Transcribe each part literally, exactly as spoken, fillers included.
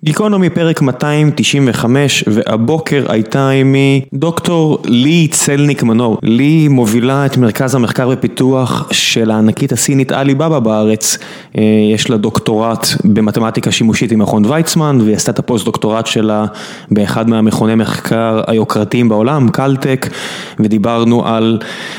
גיקונומי פרק מאתיים תשעים וחמש, והבוקר הייתה עימי דוקטור לי צלניק מנור. לי מובילה את מרכז המחקר ופיתוח של הענקית הסינית עליבאבא בארץ. יש לה דוקטורט במתמטיקה שימושית עם מכון ויצמן, והיא עשתה את הפוסט דוקטורט שלה באחד מהמכוני מחקר היוקרתיים בעולם, קלטק, ודיברנו על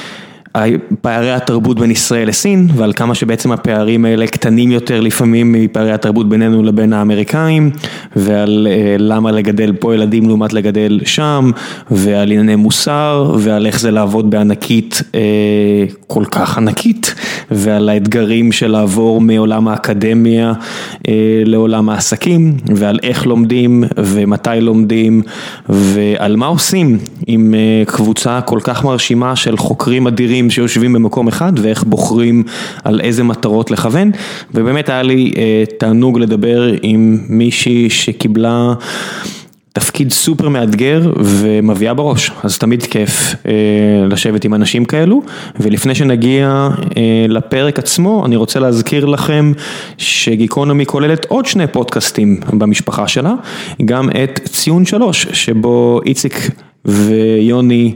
פערי התרבות בין ישראל לסין, ועל כמה שבעצם הפערים האלה קטנים יותר לפעמים מפערי התרבות בינינו לבין האמריקאים, ועל למה לגדל פה ילדים לעומת לגדל שם, ועל ענייני מוסר, ועל איך זה לעבוד בענקית כל כך ענקית, ועל האתגרים של לעבור מעולם האקדמיה לעולם העסקים, ועל איך לומדים ומתי לומדים, ועל מה עושים עם קבוצה כל כך מרשימה של חוקרים אדירים שיושבים במקום אחד, ואיך בוחרים על איזה מטרות לכוון. ובאמת היה לי אה, תענוג לדבר עם מישהי שקיבלה תפקיד סופר מאתגר ומביאה בראש. אז תמיד כיף אה, לשבת עם אנשים כאלו. ולפני שנגיע אה, לפרק עצמו, אני רוצה להזכיר לכם שגיקונומי כוללת עוד שני פודקאסטים במשפחה שלה, גם את ציון שלוש, שבו איציק ויוני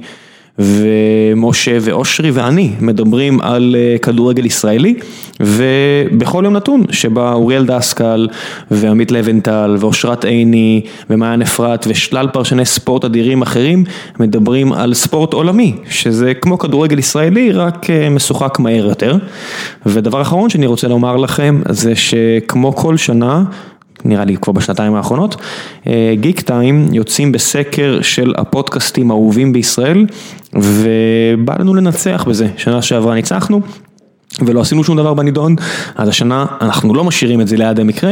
ומשה ואושרי ואני מדברים על כדורגל ישראלי, ובכל יום נתון שבה אוריאל דסקל ועמית לבנטל ואושרת עיני ומעיין אפרת ושלל פרשני ספורט אדירים אחרים מדברים על ספורט עולמי, שזה כמו כדורגל ישראלי רק משוחק מהר יותר. ודבר אחרון שאני רוצה לומר לכם זה שכמו כל שנה, נראה לי כבר בשנתיים האחרונות, גיק טיים יוצאים בסקר של הפודקאסטים האהובים בישראל, ובא לנו לנצח בזה. שנה שעברה ניצחנו, ולא עשינו שום דבר בנידון, אז השנה אנחנו לא משאירים את זה ליד המקרה,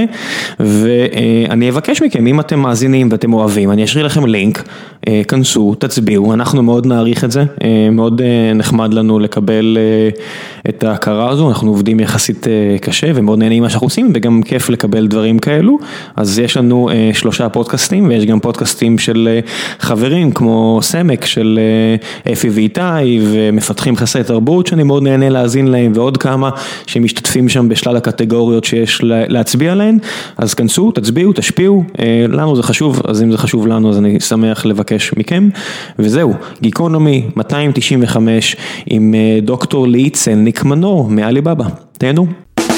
ואני אבקש מכם, אם אתם מאזינים ואתם אוהבים, אני אשאיר לכם לינק, כנסו, תצביעו, אנחנו מאוד נעריך את זה, מאוד נחמד לנו לקבל את ההכרה הזו, אנחנו עובדים יחסית קשה, ומאוד נהנים מה שאנחנו עושים, וגם כיף לקבל דברים כאלו. אז יש לנו שלושה פודקאסטים, ויש גם פודקאסטים של חברים, כמו סמק של אפי ואיתי, ומפתחים חסרי תרבות, שאני מאוד נהנה להאזין להם, ועוד כמה שמשתתפים שם בשלל הקטגוריות שיש להצביע עליהן. אז כנסו, תצביעו, תשפיעו, לנו זה חשוב, אז אם זה חשוב לנו, אז אני שמח לבקש מכם. וזהו, גיקונומי מאתיים תשעים וחמש עם דוקטור לי צלניק מנור מעליבאבא. תהנו.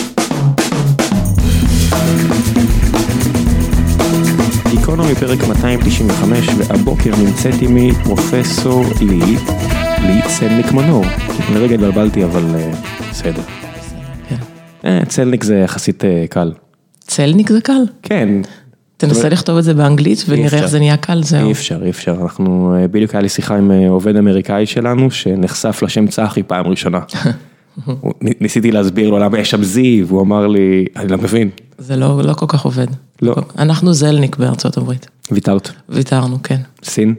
גיקונומי פרק מאתיים תשעים וחמש, והבוקר נמצאת עימי פרופסור לי, לי צלניק מנור. לרגע התבלבלתי, אבל בסדר. צלניק זה יחסית קל. צלניק זה קל? כן. תנסה לכתוב את זה באנגלית ונראה איך זה נהיה קל, זהו. אי אפשר, אי אפשר. אנחנו, בדיוק היה לי שיחה עם עובד אמריקאי שלנו, שנחשף לשם צחי פעם ראשונה. ניסיתי להסביר לו למה יש שם זי, והוא אמר לי, אני לא מבין. זה לא, לא כל כך עובד. לא. אנחנו זלניק בארצות הברית. ויתרת. ויתרנו, כן. סין?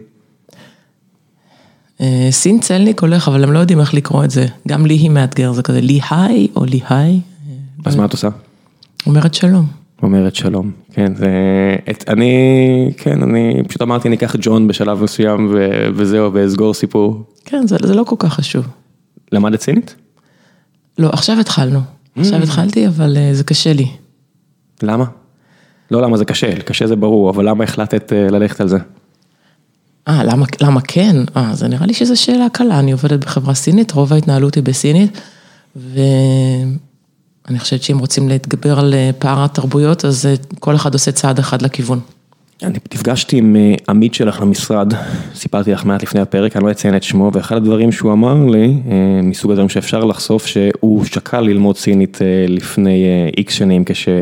סין צלניק הולך, אבל הם לא יודעים איך לקרוא את זה. גם לי היא מאתגר, זה כזה לי היי או לי היי. אז מה את עושה? אומרת שלום. אומרת שלום, כן, זה, את, אני, כן, אני פשוט אמרתי, אני אקח ג'ון בשלב מסוים, ו, וזהו, ואסגור סיפור. כן, זה, זה לא כל כך חשוב. למדת סינית? לא, עכשיו התחלנו. עכשיו התחלתי, אבל זה קשה לי. למה? לא למה זה קשה, קשה זה ברור, אבל למה החלטת ללכת על זה? אה, למה, למה כן? אה, זה נראה לי שזו שאלה קלה, אני עובדת בחברה סינית, רוב ההתנהלות היא בסינית, ו... אני חושבת שאם רוצים להתגבר על פער התרבויות, אז כל אחד עושה צעד אחד לכיוון. אני נפגשתי עם עמית שלך למשרד, סיפרתי לך מעט לפני הפרק, אני לא אציין את שמו, ואחד הדברים שהוא אמר לי, מסוג הדברים שאפשר לחשוף, שהוא שקל ללמוד סינית לפני איקס שנים,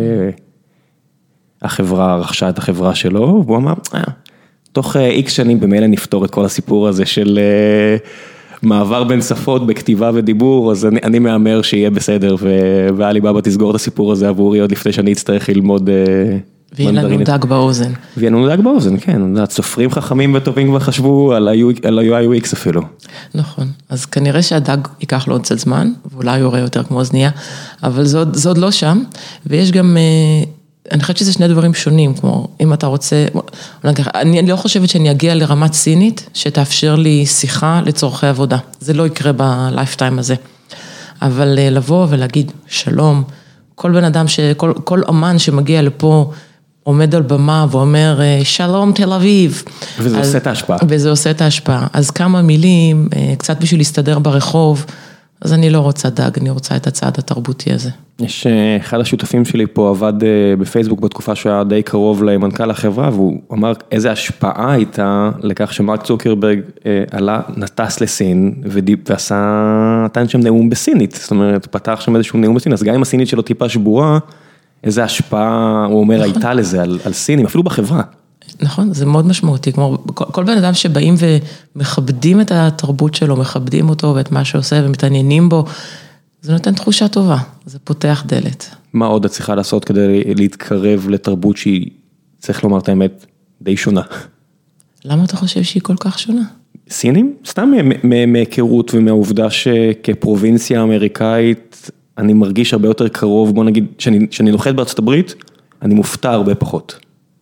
כשהחברה רכשה את החברה שלו, והוא אמר, תוך איקס שנים במילא נפתור את כל הסיפור הזה של... מעבר בין שפות בכתיבה ודיבור, אז אני, אני מאמר שיהיה בסדר, ועליבאבא תסגור את הסיפור הזה עבורי עוד לפני שאני אצטרך ללמוד ויהיה לנו דג באוזן. ויהיה לנו דג באוזן, כן. סופרים חכמים וטובים כבר חשבו על ה-יו איי יו אקס אפילו. נכון. אז כנראה שהדג ייקח לו עוד קצת זמן, ואולי יורה יותר כמו אוזניה, אבל זה עוד, זה עוד לא שם, ויש גם... אני חושבת שזה שני דברים שונים, כמו אם אתה רוצה, אני לא חושבת שאני אגיע לרמת סינית, שתאפשר לי שיחה לצורכי עבודה. זה לא יקרה בלייפטיים הזה. אבל לבוא ולהגיד שלום, כל בן אדם, כל, כל אמן שמגיע לפה, עומד על במה ואומר, שלום תל אביב. וזה עושה את ההשפעה. וזה עושה את ההשפעה. אז כמה מילים, קצת בשביל להסתדר ברחוב, אז אני לא רוצה דג, אני רוצה את הצעד התרבותי הזה. יש אחד השותפים שלי פה עבד בפייסבוק בתקופה שהיה די קרוב למנכ"ל החברה, והוא אמר איזה השפעה הייתה לכך שמרק צוקרברג עלה, נטס לסין, ועשה, נתן שם נאום בסינית, זאת אומרת, פתח שם איזשהו נאום בסינית, אז גם אם הסינית שלו טיפה שבורה, איזה השפעה, הוא אומר, הייתה לזה על, על סינים, אפילו בחברה. נכון, זה מאוד משמעותי, כמו כל, כל בן אדם שבאים ומכבדים את התרבות שלו, מכבדים אותו ואת מה שעושה ומתעניינים בו, זה נותן תחושה טובה, זה פותח דלת. מה עוד את צריכה לעשות כדי להתקרב לתרבות שהיא, צריך לומר את האמת, די שונה? למה אתה חושב שהיא כל כך שונה? סינים? סתם מהיכרות ומהעובדה שכפרובינציה אמריקאית, אני מרגיש הרבה יותר קרוב, בוא נגיד, שאני, שאני נוחת בארצות הברית, אני מופתע הרבה פחות.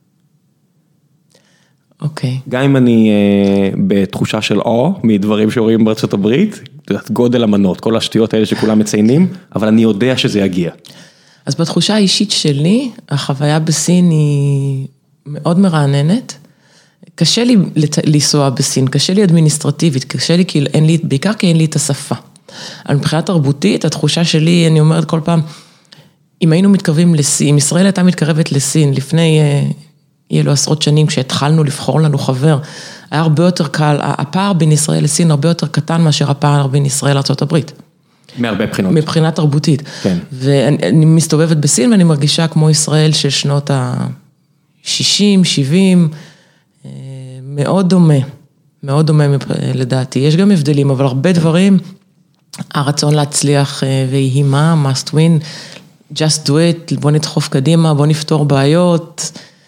אוקיי. גם אם אני אה, בתחושה של או, מדברים שרואים בארצות הברית, גודל המנות, כל השטויות האלה שכולם מציינים, אבל אני יודע שזה יגיע. אז בתחושה האישית שלי, החוויה בסין היא מאוד מרעננת. קשה לי לנסוע בסין, קשה לי אדמיניסטרטיבית, קשה לי כי אין לי, בעיקר כי אין לי את השפה. אבל מבחינה תרבותית, התחושה שלי, אני אומרת כל פעם, אם היינו מתקרבים לסין, אם ישראל הייתה מתקרבת לסין לפני יהיה לו עשרות שנים, כשהתחלנו לבחור לנו חבר, היה הרבה יותר קל, הפער בין ישראל לסין הרבה יותר קטן מאשר הפער בין ישראל לארצות הברית. מהרבה בחינות. מבחינה תרבותית. כן. ואני מסתובבת בסין ואני מרגישה כמו ישראל של שנות ה-שישים, שבעים, מאוד דומה, מאוד דומה לדעתי. יש גם הבדלים, אבל הרבה דברים, הרצון להצליח ויהי מה, must win, just do it, בוא נדחוף קדימה, בוא נפתור בעיות,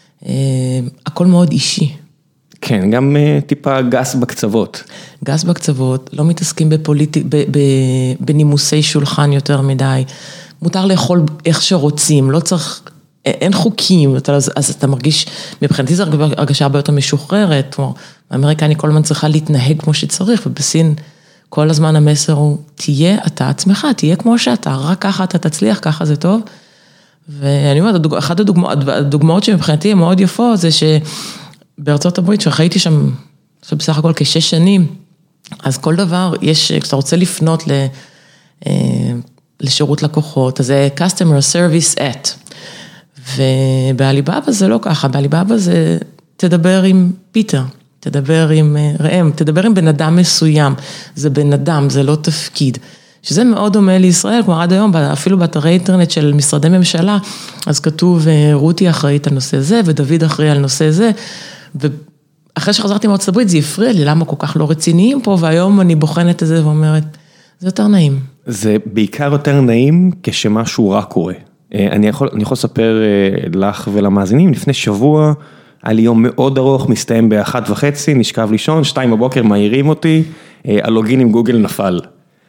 הכל מאוד אישי. כן, גם טיפה גס בקצוות. גס בקצוות, לא מתעסקים בפוליטיק, בנימוסי שולחן יותר מדי, מותר לאכול איך שרוצים, לא צריך, אין חוקים, אז, אז אתה מרגיש, מבחינתי זה הרגשה הרבה יותר משוחררת, כמו, באמריקה אני כל הזמן צריכה להתנהג כמו שצריך, ובסין כל הזמן המסר הוא, תהיה אתה עצמך, תהיה כמו שאתה, רק ככה אתה תצליח, ככה זה טוב, ואני אומרת, אחת הדוגמאות, הדוגמאות שמבחינתי הן מאוד יפות, זה שבארצות הברית, שחייתי שם, בסך הכל כשש שנים, אז כל דבר, יש, כשאתה רוצה לפנות ל, לשירות לקוחות, אז זה customer service at, ובאליבאבא זה לא ככה, באליבאבא זה, תדבר עם פיטר, תדבר עם ראם, תדבר עם בן אדם מסוים, זה בן אדם, זה לא תפקיד, שזה מאוד דומה לישראל, כמו עד היום, אפילו באתרי אינטרנט של משרדי ממשלה, אז כתוב, רותי אחראית על נושא זה, ודוד אחראי על נושא זה, ואחרי שחזרתי מארצות הברית, זה הפריע לי, למה כל כך לא רציניים פה, והיום אני בוחנת את זה ואומרת, זה יותר נעים. זה בעיקר יותר נעים כשמשהו רע קורה. אני יכול, אני יכול לספר לך ולמאזינים, לפני שבוע, היה לי יום מאוד ארוך, מסתיים באחת וחצי, נשכב לישון, שתיים בבוקר מעירים אותי, הלוגין עם גוגל נפל.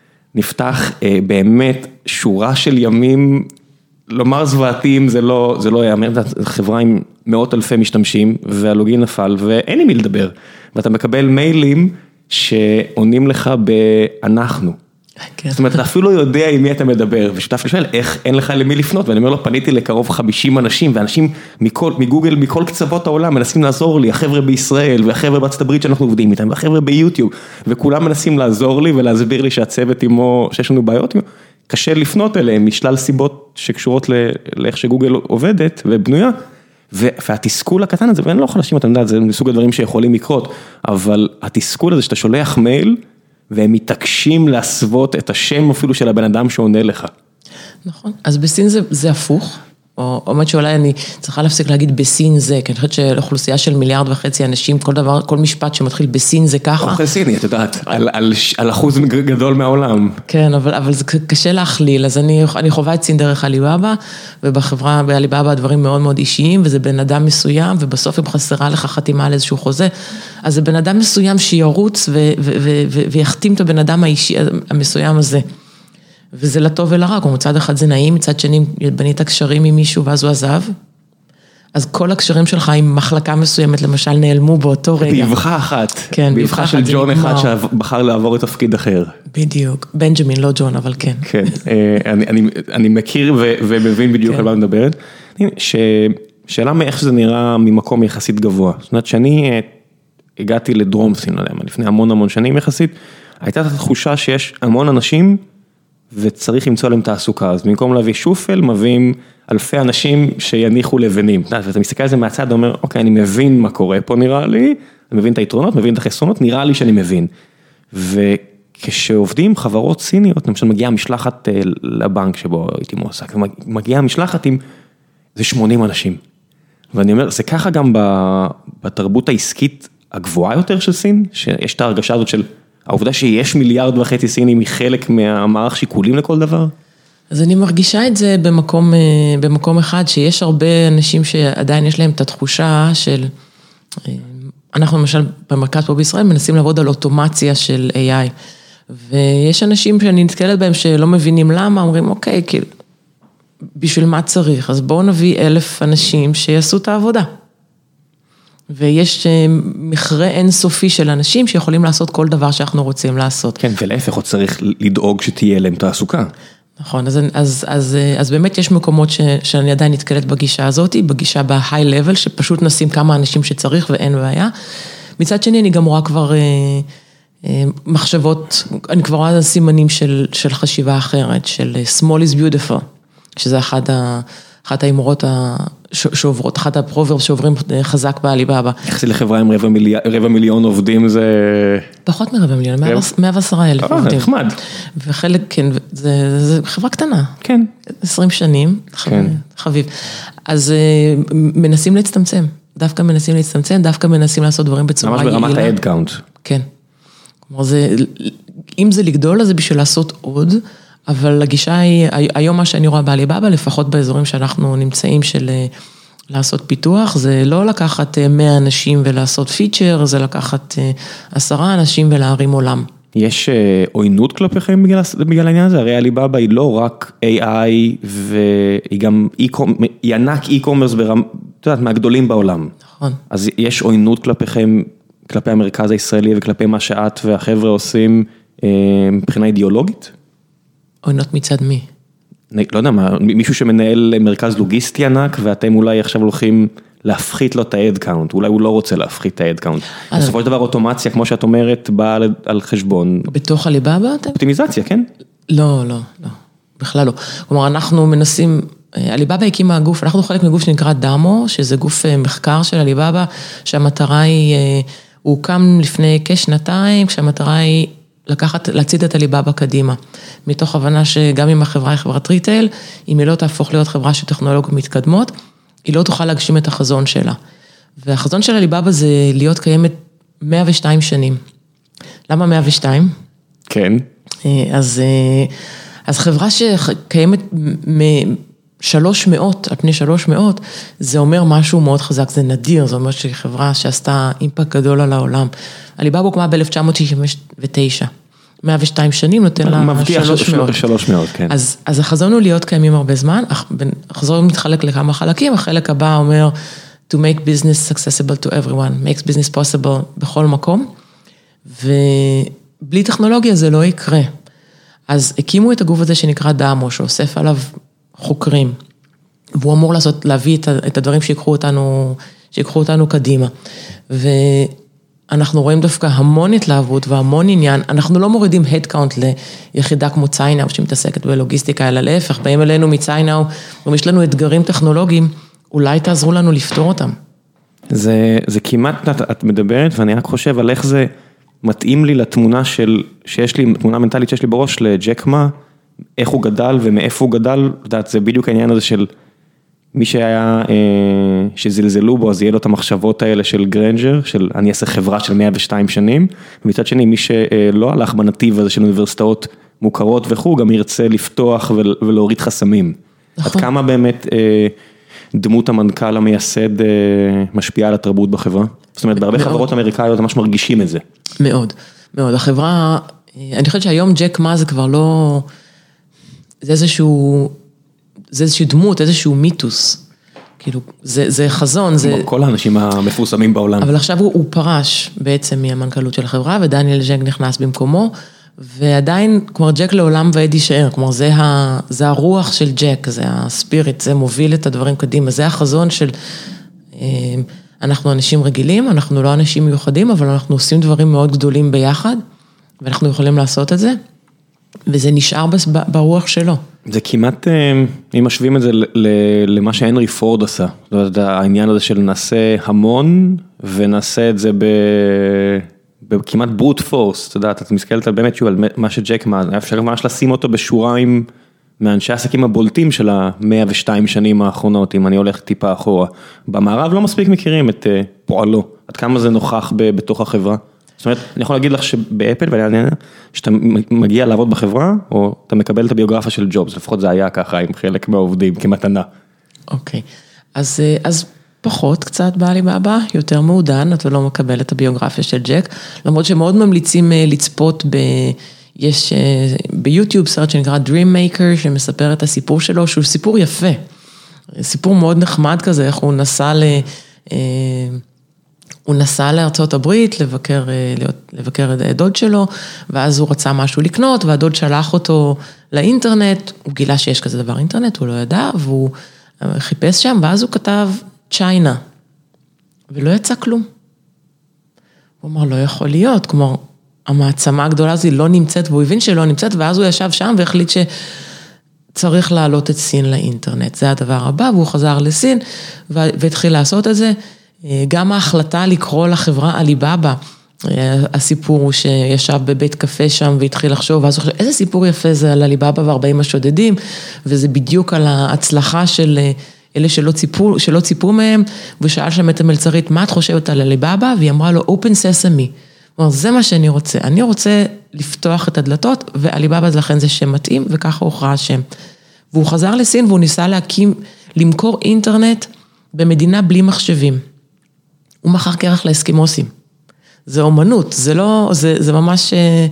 נפתח באמת שורה של ימים, לומר זוועתיים, זה לא, זה לא יאמר, חברה עם מאות אלפי משתמשים, והלוגין נפל, ואין עם מי לדבר. ואתה מקבל מיילים שעונים לך באנחנו. כן. זאת אומרת, אתה אפילו לא יודע עם מי אתה מדבר, ושותף לשאול, איך אין לך למי לפנות, ואני אומר לו, פניתי לקרוב חמישים אנשים, ואנשים מכל, מגוגל, מכל קצוות העולם, מנסים לעזור לי, החבר'ה בישראל, והחבר'ה בארצות הברית שאנחנו עובדים איתם, והחבר'ה ביוטיוב, וכולם מנסים לעזור לי, ולהסביר לי שהצוות עמו, שיש לנו בעיות, קשה לפנות אליהם, משלל סיבות שקשורות לאיך שגוגל עובדת ובנויה, והתסכול הקטן הזה, ואני לא חלשים, אתה יודע, זה מסוג הדברים שיכולים לקרות, אבל התסכול הזה שאתה שולח מייל, והם מתעקשים להסוות את השם אפילו של הבן אדם שעונה לך. נכון, אז בסין זה, זה הפוך, או אומרת שאולי אני צריכה להפסיק להגיד בסין זה, כי אני חושבת שלאוכלוסייה של מיליארד וחצי אנשים, כל דבר, כל משפט שמתחיל בסין זה ככה. אוכל סיני, את יודעת, על, על, על אחוז גדול מהעולם. כן, אבל, אבל זה קשה להכליל, אז אני, אני חווה את סין דרך אליבאבא, ובחברה באליבאבא הדברים מאוד מאוד אישיים, וזה בן אדם מסוים, ובסוף אם חסרה לך חתימה על איזשהו חוזה, אז זה בן אדם מסוים שירוץ, ו, ו, ו, ו, ויחתים את הבן אדם האישי המסוים הזה. וזה לטוב ולרע, כמו מצד אחד זה נעים, מצד שני בנית הקשרים עם מישהו ואז הוא עזב, אז כל הקשרים שלך עם מחלקה מסוימת, למשל נעלמו באותו רגע. באבחה אחת, כן, באבחה של ג'ון אחד שבחר לעבור את תפקיד אחר. בדיוק, בנג'מין, לא ג'ון, אבל כן. כן, אני, אני, אני מכיר ו, ומבין בדיוק כן. על מה מדברת, שאלה מאיך שזה נראה ממקום יחסית גבוה. זאת אומרת, שאני הגעתי לדרום סין, לפני המון המון שנים יחסית, הייתה את התחושה שיש המון אנשים, וצריך למצוא להם תעסוקה. אז במקום להביא שופל, מביאים אלפי אנשים שיניחו לבנים. ואתה מסתכל על זה מהצד, אומר, אוקיי, אני מבין מה קורה פה נראה לי, אני מבין את היתרונות, מבין את החסרונות, נראה לי שאני מבין. וכשעובדים חברות סיניות, למשל מגיעה משלחת לבנק שבו הייתי מועסק, ומגיעה משלחת עם, זה שמונים אנשים. ואני אומר, זה ככה גם בתרבות העסקית הגבוהה יותר של סין, שיש את ההרגשה הזאת של העובדה שיש מיליארד וחצי סינים היא חלק מהמערך שיקולים לכל דבר? אז אני מרגישה את זה במקום, במקום אחד, שיש הרבה אנשים שעדיין יש להם את התחושה של, אנחנו למשל במרכז פה בישראל מנסים לעבוד על אוטומציה של איי איי, ויש אנשים שאני נתקלת בהם שלא מבינים למה, אומרים אוקיי, כאילו, בשביל מה צריך? אז בואו נביא אלף אנשים שיעשו את העבודה. ויש מכרה אינסופי של אנשים שיכולים לעשות כל דבר שאנחנו רוצים לעשות. כן, ולהפך, עוד צריך לדאוג שתהיה להם תעסוקה. נכון, אז, אז, אז, אז באמת יש מקומות ש, שאני עדיין נתקלת בגישה הזאת, בגישה ב-high level, שפשוט נשים כמה אנשים שצריך ואין בעיה. מצד שני, אני גם רואה כבר אה, אה, מחשבות, אני כבר רואה סימנים של, של חשיבה אחרת, של small is beautiful, שזה אחד ה... אחת האמרות שעוברות, אחת הפרוברס שעוברים חזק בעליבאבא. איך זה לחברה עם רבע מיליון, רבע מיליון עובדים זה... פחות מרבע מיליון, מאה ועשרה אלף עובדים. אה, נחמד. וחלק, כן, זה, זה חברה קטנה. כן. עשרים שנים, כן. חביב. אז מנסים להצטמצם, דווקא מנסים להצטמצם, דווקא מנסים לעשות דברים בצורה יעילה. ממש ברמת ההדקאונט. כן. כלומר, זה, אם זה לגדול, אז זה בשביל לעשות עוד, אבל הגישה היא, היום מה שאני רואה בעליבאבא, לפחות באזורים שאנחנו נמצאים של לעשות פיתוח, זה לא לקחת מאה אנשים ולעשות פיצ'ר, זה לקחת עשרה אנשים ולהרים עולם. יש עוינות כלפיכם בגלל, בגלל העניין הזה? הרי עליבאבא היא לא רק איי איי, והיא גם היא ענק אי-קומרס ברמה, את יודעת, מהגדולים בעולם. נכון. אז יש עוינות כלפיכם, כלפי המרכז הישראלי וכלפי מה שאת והחבר'ה עושים מבחינה אידיאולוגית? עוינות מצד מי? לא יודע מה, מישהו שמנהל מרכז לוגיסטי ענק, ואתם אולי עכשיו הולכים להפחית לו את ה-headcount, אולי הוא לא רוצה להפחית את ה-headcount. בסופו של דבר אוטומציה, כמו שאת אומרת, באה על חשבון. בתוך עליבאבא? אופטימיזציה, כן? לא, לא, לא, בכלל לא. כלומר, אנחנו מנסים, עליבאבא הקימה גוף, אנחנו חלק מגוף שנקרא דאמו, שזה גוף מחקר של עליבאבא, שהמטרה היא, הוא הוקם לפני כשנתיים, כשהמטרה היא, לקחת, להציד את עליבאבא קדימה, מתוך הבנה שגם אם החברה היא חברת ריטייל, אם היא לא תהפוך להיות חברה של טכנולוגיות מתקדמות, היא לא תוכל להגשים את החזון שלה. והחזון של עליבאבא זה להיות קיימת מאה ושתיים שנים. למה מאה ושתיים? כן. אז, אז חברה שקיימת משלוש מאות, על פני שלוש מאות, זה אומר משהו מאוד חזק, זה נדיר, זה אומר שהיא חברה שעשתה אימפקט גדול על העולם. עליבאבא הוקמה ב-אלף תשע מאות תשעים ותשע, מאה ושתיים שנים נותן לה שלוש מאות. שלוש מאות, כן. אז, אז החזון הוא להיות קיימים הרבה זמן, החזון מתחלק לכמה חלקים, החלק הבא אומר, to make business accessible to everyone, makes business possible בכל מקום, ובלי טכנולוגיה זה לא יקרה. אז הקימו את הגוף הזה שנקרא דאמו, שאוסף עליו חוקרים, והוא אמור לעשות, להביא את, את הדברים שיקחו אותנו, שיקחו אותנו קדימה. ואנחנו רואים דווקא המון התלהבות והמון עניין, אנחנו לא מורידים headcount ליחידה כמו ציינאו, שמתעסקת בלוגיסטיקה, אלא להפך, באים אלינו מציינאו, ויש לנו אתגרים טכנולוגיים, אולי תעזרו לנו לפתור אותם. זה, זה כמעט, את, את מדברת, ואני רק חושב על איך זה מתאים לי לתמונה של, שיש לי, תמונה מנטלית שיש לי בראש, לג'ק מה, איך הוא גדל ומאיפה הוא גדל, יודעת, זה בדיוק העניין הזה של מי שהיה, שזלזלו בו, אז יהיה לו את המחשבות האלה של גרנג'ר, של אני אעשה חברה של מאה ושתיים שנים, ומצד שני, מי שלא הלך בנתיב הזה של אוניברסיטאות מוכרות וכו', גם ירצה לפתוח ולהוריד חסמים. עד כמה באמת דמות המנכ"ל המייסד משפיעה על התרבות בחברה? זאת אומרת, בהרבה חברות אמריקאיות ממש מרגישים את זה. מאוד, מאוד. החברה, אני חושבת שהיום ג'ק מה זה כבר לא, זה איזשהו, זה איזושהי דמות, איזשהו מיתוס. כאילו, זה, זה חזון, זה... כל האנשים המפורסמים בעולם. אבל עכשיו הוא, הוא פרש בעצם מהמנכ"לות של החברה, ודניאל ז'נג נכנס במקומו, ועדיין, כלומר, ג'ק לעולם ועד יישאר, כלומר, זה, ה, זה הרוח של ג'ק, זה הספיריט, זה מוביל את הדברים קדימה, זה החזון של, אנחנו אנשים רגילים, אנחנו לא אנשים מיוחדים, אבל אנחנו עושים דברים מאוד גדולים ביחד, ואנחנו יכולים לעשות את זה, וזה נשאר ברוח שלו. זה כמעט, אם משווים את זה למה שהנרי פורד עשה, זאת אומרת, העניין הזה של נעשה המון, ונעשה את זה ב... בכמעט ברוט פורס, אתה יודע, אתה מסתכלת באמת שוב על מה שג'ק מה, היה אפשר ממש לשים אותו בשורה עם מאנשי העסקים הבולטים של ה-מאה ושתיים שנים האחרונות, אם אני הולך טיפה אחורה. במערב לא מספיק מכירים את פועלו, עד כמה זה נוכח בתוך החברה. זאת אומרת, אני יכול להגיד לך שבאפל, שאתה מגיע לעבוד בחברה, או אתה מקבל את הביוגרפיה של ג'ובס, לפחות זה היה ככה עם חלק מהעובדים, כמתנה. אוקיי, אז, אז פחות קצת בעליבאבא, יותר מעודן, אתה לא מקבל את הביוגרפיה של ג'ק, למרות שמאוד ממליצים לצפות ב... יש ביוטיוב סרט שנקרא Dream Maker, שמספר את הסיפור שלו, שהוא סיפור יפה, סיפור מאוד נחמד כזה, איך הוא נסע ל... הוא נסע לארצות הברית, לבקר, לבקר את הדוד שלו, ואז הוא רצה משהו לקנות, והדוד שלח אותו לאינטרנט, הוא גילה שיש כזה דבר אינטרנט, הוא לא ידע, והוא חיפש שם, ואז הוא כתב צ'יינה, ולא יצא כלום. הוא אמר, לא יכול להיות, כלומר, המעצמה הגדולה הזו לא נמצאת, והוא הבין שלא נמצאת, ואז הוא ישב שם והחליט שצריך להעלות את סין לאינטרנט, זה הדבר הבא, והוא חזר לסין, והתחיל לעשות את זה, גם ההחלטה לקרוא לחברה עליבאבא, הסיפור הוא שישב בבית קפה שם והתחיל לחשוב, ואז הוא חושב, איזה סיפור יפה זה על עליבאבא וארבעים השודדים, וזה בדיוק על ההצלחה של אלה שלא ציפו, שלא ציפו מהם, ושאל שם את המלצרית, מה את חושבת על עליבאבא? והיא אמרה לו, open sesame. כלומר, זה מה שאני רוצה, אני רוצה לפתוח את הדלתות, ועליבאבא לכן זה שם מתאים, וככה הוא הוכרע השם. והוא חזר לסין, והוא ניסה להקים, למכור אינטרנט במדינה בלי מחשבים. הוא מכר כרך לאסקימוסים. זה אומנות, זה לא, זה, זה ממש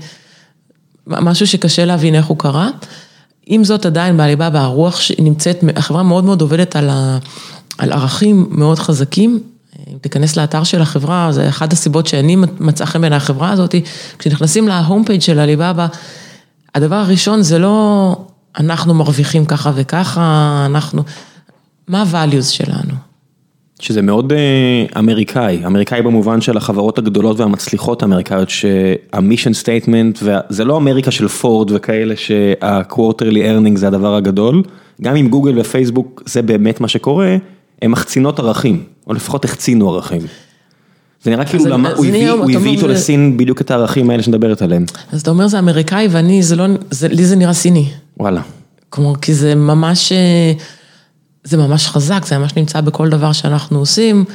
משהו שקשה להבין איך הוא קרה. עם זאת עדיין בעליבאבא, הרוח שנמצאת, החברה מאוד מאוד עובדת על, ה, על ערכים מאוד חזקים. אם תיכנס לאתר של החברה, זה אחד הסיבות שאני מצאה חן בין החברה הזאת, כשנכנסים להום פייג' של עליבאבא, הדבר הראשון זה לא אנחנו מרוויחים ככה וככה, אנחנו, מה ה-values שלנו? שזה מאוד אמריקאי, אמריקאי במובן של החברות הגדולות והמצליחות האמריקאיות, שהמישן סטייטמנט, וזה לא אמריקה של פורד וכאלה, שה-quarterly earning זה הדבר הגדול, גם עם גוגל ופייסבוק זה באמת מה שקורה, הם מחצינות ערכים, או לפחות החצינו ערכים. זה נראה כאילו למה, הוא הביא איתו לסין בדיוק את הערכים האלה שנדברת עליהם. אז אתה אומר זה אמריקאי, ואני, זה לא, לי זה נראה סיני. וואלה. כלומר, כי זה ממש... זה ממש חזק, זה ממש נמצא בכל דבר שאנחנו עושים,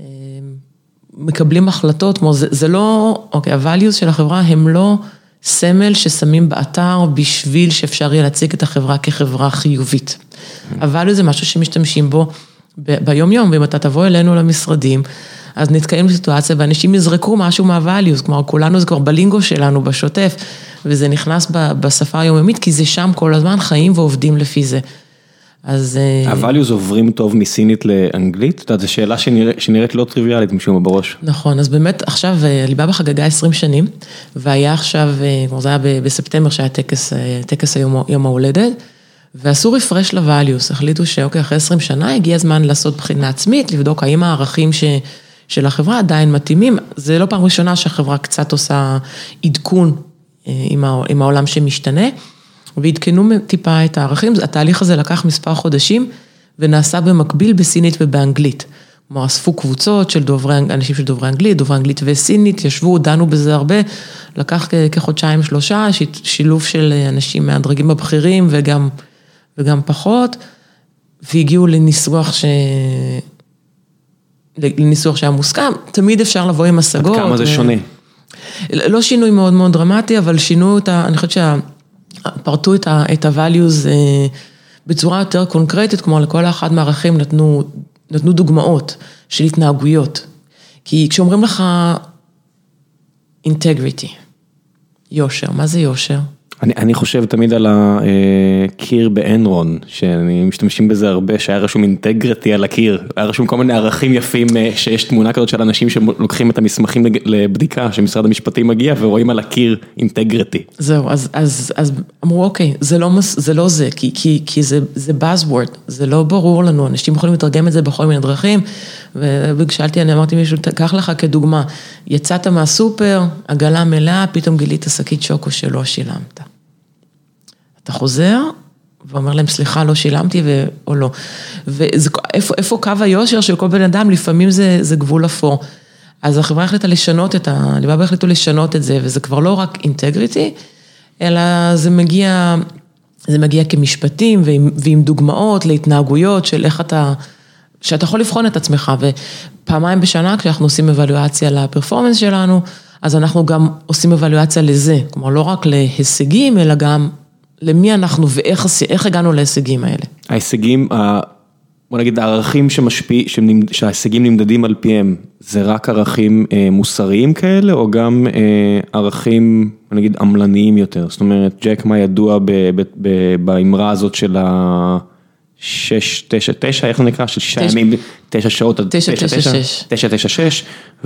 מקבלים החלטות, כמו זה, זה לא, אוקיי, ה-values של החברה הם לא סמל ששמים באתר בשביל שאפשר יהיה להציג את החברה כחברה חיובית. ה-values זה משהו שמשתמשים בו ביום יום, ואם אתה תבוא אלינו למשרדים, אז נתקיים בסיטואציה ואנשים יזרקו משהו מה-values, כלומר כולנו זה כבר בלינגו שלנו, בשוטף, וזה נכנס בשפה היומיומית, כי זה שם כל הזמן חיים ועובדים לפי זה. אז... ה-values עוברים טוב מסינית לאנגלית? זאת אומרת, זו שאלה שנראית לא טריוויאלית משום בראש. נכון, אז באמת עכשיו עליבאבא חגגה עשרים שנים, והיה עכשיו, כמו זה היה בספטמבר שהיה טקס, טקס היום, יום ההולדת, ועשו רפרש ל-values, החליטו שאוקיי, אחרי עשרים שנה הגיע הזמן לעשות בחינה עצמית, לבדוק האם הערכים ש, של החברה עדיין מתאימים, זה לא פעם ראשונה שהחברה קצת עושה עדכון עם, עם העולם שמשתנה, והתקנו טיפה את הערכים, התהליך הזה לקח מספר חודשים, ונעשה במקביל בסינית ובאנגלית. כלומר, אספו קבוצות של דוברי, אנשים של דוברי אנגלית, דוברי אנגלית וסינית, ישבו, דנו בזה הרבה, לקח כחודשיים שלושה, שילוב של אנשים מהדרגים הבכירים, וגם, וגם פחות, והגיעו לניסוח ש... לניסוח שהיה מוסכם, תמיד אפשר לבוא עם השגות. עד כמה זה שונה? לא שינוי מאוד מאוד דרמטי, אבל שינו את ה... אני חושבת שה... פרטו את ה, את ה-values בצורה יותר קונקרטית, כמו לכל האחד מהערכים נתנו, נתנו דוגמאות של התנהגויות. כי כשאומרים לך integrity, יושר, מה זה יושר? אני, אני חושב תמיד על הקיר באנרון, שאני משתמשים בזה הרבה, שהיה רשום אינטגריטי על הקיר, היה רשום כל מיני ערכים יפים, שיש תמונה כזאת של אנשים שלוקחים את המסמכים לבדיקה, שמשרד המשפטים מגיע, ורואים על הקיר אינטגריטי. זהו, אז, אז, אז אמרו, אוקיי, זה לא, זה לא זה, כי, כי, כי זה, זה buzzword, זה לא ברור לנו, אנשים יכולים לתרגם את זה בכל מיני דרכים, ושאלתי, אני אמרתי מישהו, קח לך כדוגמה, יצאת מהסופר, עגלה מלאה, פתאום גילית שקית שוקו שלא שילמת. אתה חוזר, ואומר להם, סליחה, לא שילמתי, ו... או לא. ואיפה, איפה קו היושר של כל בן אדם, לפעמים זה, זה גבול אפור. אז החברה החליטה לשנות את ה... ליבאבא החליטו לשנות את זה, וזה כבר לא רק אינטגריטי, אלא זה מגיע, זה מגיע כמשפטים, ועם, ועם דוגמאות להתנהגויות של איך אתה... שאתה יכול לבחון את עצמך, ופעמיים בשנה, כשאנחנו עושים אבלואציה לפרפורמנס שלנו, אז אנחנו גם עושים אבלואציה לזה, כלומר לא רק להישגים, אלא גם למי אנחנו ואיך איך הגענו להישגים האלה. ההישגים, בוא נגיד, הערכים שמשפיע, שההישגים נמדדים על פיהם, זה רק ערכים מוסריים כאלה, או גם ערכים, בוא נגיד, עמלניים יותר? זאת אומרת, ג'ק מה ידוע באמרה הזאת של ה... שש, תשע, תשע, איך זה נקרא? של שישה ימים, תשע שעות, תשע, תשע, שש. תשע, תשע, שש,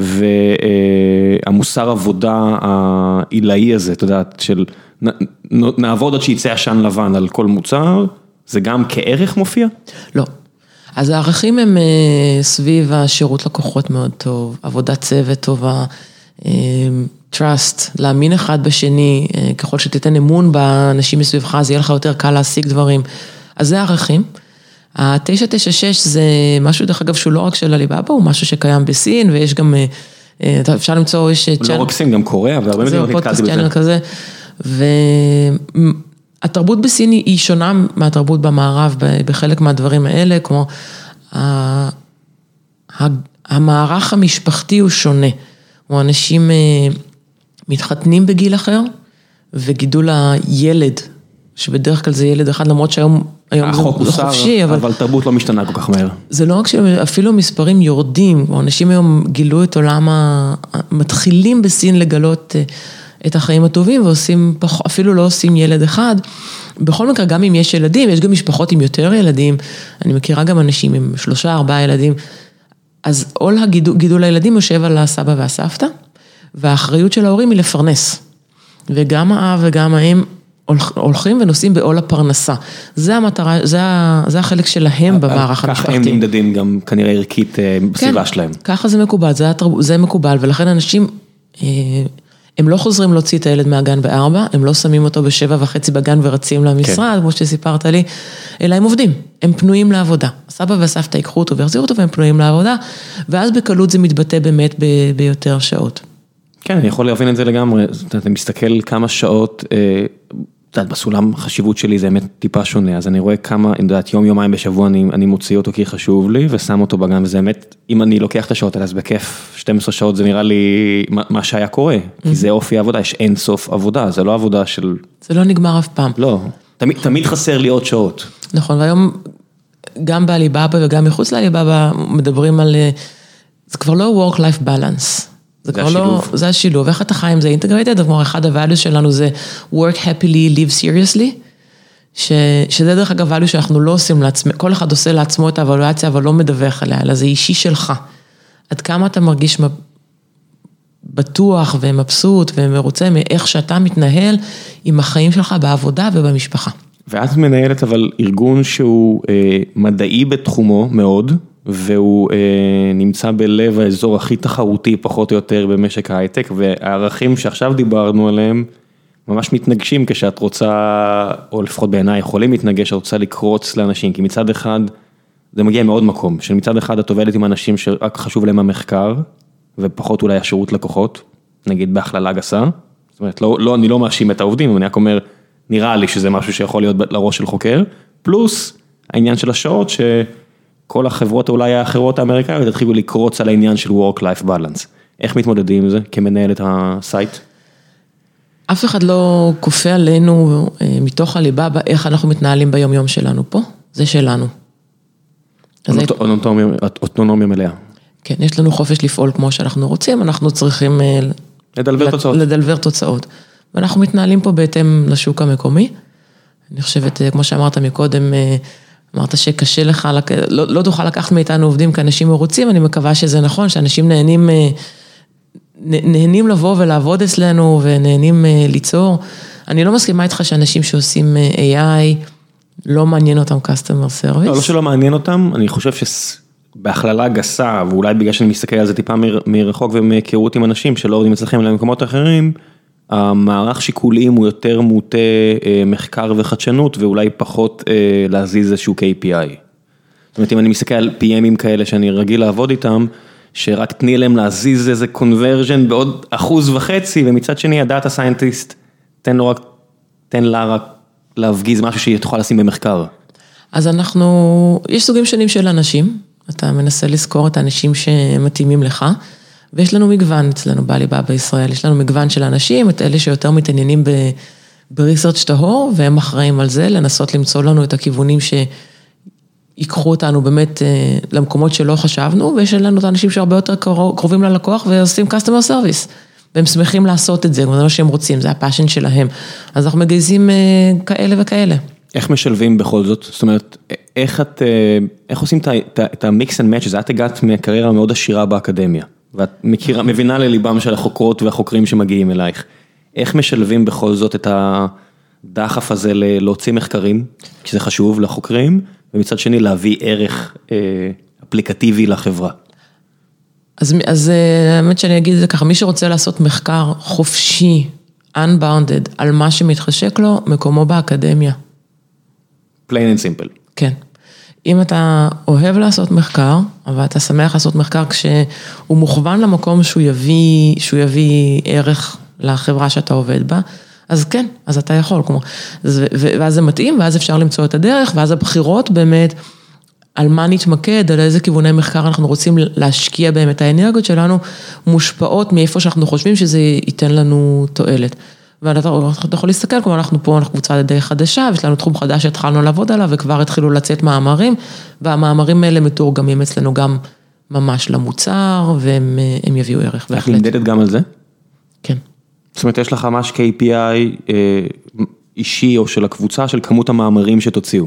והמוסר עבודה העילאי הזה, אתה יודעת, של נעבוד עד שיצא עשן לבן על כל מוצר, זה גם כערך מופיע? לא. אז הערכים הם סביב השירות לקוחות מאוד טוב, עבודת צוות טובה, trust, להאמין אחד בשני, ככל שתיתן אמון באנשים מסביבך, אז יהיה לך יותר קל להשיג דברים. אז זה הערכים. ה-תשע תשע שש זה משהו, דרך אגב, שהוא לא רק של עליבאבא, הוא משהו שקיים בסין, ויש גם, אפשר למצוא, יש... לא רק סין, גם קוריאה, והרבה מדינות נתקלתי בזה. צ'אנל כזה, והתרבות בסין היא שונה מהתרבות במערב, בחלק מהדברים האלה, כמו המערך המשפחתי הוא שונה, או אנשים מתחתנים בגיל אחר, וגידול הילד, שבדרך כלל זה ילד אחד, למרות שהיום החוק זה חופשי, אבל, אבל תרבות לא משתנה כל כך מהר. זה לא רק שאפילו מספרים יורדים, אנשים היום גילו את עולם, מתחילים בסין לגלות את החיים הטובים, ועושים, אפילו לא עושים ילד אחד. בכל מקרה, גם אם יש ילדים, יש גם משפחות עם יותר ילדים, אני מכירה גם אנשים עם שלושה, ארבעה ילדים, אז עול הגידול, גידול הילדים יושב על הסבא והסבתא, והאחריות של ההורים היא לפרנס. וגם האב וגם האם, הולכים ונוסעים בעול הפרנסה. זה המטרה, זה, זה החלק שלהם במערך המשפחתי. ככה הם נמדדים גם כנראה ערכית בסביבה שלהם. ככה זה מקובל, זה, זה מקובל, ולכן אנשים, הם לא חוזרים להוציא את הילד מהגן בארבע, הם לא שמים אותו בשבע וחצי בגן ורצים למשרד, כמו שסיפרת לי, אלא הם עובדים, הם פנויים לעבודה. הסבא והסבתא ייקחו אותו ויחזירו אותו, והם פנויים לעבודה, ואז בקלות זה מתבטא באמת ב, ביותר שעות. כן, אני יכול להבין את זה לגמרי, אתה מסתכל כמה שעות, את יודעת, בסולם חשיבות שלי זה באמת טיפה שונה, אז אני רואה כמה, אני יודעת, יום יומיים בשבוע אני, אני מוציא אותו כי חשוב לי, ושם אותו בגן, וזה באמת, אם אני לוקח את השעות האלה, אז בכיף, שתים עשרה שעות זה נראה לי מה, מה שהיה קורה, כי זה אופי העבודה, יש אין סוף עבודה, זה לא עבודה של... זה לא נגמר אף פעם. לא, תמיד, תמיד חסר לי עוד שעות. נכון, והיום גם בעליבאבא וגם מחוץ לעליבאבא מדברים על, זה כבר לא work-life balance. זה כבר לא, זה השילוב, איך אתה חי עם זה אינטגרייטד, כמו אחד הוואליוס שלנו זה work happily, live seriously, ש, שזה דרך אגב הוואליוס שאנחנו לא עושים לעצמנו, כל אחד עושה לעצמו את האבלואציה, אבל לא מדווח עליה, אלא זה אישי שלך. עד כמה אתה מרגיש בטוח ומבסוט ומרוצה מאיך שאתה מתנהל עם החיים שלך בעבודה ובמשפחה. ואת מנהלת אבל ארגון שהוא אה, מדעי בתחומו מאוד, והוא אה, נמצא בלב האזור הכי תחרותי, פחות או יותר במשק ההייטק, והערכים שעכשיו דיברנו עליהם, ממש מתנגשים כשאת רוצה, או לפחות בעיניי יכולים להתנגש, שאת רוצה לקרוץ לאנשים, כי מצד אחד, זה מגיע מאוד מקום, שמצד אחד את עובדת עם אנשים שרק חשוב להם המחקר, ופחות אולי השירות לקוחות, נגיד בהכללה גסה, זאת אומרת, לא, לא, אני לא מאשים את העובדים, אני רק אומר, נראה לי שזה משהו שיכול להיות לראש של חוקר, פלוס העניין של השעות ש... כל החברות אולי האחרות האמריקאיות התחילו לקרוץ על העניין של work-life balance. איך מתמודדים עם זה כמנהלת הסייט? אף אחד לא כופה עלינו מתוך עליבאבא איך אנחנו מתנהלים ביום יום שלנו פה, זה שלנו. אוטונומיה מלאה. כן, יש לנו חופש לפעול כמו שאנחנו רוצים, אנחנו צריכים לדלבר תוצאות. לדלבר תוצאות. ואנחנו מתנהלים פה בהתאם לשוק המקומי. אני חושבת, כמו שאמרת מקודם, אמרת שקשה לך, לא, לא תוכל לקחת מאיתנו עובדים כאנשים מרוצים, אני מקווה שזה נכון, שאנשים נהנים, נהנים לבוא ולעבוד אצלנו, ונהנים ליצור. אני לא מסכימה איתך שאנשים שעושים איי איי, לא מעניין אותם customer service. לא, לא שלא מעניין אותם, אני חושב שבהכללה גסה, ואולי בגלל שאני מסתכל על זה טיפה מרחוק ומהיכרות עם אנשים שלא עובדים אצלכם למקומות אחרים, המערך שיקולים הוא יותר מוטה מחקר וחדשנות, ואולי פחות להזיז איזשהו קיי פי איי. זאת אומרת, אם אני מסתכל על פי אמים כאלה שאני רגיל לעבוד איתם, שרק תני להם להזיז איזה קונברז'ן בעוד אחוז וחצי, ומצד שני הדאטה סיינטיסט, תן לו רק, תן לה רק להפגיז משהו שהיא תוכל לשים במחקר. אז אנחנו, יש סוגים שונים של אנשים, אתה מנסה לזכור את האנשים שמתאימים לך, ויש לנו מגוון אצלנו בעליבאבא בישראל, יש לנו מגוון של אנשים, את אלה שיותר מתעניינים בריסרצ' טהור, והם אחראים על זה, לנסות למצוא לנו את הכיוונים שיקחו אותנו באמת למקומות שלא חשבנו, ויש לנו את האנשים שהרבה יותר קרובים ללקוח, ועושים customer service, והם שמחים לעשות את זה, זה מה שהם רוצים, זה הפאשן שלהם, אז אנחנו מגייזים כאלה וכאלה. איך משלבים בכל זאת? זאת אומרת, איך את, איך עושים את המיקס אנד מאץ', את הגעת מקריירה מאוד עשירה באקדמיה, ואת מכירה, מבינה לליבם של החוקרות והחוקרים שמגיעים אלייך. איך משלבים בכל זאת את הדחף הזה להוציא מחקרים, כי זה חשוב לחוקרים, ומצד שני להביא ערך אפליקטיבי לחברה? אז, אז האמת שאני אגיד את זה ככה, מי שרוצה לעשות מחקר חופשי, unbounded, על מה שמתחשק לו, מקומו באקדמיה. plain and simple. כן. אם אתה אוהב לעשות מחקר, אבל אתה שמח לעשות מחקר כשהוא מוכוון למקום שהוא יביא, שהוא יביא ערך לחברה שאתה עובד בה, אז כן, אז אתה יכול, כמו, ואז זה מתאים, ואז אפשר למצוא את הדרך, ואז הבחירות באמת, על מה נתמקד, על איזה כיווני מחקר אנחנו רוצים להשקיע בהם את האנרגיות שלנו, מושפעות מאיפה שאנחנו חושבים שזה ייתן לנו תועלת. ואתה יכול להסתכל, כמו אנחנו פה, אנחנו קבוצה די חדשה, ויש לנו תחום חדש שהתחלנו לעבוד עליו, וכבר התחילו לצאת מאמרים, והמאמרים האלה מתורגמים אצלנו גם ממש למוצר, והם יביאו ערך. את נמדדת גם על זה? כן. זאת אומרת, יש לך ממש קיי פי איי אישי, או של הקבוצה, של כמות המאמרים שתוציאו.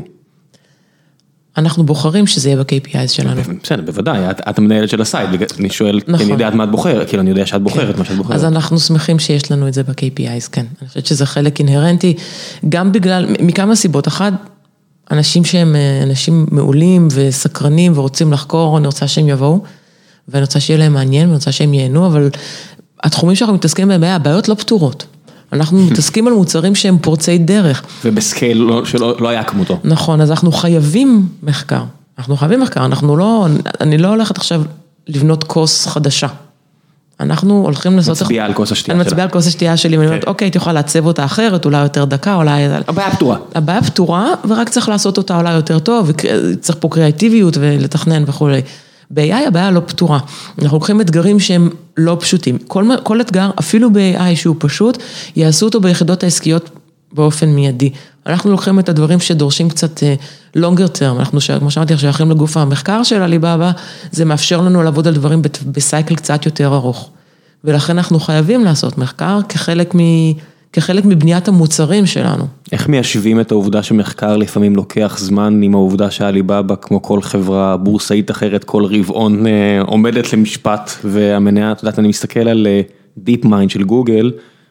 אנחנו בוחרים שזה יהיה ב-קיי פי איי שלנו. בסדר, בוודאי, את המנהלת של הסייט, אני שואל, כי אני יודע מה את בוחרת, כאילו אני יודע שאת בוחרת מה שאת בוחרת. אז אנחנו שמחים שיש לנו את זה ב-קיי פי איי, כן. אני חושבת שזה חלק אינהרנטי, גם בגלל, מכמה סיבות, אחד, אנשים שהם אנשים מעולים וסקרנים ורוצים לחקור, אני רוצה שהם יבואו, ואני רוצה שיהיה להם מעניין, ואני רוצה שהם ייהנו, אבל התחומים שאנחנו מתעסקים בהם, הבעיות לא פתורות. אנחנו מתעסקים על מוצרים שהם פורצי דרך. ובסקייל שלא לא היה כמותו. נכון, אז אנחנו חייבים מחקר. אנחנו חייבים מחקר, אנחנו לא, אני לא הולכת עכשיו לבנות כוס חדשה. אנחנו הולכים לעשות... מצביעה על כוס השתייה שלה. אני מצביעה על כוס השתייה שלי, ואני אומרת, אוקיי, תוכל לעצב אותה אחרת, אולי יותר דקה, אולי... הבעיה פתורה. הבעיה פתורה, ורק צריך לעשות אותה אולי יותר טוב, וצריך פה קריאטיביות ולתכנן וכו'. ב-איי איי הבעיה לא פתורה. אנחנו לוקחים אתגרים שהם לא פשוטים. כל, כל אתגר, אפילו ב-איי איי שהוא פשוט, יעשו אותו ביחידות העסקיות באופן מיידי. אנחנו לוקחים את הדברים שדורשים קצת longer term. אנחנו, כמו שאמרתי, שייכים לגוף המחקר של עליבאבא, זה מאפשר לנו לעבוד על דברים בסייקל קצת יותר ארוך. ולכן אנחנו חייבים לעשות מחקר כחלק מ... כחלק מבניית המוצרים שלנו. איך מיישבים את העובדה שמחקר לפעמים לוקח זמן עם העובדה שעליבאבא, כמו כל חברה בורסאית אחרת, כל רבעון עומדת למשפט, והמניה, את יודעת, אני מסתכל על דיפ מיינד של גוגל,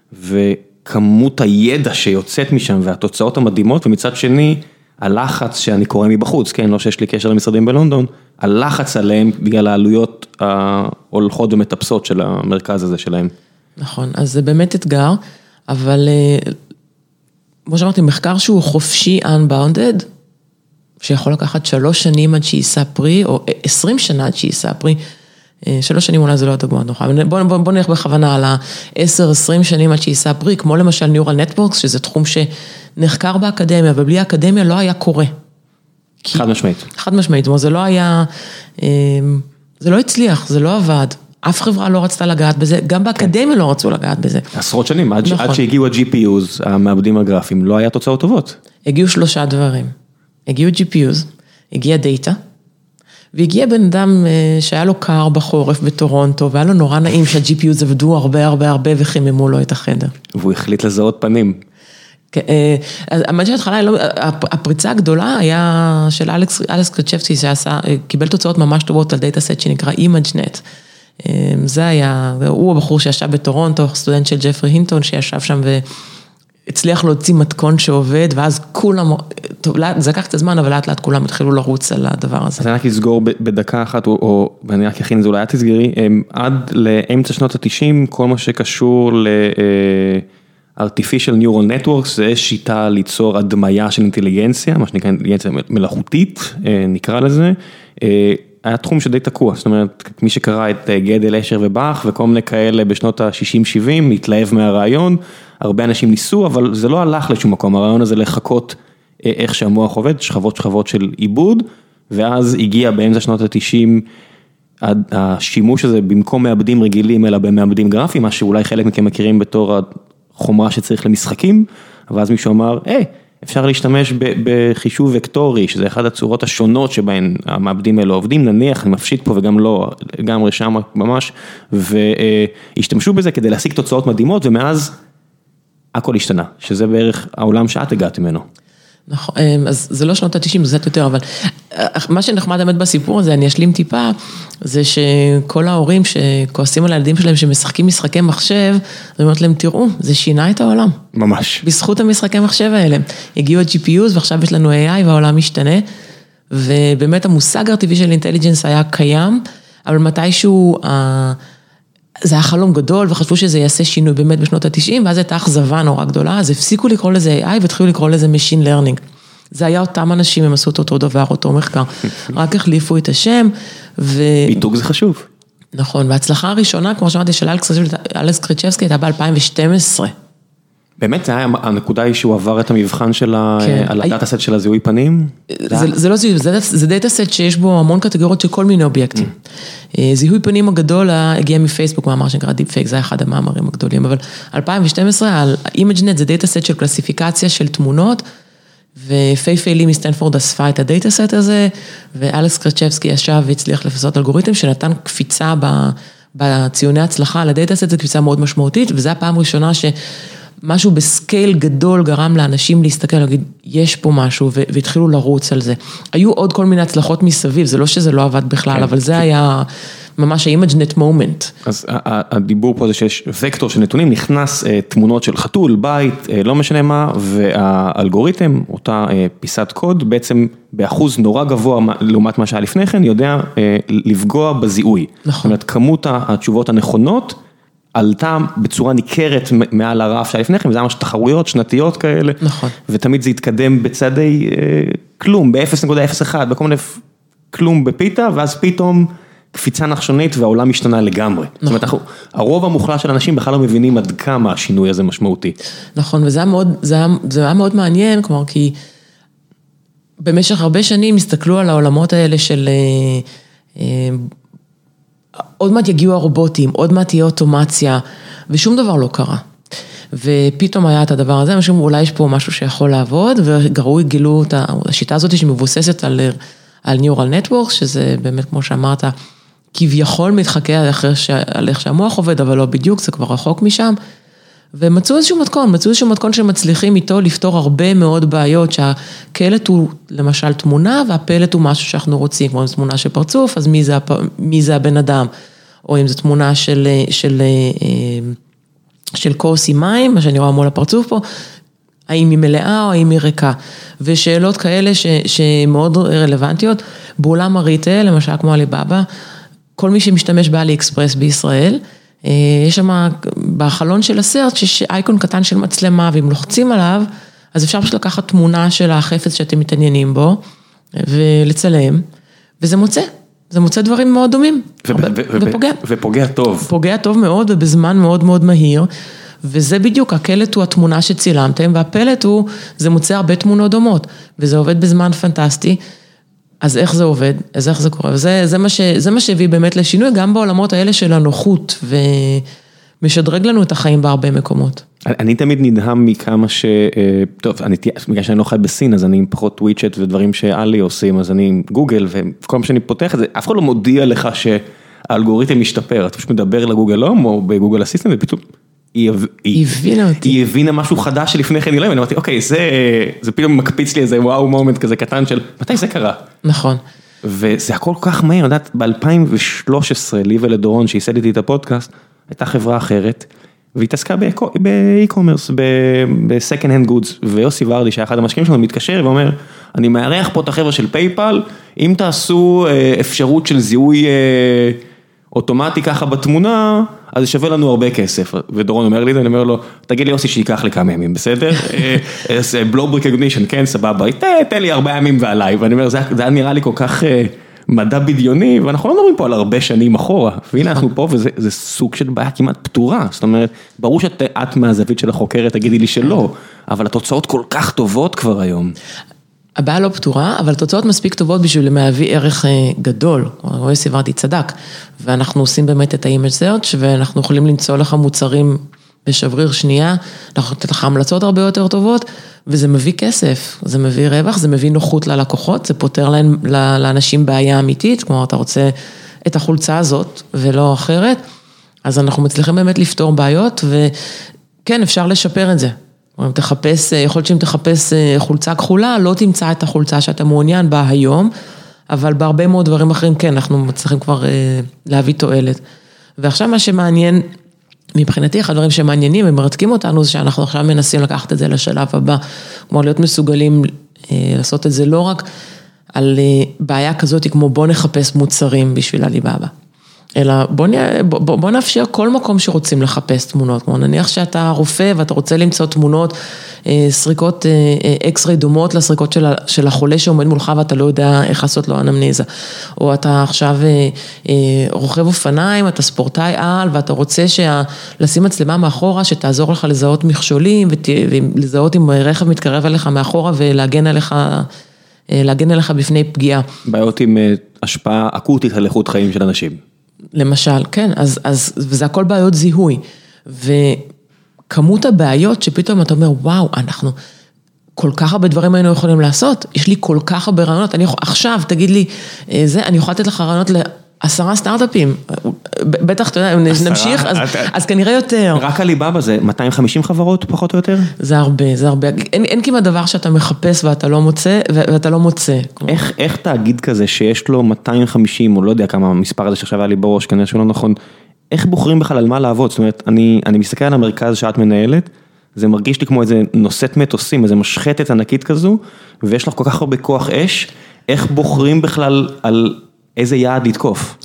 וכמות הידע שיוצאת משם, והתוצאות המדהימות, ומצד שני, הלחץ שאני קורא מבחוץ, כן, לא שיש לי קשר למשרדים בלונדון, הלחץ עליהם בגלל העלויות ההולכות ומטפסות של המרכז הזה שלהם. נכון, אז זה באמת אתגר, אבל, כמו שאמרתי, מחקר שהוא חופשי unbounded, שיכול לקחת שלוש שנים עד שיישא פרי, או עשרים שנה עד שיישא פרי, שלוש שנים אולי זה לא הדוגמה נוחה, בוא, בוא, בוא נלך בכוונה על ה-עשר עשרים שנים עד שיישא פרי, כמו למשל Neural Networks, שזה תחום שנחקר באקדמיה, ובלי האקדמיה לא היה קורה. חד משמעית. חד משמעית, זה לא היה, זה לא הצליח, זה לא עבד. אף חברה לא רצתה לגעת בזה, גם באקדמיה לא רצו לגעת בזה. עשרות שנים, עד, נכון. עד שהגיעו ה-ג'י פי יוז, המעבדים הגרפיים, לא היה תוצאות טובות. הגיעו שלושה דברים. הגיעו ג'י פי יוז, הגיע דאטה, והגיע בן אדם שהיה לו קר בחורף בטורונטו, והיה לו נורא נעים שה-ג'י פי יו עבדו הרבה הרבה הרבה וחיממו לו את החדר. והוא החליט לזהות פנים. המג'ה התחלה, הפריצה הגדולה היה של אלכס קרצ'בסקי, שקיבל תוצאות ממש טובות על דאטה סט שנקרא ImageNet. זה היה, הוא הבחור שישב בטורונטו, סטודנט של ג'פרי הינטון, שישב שם והצליח להוציא מתכון שעובד, ואז כולם, זה לקח קצת זמן, אבל לאט לאט כולם התחילו לרוץ על הדבר הזה. אז אני רק אסגור בדקה אחת, או אני רק אכין את זה, אולי את תסגרי, עד לאמצע שנות התשעים, כל מה שקשור ל... artificial neural networks זה שיטה ליצור הדמיה של אינטליגנציה, מה שנקרא אינטליגנציה מלאכותית, נקרא לזה, היה תחום שדי תקוע, זאת אומרת, מי שקרא את גדל, אשר ובאך, וכל מיני כאלה בשנות ה-שישים שבעים, התלהב מהרעיון, הרבה אנשים ניסו, אבל זה לא הלך לשום מקום, הרעיון הזה לחכות איך שהמוח עובד, שכבות שכבות של עיבוד, ואז הגיע באמצע שנות ה-תשעים, השימוש הזה במקום מעבדים רגילים, אלא במעבדים גרפיים, מה שאולי חלק מכם מכירים בתור חומרה שצריך למשחקים, ואז מישהו אמר, היי, אפשר להשתמש בחישוב וקטורי, שזה אחד הצורות השונות שבהן המעבדים האלו עובדים, נניח, אני מפשיט פה וגם לא, גם רשם ממש, והשתמשו בזה כדי להשיג תוצאות מדהימות, ומאז הכל השתנה, שזה בערך העולם שאת הגעת ממנו. נכון, אז זה לא שנות ה-תשעים, זה קצת יותר, אבל מה שנחמד באמת בסיפור הזה, אני אשלים טיפה, זה שכל ההורים שכועסים על הילדים שלהם, שמשחקים משחקי מחשב, אני אומרת להם, תראו, זה שינה את העולם. ממש. בזכות המשחקי מחשב האלה. הגיעו ה-ג'י פי יו's, ועכשיו יש לנו איי איי, והעולם משתנה, ובאמת המושג artificial intelligence היה קיים, אבל מתישהו, זה היה חלום גדול, וחשבו שזה יעשה שינוי באמת בשנות ה-תשעים, ואז הייתה אכזבה נורא גדולה, אז הפסיקו לקרוא לזה איי איי, והתחילו לקרוא לזה Machine Learning. זה היה אותם אנשים, הם עשו את אותו דבר, אותו מחקר. רק החליפו את השם, ו... מיתוג זה חשוב. נכון, וההצלחה הראשונה, כמו שאמרתי, של אלכס קרצ'בסקי, הייתה ב-אלפיים ושתים עשרה. באמת, זה היה הנקודה היא שהוא עבר את המבחן על הדאטה סט של הזיהוי פנים? זה לא זיהוי, זה דאטה סט שיש בו המון קטגוריות של כל מיני אובייקטים. זיהוי פנים הגדול הגיע מפייסבוק, מאמר שנקרא דיפ פייק, זה היה אחד המאמרים הגדולים, אבל אלפיים ושתים עשרה, ה-ImageNet זה דאטה סט של קלסיפיקציה של תמונות, ופיי פיילי מסטנפורד אספה את הדאטה סט הזה, ואלכס קרצ'בסקי ישב והצליח לפסות אלגוריתם, שנתן קפיצה בציוני הצלחה על הדאטה סט, זו קפיצה מאוד משמעותית, וזו הפעם הראשונה ש... משהו בסקייל גדול גרם לאנשים להסתכל, להגיד, יש פה משהו, והתחילו לרוץ על זה. היו עוד כל מיני הצלחות מסביב, זה לא שזה לא עבד בכלל, אבל זה היה ממש ה-ImageNet moment. אז הדיבור פה זה שיש וקטור של נתונים, נכנס תמונות של חתול, בית, לא משנה מה, והאלגוריתם, אותה פיסת קוד, בעצם באחוז נורא גבוה, לעומת מה שהיה לפני כן, יודע לפגוע בזיהוי. נכון. זאת אומרת, כמות התשובות הנכונות, עלתה בצורה ניכרת מעל הרף שהיה לפני כן, וזה ממש תחרויות, שנתיות כאלה. נכון. ותמיד זה התקדם בצעדי אה, כלום, ב-אפס נקודה אפס אחת, בכל מיני כלום בפיתה, ואז פתאום קפיצה נחשונית והעולם משתנה לגמרי. נכון. זאת אומרת, הרוב המוחלט של אנשים בכלל לא מבינים עד כמה השינוי הזה משמעותי. נכון, וזה היה מאוד, זה היה, זה היה מאוד מעניין, כלומר, כי במשך הרבה שנים הסתכלו על העולמות האלה של... אה, אה, עוד מעט יגיעו הרובוטים, עוד מעט תהיה אוטומציה, ושום דבר לא קרה. ופתאום היה את הדבר הזה, משום אולי יש פה משהו שיכול לעבוד, וגרוי גילו את השיטה הזאת שמבוססת על, על Neural Networks, שזה באמת כמו שאמרת, כביכול מתחכה על איך שהמוח עובד, אבל לא בדיוק, זה כבר רחוק משם, ומצאו איזשהו מתכון, מצאו איזשהו מתכון שמצליחים איתו לפתור הרבה מאוד בעיות, שהקלט הוא למשל תמונה, והפלט הוא משהו שאנחנו רוצים, כמו אם זו תמונה של פרצוף, אז מי זה, מי זה הבן אדם, או אם זו תמונה של, של, של כוס עם מים, מה שאני רואה מול הפרצוף פה, האם היא מלאה או האם היא ריקה, ושאלות כאלה ש, שמאוד רלוונטיות, בעולם הריטל, למשל כמו אליבאבא, כל מי שמשתמש באלי אקספרס בישראל, יש שם בחלון של הסרט, שיש אייקון קטן של מצלמה, ואם לוחצים עליו, אז אפשר פשוט לקחת תמונה של החפץ שאתם מתעניינים בו, ולצלם, וזה מוצא, זה מוצא דברים מאוד דומים, ופוגע. ופוגע טוב. פוגע טוב מאוד, ובזמן מאוד מאוד מהיר, וזה בדיוק, הקלט הוא התמונה שצילמתם, והפלט הוא, זה מוצא הרבה תמונות דומות, וזה עובד בזמן פנטסטי, אז איך זה עובד? אז איך זה קורה? וזה, זה מה ש, זה מה שהביא באמת לשינוי, גם בעולמות האלה של הנוחות, ומשדרג לנו את החיים בהרבה מקומות. אני תמיד נדהם מכמה ש... טוב, בגלל שאני לא חי בסין, אז אני עם פחות וויצ'ט ודברים שאלי עושים, אז אני עם גוגל, וכל מה שאני פותח את זה, אף אחד לא מודיע לך שהאלגוריתם משתפר, אתה פשוט מדבר לגוגל הום, או בגוגל אסיסטנט, ופתאום היא הבינה אותי. היא הבינה משהו חדש שלפני כן, ואני אמרתי, אוקיי, זה פתאום מקפיץ לי איזה וואו מומנט כזה קטן של, מתי זה קרה? נכון. וזה הכל כך מהיר, יודעת, ב-אלפיים ושלוש עשרה, לי ולדורון, שהסדתי את הפודקאסט, הייתה חברה אחרת, והתעסקה באי-קומרס, בסקנד הנד גודס, ויוסי ורדי, שהיה אחד המשקיעים שלנו, מתקשר ואומר, אני מארח פה את החבר'ה של פייפל, אם תעשו אפשרות של זיהוי אוטומטי ככה בתמונה, אז זה שווה לנו הרבה כסף. ודורון אומר לי, אני אומר לו, תגיד לי יוסי שיקח לי כמה ימים, בסדר? בלוב רקוגנישן, כן, סבבה, תן לי ארבעה ימים ועליי, ואני אומר, זה היה נראה לי כל כך מדע בדיוני, ואנחנו לא מדברים פה על הרבה שנים אחורה, והנה אנחנו פה, וזה סוג של בעיה כמעט פתורה, זאת אומרת, ברור שאת מהזווית של החוקרת, תגידי לי שלא, אבל התוצאות כל כך טובות כבר היום. הבעיה לא פתורה, אבל תוצאות מספיק טובות בשביל להביא ערך גדול, יוסי ורדי צדק, ואנחנו עושים באמת את ה-image search, ואנחנו יכולים למצוא לך מוצרים בשבריר שנייה, אנחנו נותנים לך המלצות הרבה יותר טובות, וזה מביא כסף, זה מביא רווח, זה מביא נוחות ללקוחות, זה פותר להם, לאנשים בעיה אמיתית, כמו אתה רוצה את החולצה הזאת ולא אחרת, אז אנחנו מצליחים באמת לפתור בעיות, וכן, אפשר לשפר את זה. אם תחפש, יכול להיות שאם תחפש חולצה כחולה, לא תמצא את החולצה שאתה מעוניין בה היום, אבל בהרבה מאוד דברים אחרים, כן, אנחנו מצליחים כבר להביא תועלת. ועכשיו מה שמעניין, מבחינתי, אחד הדברים שמעניינים ומרתקים אותנו, זה שאנחנו עכשיו מנסים לקחת את זה לשלב הבא, כמו להיות מסוגלים לעשות את זה לא רק על בעיה כזאת, כמו בוא נחפש מוצרים בשביל הליבאבא. אלא בוא, בוא, בוא נאפשר כל מקום שרוצים לחפש תמונות, כמו נניח שאתה רופא ואתה רוצה למצוא תמונות, סריקות אקס-ריי דומות לסריקות של, של החולה שעומד מולך ואתה לא יודע איך לעשות לו אנמנזה, או אתה עכשיו רוכב אופניים, אתה ספורטאי על ואתה רוצה שה, לשים מצלמה מאחורה שתעזור לך לזהות מכשולים ולזהות אם רכב מתקרב אליך מאחורה ולהגן עליך, להגן עליך בפני פגיעה. בעיות עם השפעה אקוטית על איכות חיים של אנשים. למשל, כן, אז, אז, וזה הכל בעיות זיהוי, וכמות הבעיות שפתאום אתה אומר, וואו, אנחנו כל כך הרבה דברים היינו יכולים לעשות, יש לי כל כך הרבה רעיונות, אני יכול, עכשיו תגיד לי, זה, אני יכולה לתת לך רעיונות לעשרה סטארט-אפים, בטח, אתה יודע, אם נמשיך, אז, אז כנראה יותר. רק הליבאבא זה מאתיים וחמישים חברות, פחות או יותר? זה הרבה, זה הרבה, אין, אין כמעט דבר שאתה מחפש ואתה לא מוצא, ואתה לא מוצא. איך, איך תאגיד כזה שיש לו מאתיים וחמישים, או לא יודע כמה המספר הזה שעכשיו היה לי בראש, כנראה שלא נכון, איך בוחרים בכלל על מה לעבוד? זאת אומרת, אני, אני מסתכל על המרכז שאת מנהלת, זה מרגיש לי כמו איזה נושאת מטוסים, איזה משחטת ענקית כזו, ויש לך כל כך הרבה כוח אש, איך בוחרים בכלל על איזה יעד לתקוף?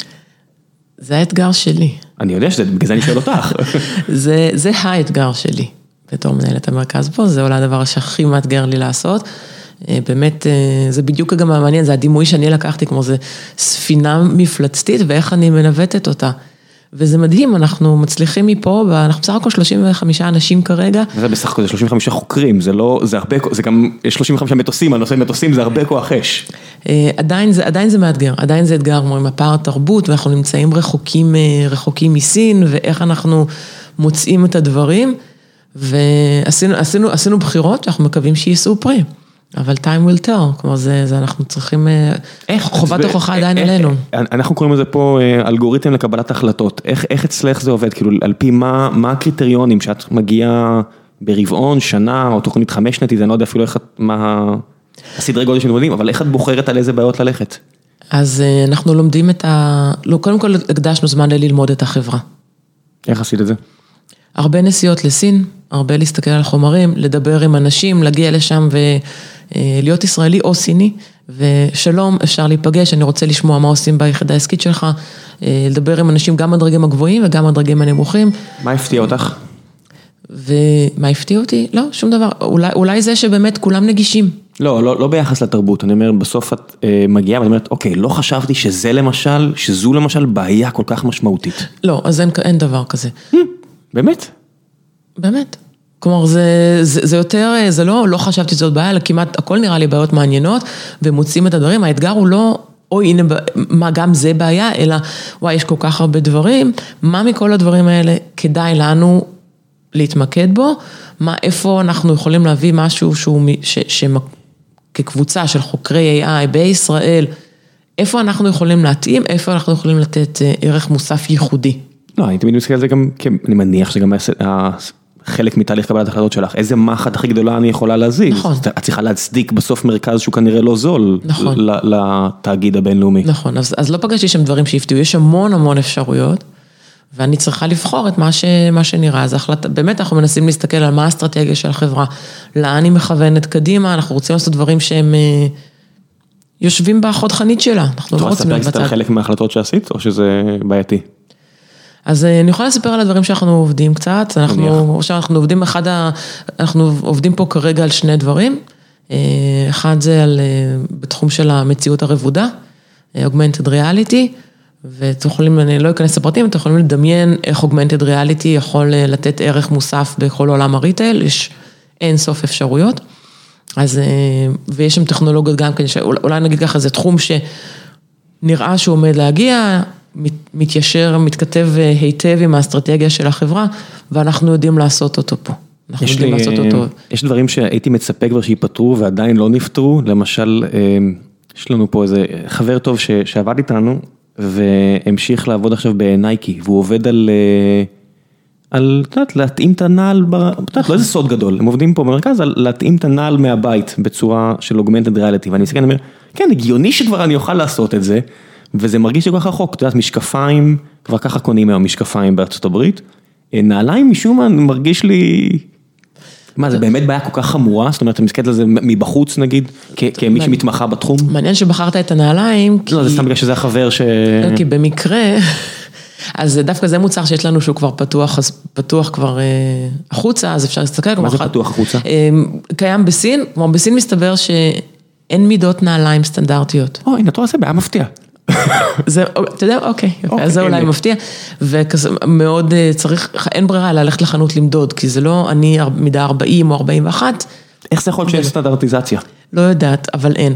זה האתגר שלי. אני יודע שזה, בגלל זה אני שואל אותך. זה, זה האתגר שלי, בתור מנהלת המרכז פה, זה אולי הדבר שהכי מאתגר לי לעשות, באמת, זה בדיוק גם המעניין, זה הדימוי שאני לקחתי, כמו זה ספינה מפלצתית, ואיך אני מנווטת אותה. וזה מדהים, אנחנו מצליחים מפה, ואנחנו בסך הכל שלושים וחמישה אנשים כרגע. זה בסך הכל, זה שלושים וחמישה חוקרים, זה לא, זה הרבה, זה גם, יש שלושים וחמישה מטוסים, הנושא מטוסים זה הרבה כוח אש. עדיין זה, עדיין זה מאתגר, עדיין זה אתגר, כמו עם הפער התרבות, ואנחנו נמצאים רחוקים, רחוקים מסין, ואיך אנחנו מוצאים את הדברים, ועשינו, עשינו, עשינו בחירות, שאנחנו מקווים שיישאו פרי. אבל time will tell, כמו זה, זה אנחנו צריכים, איך, חובת הוכחה עדיין עלינו. אנחנו קוראים לזה פה אלגוריתם לקבלת החלטות, איך, איך אצלך זה עובד, כאילו, על פי מה, מה הקריטריונים שאת מגיעה ברבעון, שנה, או תוכנית חמש שנתית, אני לא יודע אפילו איך, מה הסדרי גודל שנולדים, אבל איך את בוחרת על איזה בעיות ללכת? אז אנחנו לומדים את ה, לא, קודם כל הקדשנו זמן ללמוד את החברה. איך עשית את זה? הרבה נסיעות לסין, הרבה להסתכל על חומרים, לדבר עם אנשים, להגיע לשם ולהיות ישראלי או סיני, ושלום, אפשר להיפגש, אני רוצה לשמוע מה עושים ביחידה העסקית שלך, לדבר עם אנשים גם הדרגים הגבוהים וגם הדרגים הנמוכים. מה הפתיע אותך? ומה הפתיע אותי? לא, שום דבר. אולי, אולי זה שבאמת כולם נגישים. לא, לא, לא ביחס לתרבות. אני אומר, בסוף את אה, מגיעה, ואני אומרת, אוקיי, לא חשבתי שזה למשל, שזו למשל בעיה כל כך משמעותית. לא, אז אין, אין דבר כזה. באמת? באמת. כלומר, זה, זה, זה יותר, זה לא, לא חשבתי שזאת בעיה, אלא כמעט הכל נראה לי בעיות מעניינות, ומוצאים את הדברים. האתגר הוא לא, אוי, הנה, מה גם זה בעיה, אלא, וואי, יש כל כך הרבה דברים, מה מכל הדברים האלה כדאי לנו להתמקד בו, מה, איפה אנחנו יכולים להביא משהו שהוא, ש, ש, כקבוצה של חוקרי איי איי בישראל, איפה אנחנו יכולים להתאים, איפה אנחנו יכולים לתת ערך מוסף ייחודי. לא, אני תמיד מסתכל על זה גם, אני מניח שזה גם חלק מתהליך קבלת החלטות שלך, איזה מחט הכי גדולה אני יכולה להזיז. נכון. את צריכה להצדיק בסוף מרכז שהוא כנראה לא זול, נכון. לתאגיד הבינלאומי. נכון, אז, אז לא פגשתי שם דברים שהפתיעו, יש המון המון אפשרויות, ואני צריכה לבחור את מה, ש, מה שנראה, אז החלט, באמת אנחנו מנסים להסתכל על מה האסטרטגיה של החברה, לאן היא מכוונת קדימה, אנחנו רוצים לעשות דברים שהם יושבים בחוד חנית שלה, אנחנו לא רוצים לבצע. אתה ספר קצת חלק מההחלטות שעשית, או שזה בעייתי? אז אני יכולה לספר על הדברים שאנחנו עובדים קצת, אנחנו, אנחנו עובדים אחד, אנחנו עובדים פה כרגע על שני דברים, אחד זה על, בתחום של המציאות הרבודה, augmented reality, ואתם יכולים, אני לא אכנס לפרטים, אתם יכולים לדמיין איך augmented reality יכול לתת ערך מוסף בכל עולם הריטייל, יש אין סוף אפשרויות, אז, ויש שם טכנולוגיות גם כן, אולי נגיד ככה, זה תחום שנראה שהוא עומד להגיע, מתיישר, מתכתב היטב עם האסטרטגיה של החברה, ואנחנו יודעים לעשות אותו פה. אנחנו יודעים לעשות אותו. יש דברים שהייתי מצפה כבר שיפטרו ועדיין לא נפטרו, למשל, יש לנו פה איזה חבר טוב שעבד איתנו, והמשיך לעבוד עכשיו בנייקי, והוא עובד על, על, את יודעת, להתאים את הנעל, את יודעת, לא איזה סוד גדול, הם עובדים פה במרכז, על להתאים את הנעל מהבית, בצורה של augmented reality, ואני מסתכל, אני אומר, כן, הגיוני שכבר אני אוכל לעשות את זה, וזה מרגיש שכל כך רחוק, את יודעת, משקפיים, כבר ככה קונים היום משקפיים בארצות הברית, נעליים משום מה, מרגיש לי, מה, זה באמת בעיה כל כך חמורה, זאת אומרת, אתה מסתכל על זה מבחוץ נגיד, כמי שמתמחה בתחום? מעניין שבחרת את הנעליים, לא, זה סתם בגלל שזה החבר ש... כי במקרה, אז דווקא זה מוצר שיש לנו שהוא כבר פתוח, אז פתוח כבר החוצה, אז אפשר להסתכל. מה זה פתוח החוצה? קיים בסין, כמו בסין מסתבר שאין מידות נעליים סטנדרטיות. או, הנה, אתה רואה, זה בעיה מפתיע. זה, אתה יודע, אוקיי, אז זה אולי מפתיע, ומאוד צריך, אין ברירה ללכת לחנות למדוד, כי זה לא אני מידה ארבעים או ארבעים ואחת. איך זה יכול להיות שאין סטנדרטיזציה? לא יודעת, אבל אין.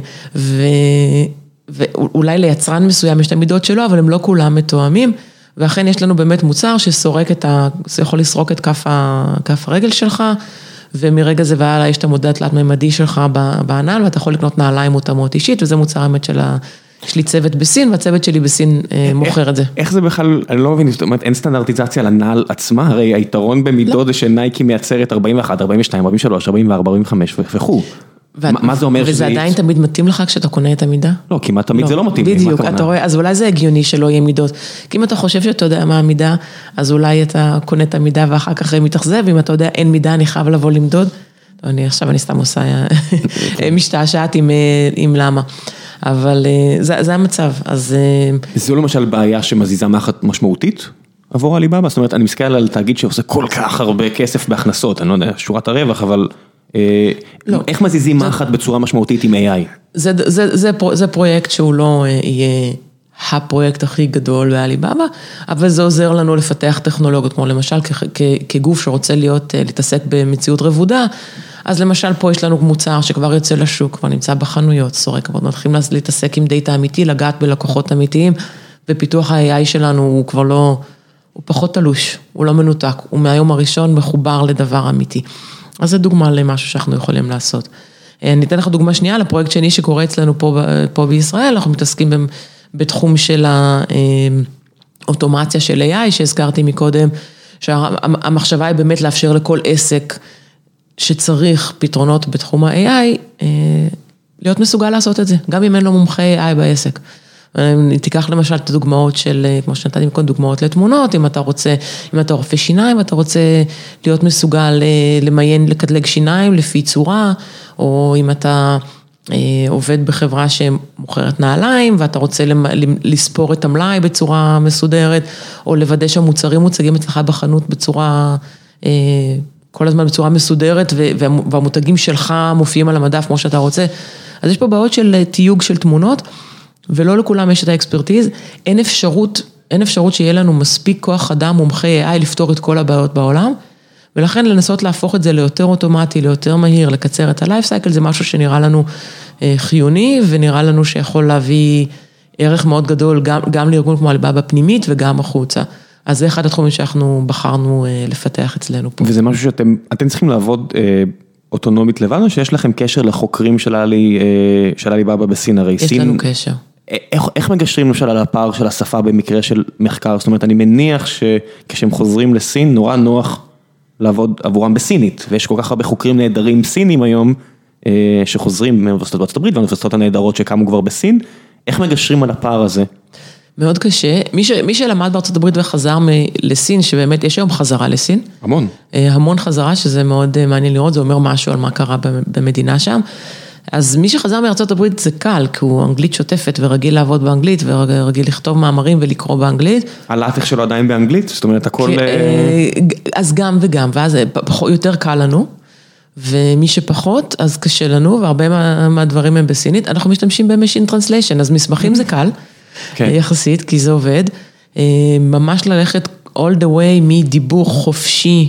ואולי ליצרן מסוים יש את המידות שלו, אבל הם לא כולם מתואמים, ואכן יש לנו באמת מוצר שסורק את ה... זה יכול לסרוק את כף, ה... כף הרגל שלך, ומרגע זה והלאה יש את המודע תלת-ממדי שלך בענן, ואתה יכול לקנות נעליים מותאמות אישית, וזה מוצר האמת של ה... יש לי צוות בסין, והצוות שלי בסין מוכר את זה. איך זה בכלל, אני לא מבין, זאת אומרת, אין סטנדרטיזציה לנעל עצמה, הרי היתרון במידות זה שנייקי מייצרת ארבעים ואחת, ארבעים ושתיים, ארבעים ושלוש, ארבעים וארבע, ארבעים וחמש וכו'. מה זה אומר שזה... וזה עדיין תמיד מתאים לך כשאתה קונה את המידה? לא, כמעט תמיד זה לא מתאים. בדיוק, אתה רואה, אז אולי זה הגיוני שלא יהיה מידות. כי אם אתה חושב שאתה יודע מה המידה, אז אולי אתה קונה את המידה ואחר כך מתאכזב, ואם אתה יודע אין מידה, אני חייב לבוא למדוד. אני עכשיו אני סתם עושה משתעשעת עם למה. אבל זה, זה המצב, אז... זו למשל בעיה שמזיזה מחט משמעותית עבור עליבאבא, זאת אומרת, אני מסתכל על תאגיד שעושה כל כך הרבה כסף בהכנסות, אני לא יודע, שורת הרווח, אבל לא. איך מזיזים זה... מחט בצורה משמעותית עם איי איי? זה, זה, זה, זה פרויקט שהוא לא יהיה הפרויקט הכי גדול בעליבאבא, אבל זה עוזר לנו לפתח טכנולוגיות, כמו למשל כ, כ, כגוף שרוצה להיות, להתעסק במציאות רבודה, אז למשל פה יש לנו מוצר שכבר יוצא לשוק, כבר נמצא בחנויות, סורק, כבר מתחילים להתעסק עם דאטה אמיתי, לגעת בלקוחות אמיתיים, ופיתוח ה-איי איי שלנו הוא כבר לא, הוא פחות תלוש, הוא לא מנותק, הוא מהיום הראשון מחובר לדבר אמיתי. אז זה דוגמה למשהו שאנחנו יכולים לעשות. אני אתן לך דוגמה שנייה, לפרויקט שני שקורה אצלנו פה, פה בישראל, אנחנו מתעסקים בתחום של האוטומציה של איי איי, שהזכרתי מקודם, שהמחשבה היא באמת לאפשר לכל עסק, שצריך פתרונות בתחום ה-איי איי, להיות מסוגל לעשות את זה, גם אם אין לו מומחה איי איי בעסק. תיקח למשל את הדוגמאות של, כמו שנתתי מקודם, דוגמאות לתמונות, אם אתה רוצה, אם אתה רופא שיניים, אתה רוצה להיות מסוגל למיין, לקטלג שיניים לפי צורה, או אם אתה עובד בחברה שמוכרת נעליים, ואתה רוצה לספור את המלאי בצורה מסודרת, או לוודא שהמוצרים מוצגים אצלך בחנות בצורה כל הזמן בצורה מסודרת, והמותגים שלך מופיעים על המדף כמו שאתה רוצה. אז יש פה בעיות של תיוג של תמונות, ולא לכולם יש את האקספרטיז. אין אפשרות, אין אפשרות שיהיה לנו מספיק כוח אדם מומחי איי איי לפתור את כל הבעיות בעולם, ולכן לנסות להפוך את זה ליותר אוטומטי, ליותר מהיר, לקצר את הלייף סייקל, זה משהו שנראה לנו חיוני, ונראה לנו שיכול להביא ערך מאוד גדול, גם, גם לארגון כמו עליבאבא פנימית וגם החוצה. אז זה אחד התחומים שאנחנו בחרנו לפתח אצלנו פה. וזה משהו שאתם, אתם צריכים לעבוד אוטונומית לבד, או שיש לכם קשר לחוקרים של עלי, של עלי בבא בסין? הרי יש סין, לנו קשר. איך, איך מגשרים למשל על הפער של השפה במקרה של מחקר? זאת אומרת, אני מניח שכשהם חוזרים לסין, נורא נוח לעבוד עבורם בסינית, ויש כל כך הרבה חוקרים נהדרים סינים היום, שחוזרים מאוניברסיטאות בארצות הברית, והאוניברסיטאות הנהדרות שקמו כבר בסין, איך מגשרים על הפער הזה? מאוד קשה. מי, ש, מי שלמד בארצות הברית וחזר מ, לסין, שבאמת יש היום חזרה לסין. המון. המון חזרה, שזה מאוד מעניין לראות, זה אומר משהו על מה קרה במדינה שם. אז מי שחזר מארצות הברית זה קל, כי הוא אנגלית שוטפת ורגיל לעבוד באנגלית, ורגיל לכתוב מאמרים ולקרוא באנגלית. הלטח שלו עדיין באנגלית? זאת אומרת, הכל... אז גם וגם, ואז יותר קל לנו. ומי שפחות, אז קשה לנו, והרבה מה, מהדברים הם בסינית. אנחנו משתמשים במשין טרנסליישן, אז מסמכים זה קל, okay. יחסית, כי זה עובד. ממש ללכת all the way מדיבור חופשי,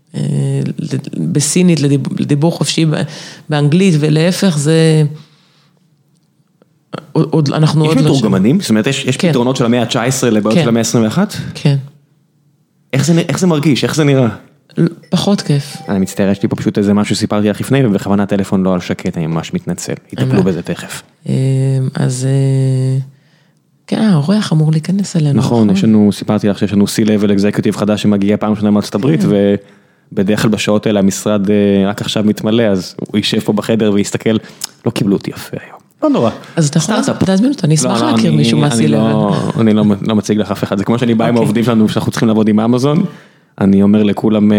בסינית לדיבור חופשי באנגלית, ולהפך זה... עוד, אנחנו יש עוד מתורגמנים? לא זאת אומרת, יש, יש כן. פתרונות של המאה ה-תשע עשרה לבעיות כן. של המאה ה-עשרים ואחת? כן. איך זה, איך זה מרגיש? איך זה נראה? פחות כיף. אני מצטער, יש לי פה פשוט איזה משהו שסיפרתי לך לפני, ובכוונה טלפון לא על שקט, אני ממש מתנצל. יטפלו בזה תכף. אז כן, האורח אמור להיכנס אלינו. נכון, יש לנו, סיפרתי לך שיש לנו C-Level Executive חדש שמגיע פעם שנה מארצות הברית, ובדרך כלל בשעות האלה המשרד רק עכשיו מתמלא, אז הוא יישב פה בחדר ויסתכל, לא קיבלו אותי יפה היום. לא נורא. אז אתה יכול להזמין אותו, אני אשמח להכיר מישהו מה-C-Level. אני לא מציג לך אף אחד, זה כמו שאני בא עם העובדים שלנו, שאנחנו צריכים לעבוד עם אמזון, אני אומר לכולם,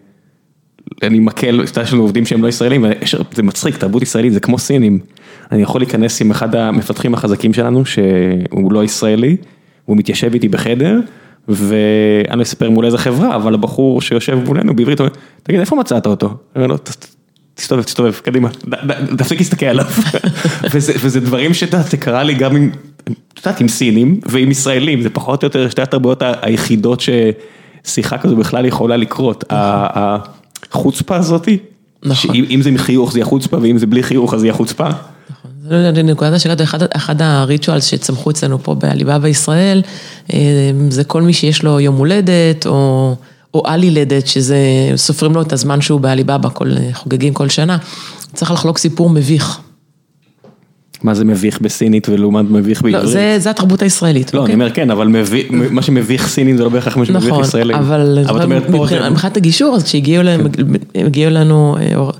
אני מקל, יש לנו עובדים שהם לא ישראלים, זה מצחיק, תרבות ישראלית, זה כמו סינים. אני יכול להיכנס עם אחד המפתחים החזקים שלנו, שהוא לא ישראלי, והוא מתיישב איתי בחדר, ואני לא אספר מול איזה חברה, אבל הבחור שיושב מולנו בעברית, אומר, תגיד, איפה מצאת אותו? אני אומר לו, תסתובב, תסתובב, קדימה, תפסיק להסתכל עליו. וזה דברים שאתה קרא לי גם עם, אתה יודעת, עם סינים ועם ישראלים, זה פחות או יותר שתי התרבויות היחידות ששיחה כזו בכלל יכולה לקרות. החוצפה הזאת, אם זה עם חיוך זה יהיה חוצפה, ואם זה בלי חיוך אז זה יהיה חוצפה. זה לא יודע, נקודת השאלה, אחד הריטואלס שצמחו אצלנו פה בעלי בבא ישראל, זה כל מי שיש לו יום הולדת, או... או עלי לידת, שזה, סופרים לו את הזמן שהוא בעלי בבא, חוגגים כל שנה, צריך לחלוק סיפור מביך. מה זה מביך בסינית ולעומת מביך בעברית? לא, זה, זה התרבות הישראלית. לא, אוקיי? אני אומר כן, אבל מביך, מה שמביך סינית זה לא בהכרח מה שמביך נכון, ישראלים. אבל, אבל מבחינת הגישור, אז כשהגיעו לנו, הגיעו לנו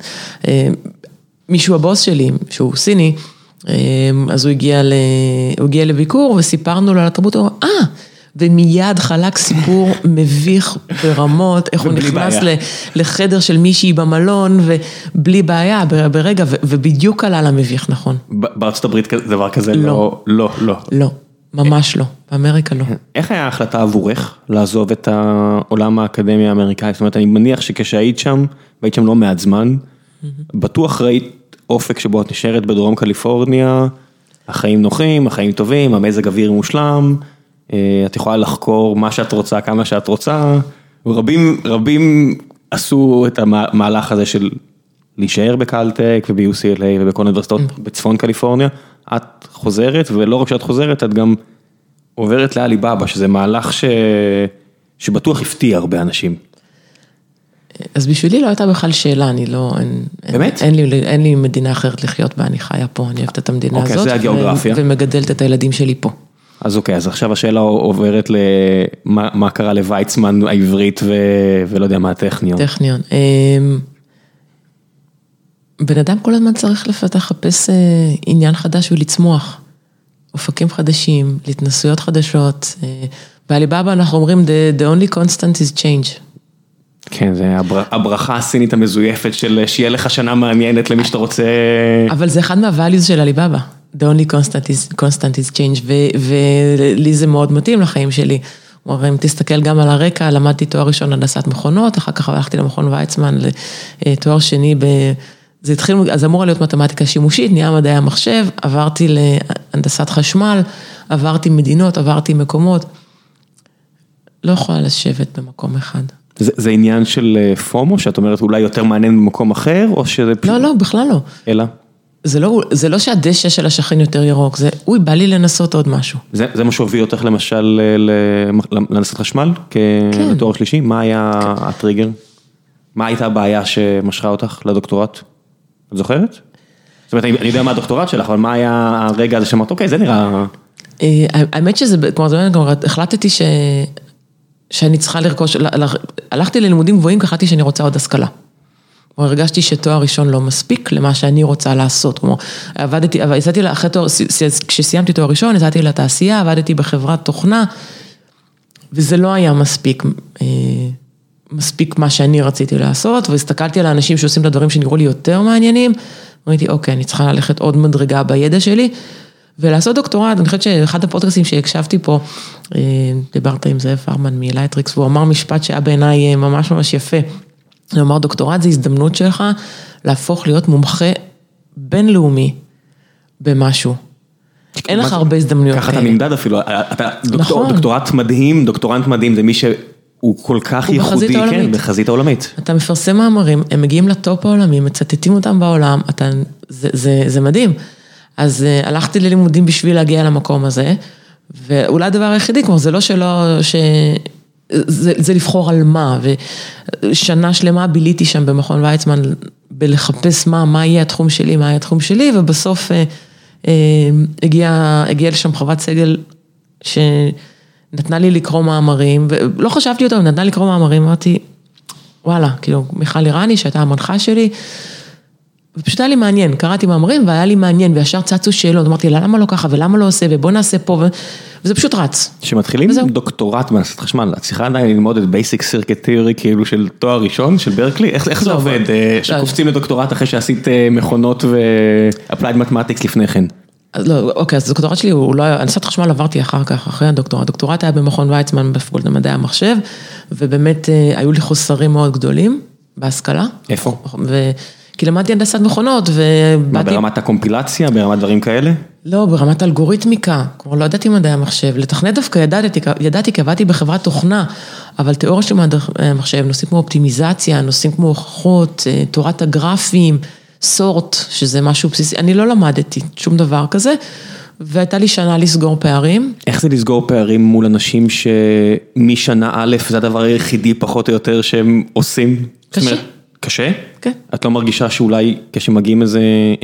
מישהו הבוס שלי, שהוא סיני, אז הוא הגיע, ל, הוא הגיע לביקור, וסיפרנו לו על התרבות, הוא אמר, אה, ומיד חלק סיפור מביך ברמות, איך הוא נכנס לחדר של מישהי במלון, ובלי בעיה, ברגע, ובדיוק עלה למביך, נכון. בארצות הברית דבר כזה לא, לא, לא. לא, ממש לא, באמריקה לא. איך היה ההחלטה עבורך לעזוב את העולם האקדמיה האמריקאית? זאת אומרת, אני מניח שכשהיית שם, והיית שם לא מעט זמן, בטוח ראית אופק שבו את נשארת בדרום קליפורניה, החיים נוחים, החיים טובים, המזג אוויר מושלם, את יכולה לחקור מה שאת רוצה, כמה שאת רוצה, ורבים, רבים עשו את המהלך הזה של להישאר בקלטק וב-יו סי אל איי ובכל אוניברסיטאות בצפון קליפורניה, את חוזרת, ולא רק שאת חוזרת, את גם עוברת לעלי בבא, שזה מהלך ש... שבטוח הפתיע הרבה אנשים. אז בשבילי לא הייתה בכלל שאלה, אני לא, אין, באמת? אין, אין לי, אין לי מדינה אחרת לחיות בה, אני חיה פה, אני אוהבת את המדינה אוקיי, הזאת, זה הגיאוגרפיה. ו- ומגדלת את הילדים שלי פה. אז אוקיי, אז עכשיו השאלה עוברת למה מה קרה לויצמן העברית ו... ולא יודע מה הטכניון. טכניון. בן אדם כל הזמן צריך לפתח, לחפש עניין חדש ולצמוח. אופקים חדשים, להתנסויות חדשות. בעלי בבא אנחנו אומרים, the, the only constant is change. כן, זה הבר... הברכה הסינית המזויפת של שיהיה לך שנה מעניינת למי שאתה רוצה. אבל זה אחד מהvalues של עלי בבא. The only constant is, constant is change, ולי זה מאוד מתאים לחיים שלי. כלומר, אם תסתכל גם על הרקע, למדתי תואר ראשון הנדסת מכונות, אחר כך הלכתי למכון ויצמן, לתואר שני, ב... זה התחיל, אז אמורה להיות מתמטיקה שימושית, נהיה מדעי המחשב, עברתי להנדסת חשמל, עברתי מדינות, עברתי מקומות. לא יכולה לשבת במקום אחד. זה, זה עניין של פומו, שאת אומרת אולי יותר מעניין במקום אחר, או שזה... לא, לא, בכלל לא. אלא? זה לא, זה לא שהדשא של השכן יותר ירוק, זה, אוי, בא לי לנסות עוד משהו. זה, זה מה שהוביל אותך למשל לנסות חשמל כתואר שלישי? מה היה הטריגר? מה הייתה הבעיה שמשכה אותך לדוקטורט? את זוכרת? זאת אומרת, אני יודע מה הדוקטורט שלך, אבל מה היה הרגע הזה שאמרת, אוקיי, זה נראה... האמת שזה, כמו זה, החלטתי ש... שאני צריכה לרכוש, הלכתי ללימודים גבוהים, כי החלטתי שאני רוצה עוד השכלה. הרגשתי שתואר ראשון לא מספיק למה שאני רוצה לעשות, כמו, עבדתי, אבל יצאתי לאחרי תואר, כשסיימתי תואר ראשון, יצאתי לתעשייה, עבדתי בחברת תוכנה, וזה לא היה מספיק, מספיק מה שאני רציתי לעשות, והסתכלתי על האנשים שעושים את הדברים שנראו לי יותר מעניינים, אמרתי, אוקיי, אני צריכה ללכת עוד מדרגה בידע שלי, ולעשות דוקטורט, אני חושבת שאחד הפודקאסטים שהקשבתי פה, דיברת עם זאב פרמן מאלייטריקס, והוא אמר משפט שהיה בעיניי ממש ממש יפה, הוא אמר, דוקטורט זה הזדמנות שלך להפוך להיות מומחה בינלאומי במשהו. אין לך הרבה הזדמנויות. ככה אתה נמדד אפילו, דוקטורט מדהים, דוקטורנט מדהים, זה מי שהוא כל כך ייחודי, כן, בחזית העולמית. אתה מפרסם מאמרים, הם מגיעים לטופ העולמי, מצטטים אותם בעולם, זה מדהים. אז הלכתי ללימודים בשביל להגיע למקום הזה, ואולי הדבר היחידי, כמו זה לא שלא, ש... זה, זה לבחור על מה, ושנה שלמה ביליתי שם במכון ויצמן, בלחפש מה, מה יהיה התחום שלי, מה יהיה התחום שלי, ובסוף אה, אה, הגיע, הגיע לשם חוות סגל, שנתנה לי לקרוא מאמרים, ולא חשבתי אותו, נתנה לי לקרוא מאמרים, אמרתי, וואלה, כאילו, מיכל אירני, שהייתה המנחה שלי, ופשוט היה לי מעניין, קראתי מאמרים, והיה לי מעניין, וישר צצו שאלות, אמרתי, למה לא ככה, ולמה לא עושה, ובוא נעשה פה, ו... וזה פשוט רץ. שמתחילים עם דוקטורט בהנדסת חשמל, את צריכה עדיין ללמוד את basic circuit theory, כאילו של תואר ראשון, של ברקלי, איך זה עובד, שקופצים לדוקטורט אחרי שעשית מכונות ו-applied mathematics לפני כן? לא, אוקיי, אז הדוקטורט שלי, הוא לא היה, הנדסת חשמל עברתי אחר כך, אחרי הדוקטורט, הדוקטורט היה במכון ויצמן, בפקולטה למדעי המחשב, ובאמת היו לי חוסרים מאוד גדולים, בהשכלה. איפה? כי למדתי הנדסת מכונות, ובאתי... מה, ברמת הקומפילציה, ברמת דברים כאלה? לא, ברמת אלגוריתמיקה, כמו לא ידעתי מדעי המחשב, לתכנת דווקא ידעתי, ידעתי כי עבדתי בחברת תוכנה, אבל תיאוריה של מדעי המחשב, נושאים כמו אופטימיזציה, נושאים כמו הוכחות, תורת הגרפים, סורט, שזה משהו בסיסי, אני לא למדתי שום דבר כזה, והייתה לי שנה לסגור פערים. איך זה לסגור פערים מול אנשים שמשנה א', זה הדבר היחידי פחות או יותר שהם עושים? קשה. קשה? כן. את לא מרגישה שאולי כשמגיעים איזה,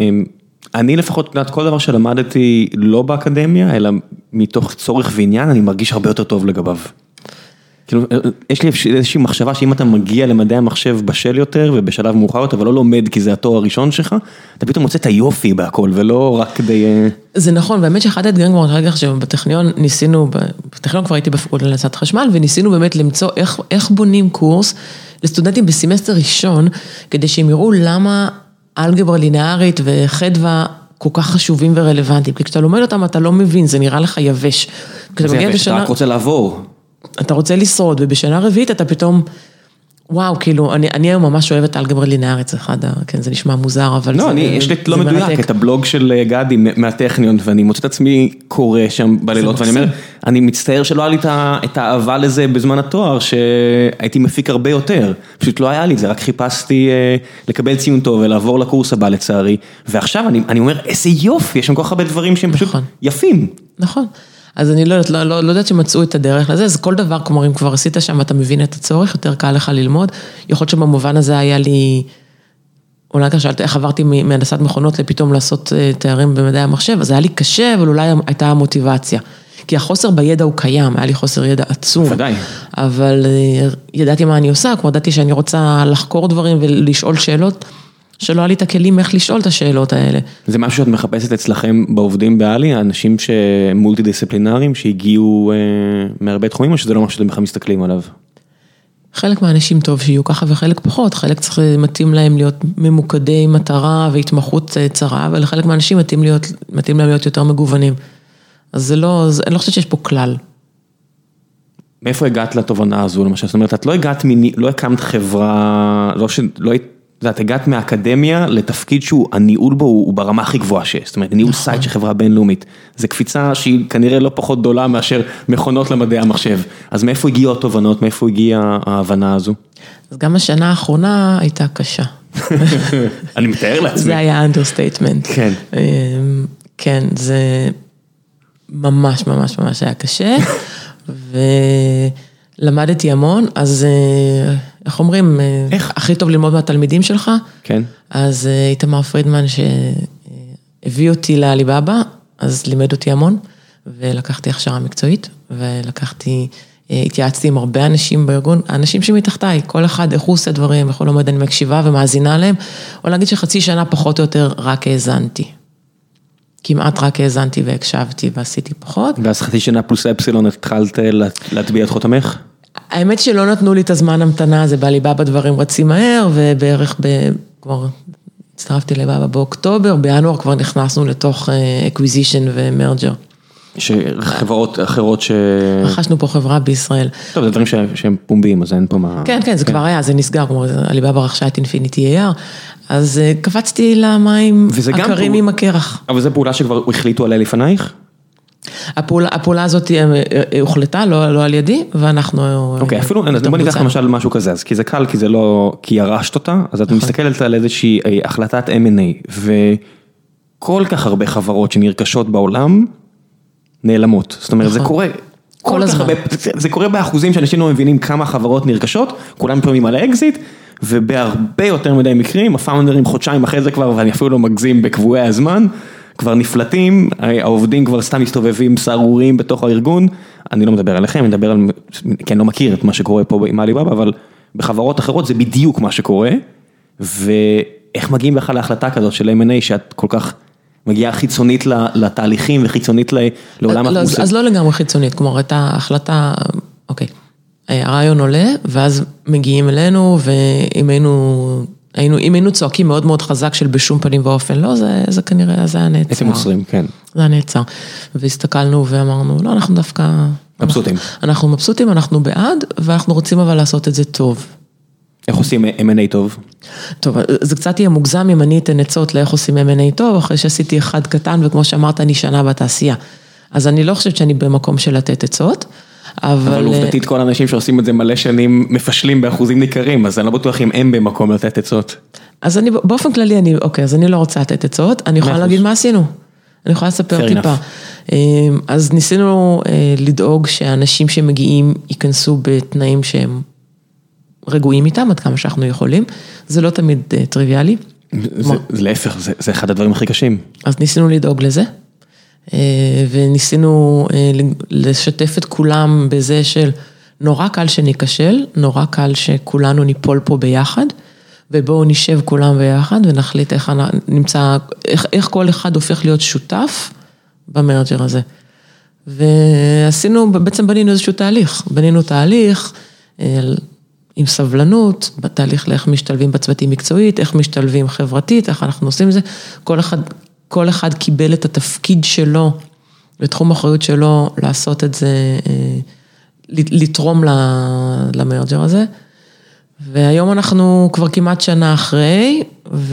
אני לפחות יודעת כל דבר שלמדתי לא באקדמיה, אלא מתוך צורך ועניין, אני מרגיש הרבה יותר טוב לגביו. כאילו, יש לי איזושהי מחשבה שאם אתה מגיע למדעי המחשב בשל יותר ובשלב מאוחר יותר, אבל לא לומד כי זה התואר הראשון שלך, אתה פתאום מוצא את היופי בהכל, ולא רק כדי... זה נכון, באמת שאחד האתגרים כבר רגע שבטכניון ניסינו, בטכניון כבר הייתי בפקולטה להנדסת חשמל, וניסינו באמת למצוא איך, איך בונים קורס לסטודנטים בסמסטר ראשון, כדי שהם יראו למה אלגברה לינארית וחדווה כל כך חשובים ורלוונטיים, כי כשאתה לומד אותם אתה לא מבין, זה נראה לך יבש. זה יבש, אתה רק רוצה לעבור. אתה רוצה לשרוד, ובשנה רביעית אתה פתאום, וואו, כאילו, אני, אני היום ממש אוהבת אלגברה לינארית, זה אחד, כן, זה נשמע מוזר, אבל לא, זה, אני, יש לי זה לא מדויק, את הבלוג של גדי מהטכניון, ואני מוצא את עצמי קורא שם בלילות, ואני אומר, אני מצטער שלא היה לי את האהבה לזה בזמן התואר, שהייתי מפיק הרבה יותר, פשוט לא היה לי, זה רק חיפשתי לקבל ציון טוב, ולעבור לקורס הבא לצערי, ועכשיו אני, אני אומר, איזה יופי, יש שם כל כך הרבה דברים שהם פשוט נכון. יפים. נכון. אז אני לא יודעת, לא, לא, לא יודעת שמצאו את הדרך לזה, אז כל דבר, כמו אם כבר עשית שם, אתה מבין את הצורך, יותר קל לך ללמוד, יכול להיות שבמובן הזה היה לי, אולי כאן שאלת איך עברתי מהנדסת מכונות לפתאום לעשות תארים במדעי המחשב, אז היה לי קשה, אבל אולי הייתה המוטיבציה, כי החוסר בידע הוא קיים, היה לי חוסר ידע עצום, ודאי. אבל ידעתי מה אני עושה, כמו ידעתי שאני רוצה לחקור דברים ולשאול שאלות, שלא היה לי את הכלים איך לשאול את השאלות האלה. זה משהו שאת מחפשת אצלכם בעובדים בעלי, האנשים שמולטי דיסציפלינריים שהגיעו אה, מהרבה תחומים, או שזה לא משהו שאתם בכלל מסתכלים עליו? חלק מהאנשים טוב שיהיו ככה וחלק פחות, חלק צריך מתאים להם להיות ממוקדי מטרה והתמחות צרה, אבל חלק מהאנשים מתאים, להיות, מתאים להם להיות יותר מגוונים. אז זה לא, זה, אני לא חושבת שיש פה כלל. מאיפה הגעת לתובנה הזו, למשל? זאת אומרת, את לא הגעת, מיני, לא הקמת חברה, לא ש... לא את הגעת מהאקדמיה לתפקיד שהוא, הניהול בו הוא ברמה הכי גבוהה שיש, זאת אומרת, ניהול סייט של חברה בינלאומית, זה קפיצה שהיא כנראה לא פחות גדולה מאשר מכונות למדעי המחשב, אז מאיפה הגיעו התובנות, מאיפה הגיעה ההבנה הזו? אז גם השנה האחרונה הייתה קשה. אני מתאר לעצמי. זה היה אנדרסטייטמנט. כן. כן, זה ממש ממש ממש היה קשה, ולמדתי המון, אז איך אומרים, איך? הכי טוב ללמוד מהתלמידים שלך, כן. אז איתמר פרידמן שהביא אותי לאליבאבא, אז לימד אותי המון, ולקחתי הכשרה מקצועית, ולקחתי, התייעצתי עם הרבה אנשים בארגון, האנשים שמתחתיי, כל אחד, איך הוא עושה דברים, איך הוא לומד, אני מקשיבה ומאזינה להם, או להגיד שחצי שנה פחות או יותר רק האזנתי. כמעט רק האזנתי והקשבתי ועשיתי פחות. ואז חצי שנה פלוס אפסילון התחלת להטביע את חותמך? האמת שלא נתנו לי את הזמן המתנה, זה באליבאבא דברים רצים מהר, ובערך ב... כבר הצטרפתי לאליבאבא באוקטובר, בינואר כבר נכנסנו לתוך acquisition ומרג'ר. שחברות אחרות ש... רכשנו פה חברה בישראל. טוב, זה דברים שהם פומביים, אז אין פה מה... כן, כן, זה כבר היה, זה נסגר, כלומר, אליבאבא רכשה את אינפיניטי איי אר, אז קפצתי למים הקרים עם הקרח. אבל זו פעולה שכבר החליטו עליה לפנייך? הפעולה, הפעולה הזאת הוחלטה, לא, לא על ידי, ואנחנו... אוקיי, אפילו, בוא ניקח למשל משהו כזה, אז כי זה קל, כי זה לא, כי ירשת אותה, אז את מסתכלת על איזושהי החלטת אם אנד איי, וכל כך הרבה חברות שנרכשות בעולם, נעלמות. זאת אומרת, זה קורה, כל הזמן. זה קורה באחוזים שאנשים לא מבינים כמה חברות נרכשות, כולם פעמים על האקזיט, ובהרבה יותר מדי מקרים, הפאונדרים חודשיים אחרי זה כבר, ואני אפילו לא מגזים בקבועי הזמן, כבר נפלטים, העובדים כבר סתם מסתובבים סערורים בתוך הארגון, אני לא מדבר עליכם, אני מדבר על, כי אני לא מכיר את מה שקורה פה עם אליבאבא, אבל בחברות אחרות זה בדיוק מה שקורה, ואיך מגיעים בכלל להחלטה כזאת של אם אנד איי, שאת כל כך מגיעה חיצונית לתהליכים וחיצונית לעולם הפרוסס? אז לא לגמרי חיצונית, כלומר, את ההחלטה, אוקיי, הרעיון עולה, ואז מגיעים אלינו, ואם היינו... היינו, אם היינו צועקים מאוד מאוד חזק של בשום פנים ואופן, לא, זה, זה כנראה, זה היה נעצר. איזה מוצרים, כן. זה היה נעצר. והסתכלנו ואמרנו, לא, אנחנו דווקא... מבסוטים. אנחנו, אנחנו מבסוטים, אנחנו בעד, ואנחנו רוצים אבל לעשות את זה טוב. איך עושים אם אנד איי טוב? טוב, זה קצת יהיה מוגזם אם אני אתן עצות לאיך עושים אם אנד איי טוב, אחרי שעשיתי אחד קטן, וכמו שאמרת, אני שנה בתעשייה. אז אני לא חושבת שאני במקום של לתת עצות, אבל... אבל עובדתית כל האנשים שעושים את זה מלא שנים מפשלים באחוזים ניכרים, אז אני לא בטוח אם הם במקום לתת עצות. אז אני, באופן כללי, אני, אוקיי, אז אני לא רוצה לתת עצות, אני יכולה להגיד מה עשינו. אני יכולה לספר טיפה. אז ניסינו לדאוג שאנשים שמגיעים ייכנסו בתנאים שהם רגועים איתם, עד כמה שאנחנו יכולים. זה לא תמיד טריוויאלי. זה להפך, זה אחד הדברים הכי קשים. אז ניסינו לדאוג לזה. וניסינו לשתף את כולם בזה של נורא קל שניכשל, נורא קל שכולנו ניפול פה ביחד, ובואו נשב כולם ביחד ונחליט איך נמצא, איך, איך כל אחד הופך להיות שותף במרג'ר הזה. ועשינו, בעצם בנינו איזשהו תהליך, בנינו תהליך עם סבלנות, בתהליך לאיך משתלבים בצוותים מקצועית, איך משתלבים חברתית, איך אנחנו עושים את זה, כל אחד... כל אחד קיבל את התפקיד שלו, לתחום האחריות שלו, לעשות את זה, לתרום למרג'ר הזה, והיום אנחנו כבר כמעט שנה אחרי, ו...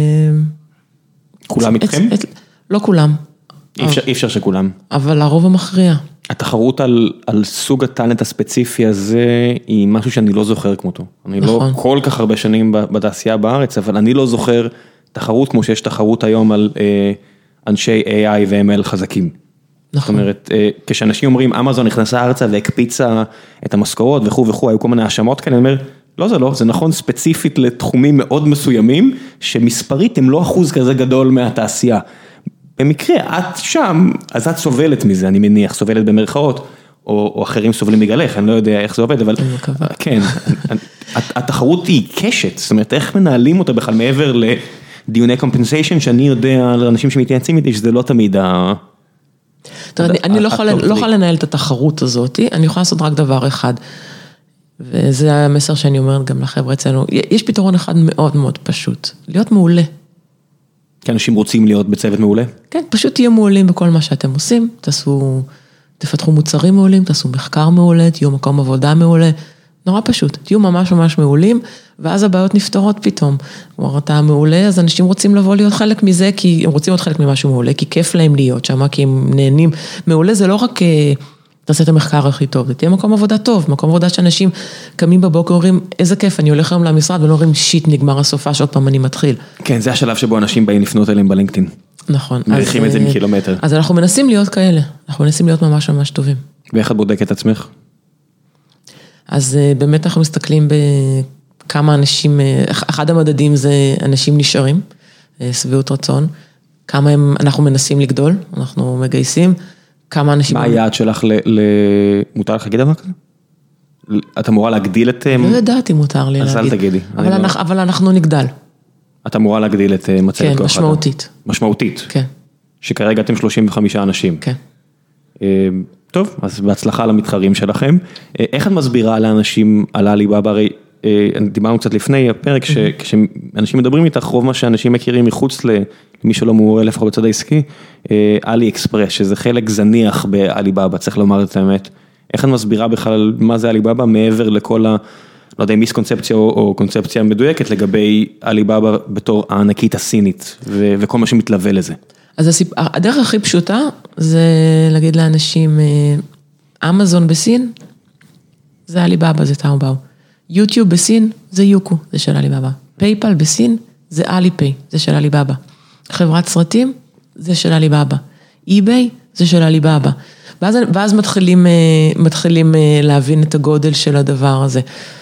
כולם איתכם? לא כולם. אי אפשר, אי אפשר שכולם. אבל הרוב המכריע. התחרות על, על סוג הטלנט הספציפי הזה, היא משהו שאני לא זוכר כמותו. אני נכון. לא כל כך הרבה שנים בתעשייה בארץ, אבל אני לא זוכר תחרות כמו שיש תחרות היום על אה, אנשי איי איי ו-אם אל חזקים. נכון. זאת אומרת, אה, כשאנשים אומרים, אמזון נכנסה ארצה והקפיצה את המשכורות וכו' וכו', היו כל מיני האשמות כאלה, אני אומר, לא זה לא, זה נכון ספציפית לתחומים מאוד מסוימים, שמספרית הם לא אחוז כזה גדול מהתעשייה. במקרה, את שם, אז את סובלת מזה, אני מניח, סובלת במרכאות, או, או אחרים סובלים מגלך, אני לא יודע איך זה עובד, אבל כן, התחרות היא קשת, זאת אומרת, איך מנהלים אותה בכלל מעבר לדיוני קומפנסיישן, שאני יודע על אנשים שמתייעצים איתי, שזה לא תמיד ה... טוב, אני, אני לא יכולה לנהל את התחרות הזאת, אני יכולה לעשות רק דבר אחד, וזה המסר שאני אומרת גם לחבר'ה אצלנו, יש פתרון אחד מאוד מאוד פשוט, להיות מעולה. כי אנשים רוצים להיות בצוות מעולה? כן, פשוט תהיו מעולים בכל מה שאתם עושים, תעשו, תפתחו מוצרים מעולים, תעשו מחקר מעולה, תהיו מקום עבודה מעולה, נורא פשוט, תהיו ממש ממש מעולים, ואז הבעיות נפתרות פתאום. כלומר, אתה מעולה, אז אנשים רוצים לבוא להיות חלק מזה, כי הם רוצים להיות חלק ממשהו מעולה, כי כיף להם להיות שם, כי הם נהנים. מעולה זה לא רק תעשה את המחקר הכי טוב, זה תהיה מקום עבודה טוב, מקום עבודה שאנשים קמים בבוקר, אומרים, איזה כיף, אני הולך היום למשרד, ולא אומרים, שיט, נגמר הסופה, שעוד פעם אני מתחיל. כן, זה השלב שבו אנשים באים לפנות אליהם בלינקדאין. נכון. מריחים את זה מקילומטר. אז אנחנו מנסים להיות כאלה, אנחנו מנסים להיות ממש ממש טובים. ואיך את בודקת את עצמך? אז באמת אנחנו מסתכלים בכמה אנשים, אחד המדדים זה אנשים נשארים, סביעות רצון, כמה הם, אנחנו מנסים לגדול, אנחנו מגייסים, כמה אנשים... מה היעד שלך ל... מותר לך להגיד דבר כזה? את אמורה להגדיל את... לא יודעת אם מותר לי להגיד. אז אל תגידי. אבל אנחנו נגדל. את אמורה להגדיל את מצבת כוח כן, משמעותית. משמעותית. כן. שכרגע אתם שלושים וחמישה אנשים. כן. טוב, אז בהצלחה למתחרים שלכם. איך את מסבירה לאנשים על עליבאבא? הרי דיברנו קצת לפני הפרק, שכשאנשים מדברים איתך, רוב מה שאנשים מכירים מחוץ למי שלא מעורה לפחות בצד העסקי, עלי אקספרס, שזה חלק זניח בעליבאבא, צריך לומר את האמת. איך את מסבירה בכלל מה זה עליבאבא, מעבר לכל ה... לא יודע, מיסקונספציה או קונספציה מדויקת לגבי עליבאבא בתור הענקית הסינית, וכל מה שמתלווה לזה. אז הדרך הכי פשוטה זה להגיד לאנשים, אמזון בסין, זה עליבאבא, זה טאובאו. יוטיוב בסין, זה יוקו, זה של עליבאבא. פייפל בסין, זה עליפיי, זה של עליבאבא. חברת סרטים, זה של עליבאבא. אי-ביי, זה של עליבאבא. ואז, ואז מתחילים, מתחילים להבין את הגודל של הדבר הזה.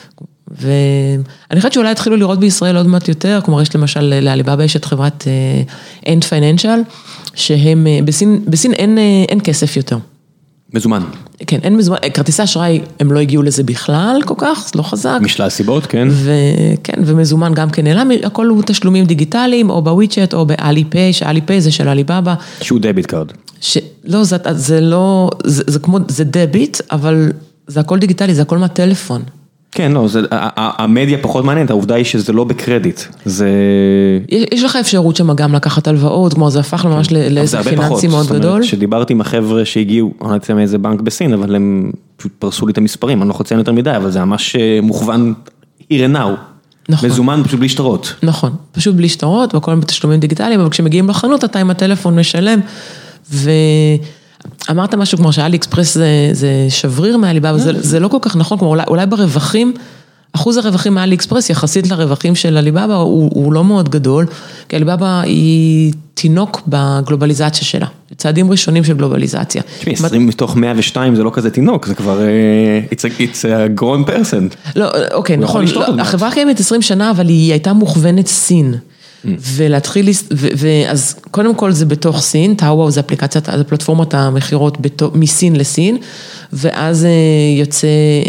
ואני חושבת שאולי התחילו לראות בישראל עוד מעט יותר, כלומר יש למשל לעליבאבא יש את חברת Ant Financial, שהם בסין, בסין אין, אין כסף יותר. מזומן. כן, אין מזומן, כרטיסי אשראי הם לא הגיעו לזה בכלל כל כך, זה לא חזק. משלל סיבות, כן. וכן, ומזומן גם כן נעלם, הכל הוא תשלומים דיגיטליים, או בוויצ'ט, או באליפיי, שאליפיי זה של עליבאבא. שהוא דביט קארד. לא, זה, זה לא, זה, זה כמו, זה דביט, אבל זה הכל דיגיטלי, זה הכל מהטלפון. כן, לא, זה, המדיה פחות מעניינת, העובדה היא שזה לא בקרדיט, זה... יש לך אפשרות שם גם לקחת הלוואות, כמו זה הפך ממש לעסק פיננסי מאוד גדול. כשדיברתי עם החבר'ה שהגיעו, אני לא יודע מאיזה בנק בסין, אבל הם פשוט פרסו לי את המספרים, אני לא חוצן יותר מדי, אבל זה ממש מוכוון here and now. נכון. מזומן פשוט בלי שטרות. נכון, פשוט בלי שטרות, והכל בתשלומים דיגיטליים, אבל כשמגיעים לחנות, אתה עם הטלפון משלם, ו... אמרת משהו כמו שאלי אקספרס זה, זה שבריר מעליבאבא, זה, זה לא כל כך נכון, כמו אולי, אולי ברווחים, אחוז הרווחים מעלי אקספרס יחסית לרווחים של עליבאבא הוא, הוא לא מאוד גדול, כי עליבאבא היא תינוק בגלובליזציה שלה, צעדים ראשונים של גלובליזציה. תשמעי, עשרים מתוך מאה ושתיים זה לא כזה תינוק, זה כבר, it's a, it's a grown person. לא, אוקיי, נכון, לא, החברה קיימת עשרים שנה, אבל היא הייתה מוכוונת סין. ולהתחיל, ואז קודם כל זה בתוך סין, טאובאו זה אפליקציית, זה פלטפורמת המחירות מסין לסין, ואז יוצא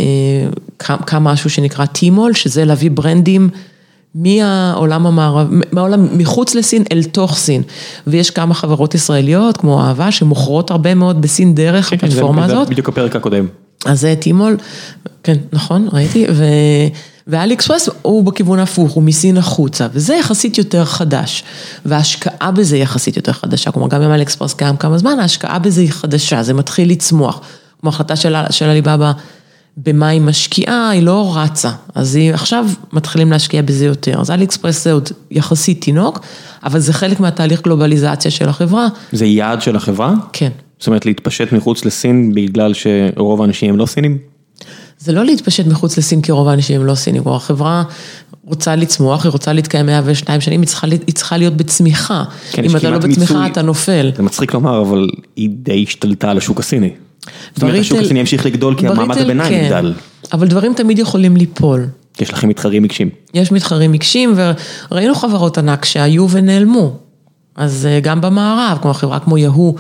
כמה משהו שנקרא טימול, שזה להביא ברנדים מהעולם המערב, מהעולם מחוץ לסין אל תוך סין, ויש כמה חברות ישראליות, כמו אהבה, שמוכרות הרבה מאוד בסין דרך הפלטפורמה הזאת. זה בדיוק הפרק הקודם. אז זה טימול, כן, נכון, ראיתי, ו... ואלי אקספרס הוא בכיוון הפוך, הוא מסין החוצה, וזה יחסית יותר חדש, וההשקעה בזה יחסית יותר חדשה, כלומר גם אם אלי אקספרס קיים כמה זמן, ההשקעה בזה היא חדשה, זה מתחיל לצמוח, כמו החלטה של, של עליבאבא, במה היא משקיעה, היא לא רצה, אז היא עכשיו מתחילים להשקיע בזה יותר, אז אלי אקספרס זה עוד יחסית תינוק, אבל זה חלק מהתהליך גלובליזציה של החברה. זה יעד של החברה? כן. זאת אומרת להתפשט מחוץ לסין, בגלל שרוב האנשים הם לא סינים? זה לא להתפשט מחוץ לסין, כי רוב האנשים הם לא סינים, החברה רוצה לצמוח, היא רוצה להתקיים מאה ושתיים שנים, היא צריכה, היא צריכה להיות בצמיחה, כן, אם אתה לא בצמיחה מיצוי, אתה נופל. זה מצחיק לומר, אבל היא די השתלטה על השוק הסיני. זאת אומרת, השוק הסיני ימשיך לגדול, כי המעמד הביניים כן, יגדל. אבל דברים תמיד יכולים ליפול. יש לכם מתחרים מקשים. יש מתחרים מקשים, וראינו חברות ענק שהיו ונעלמו, אז גם במערב, כמו חברה כמו יהו,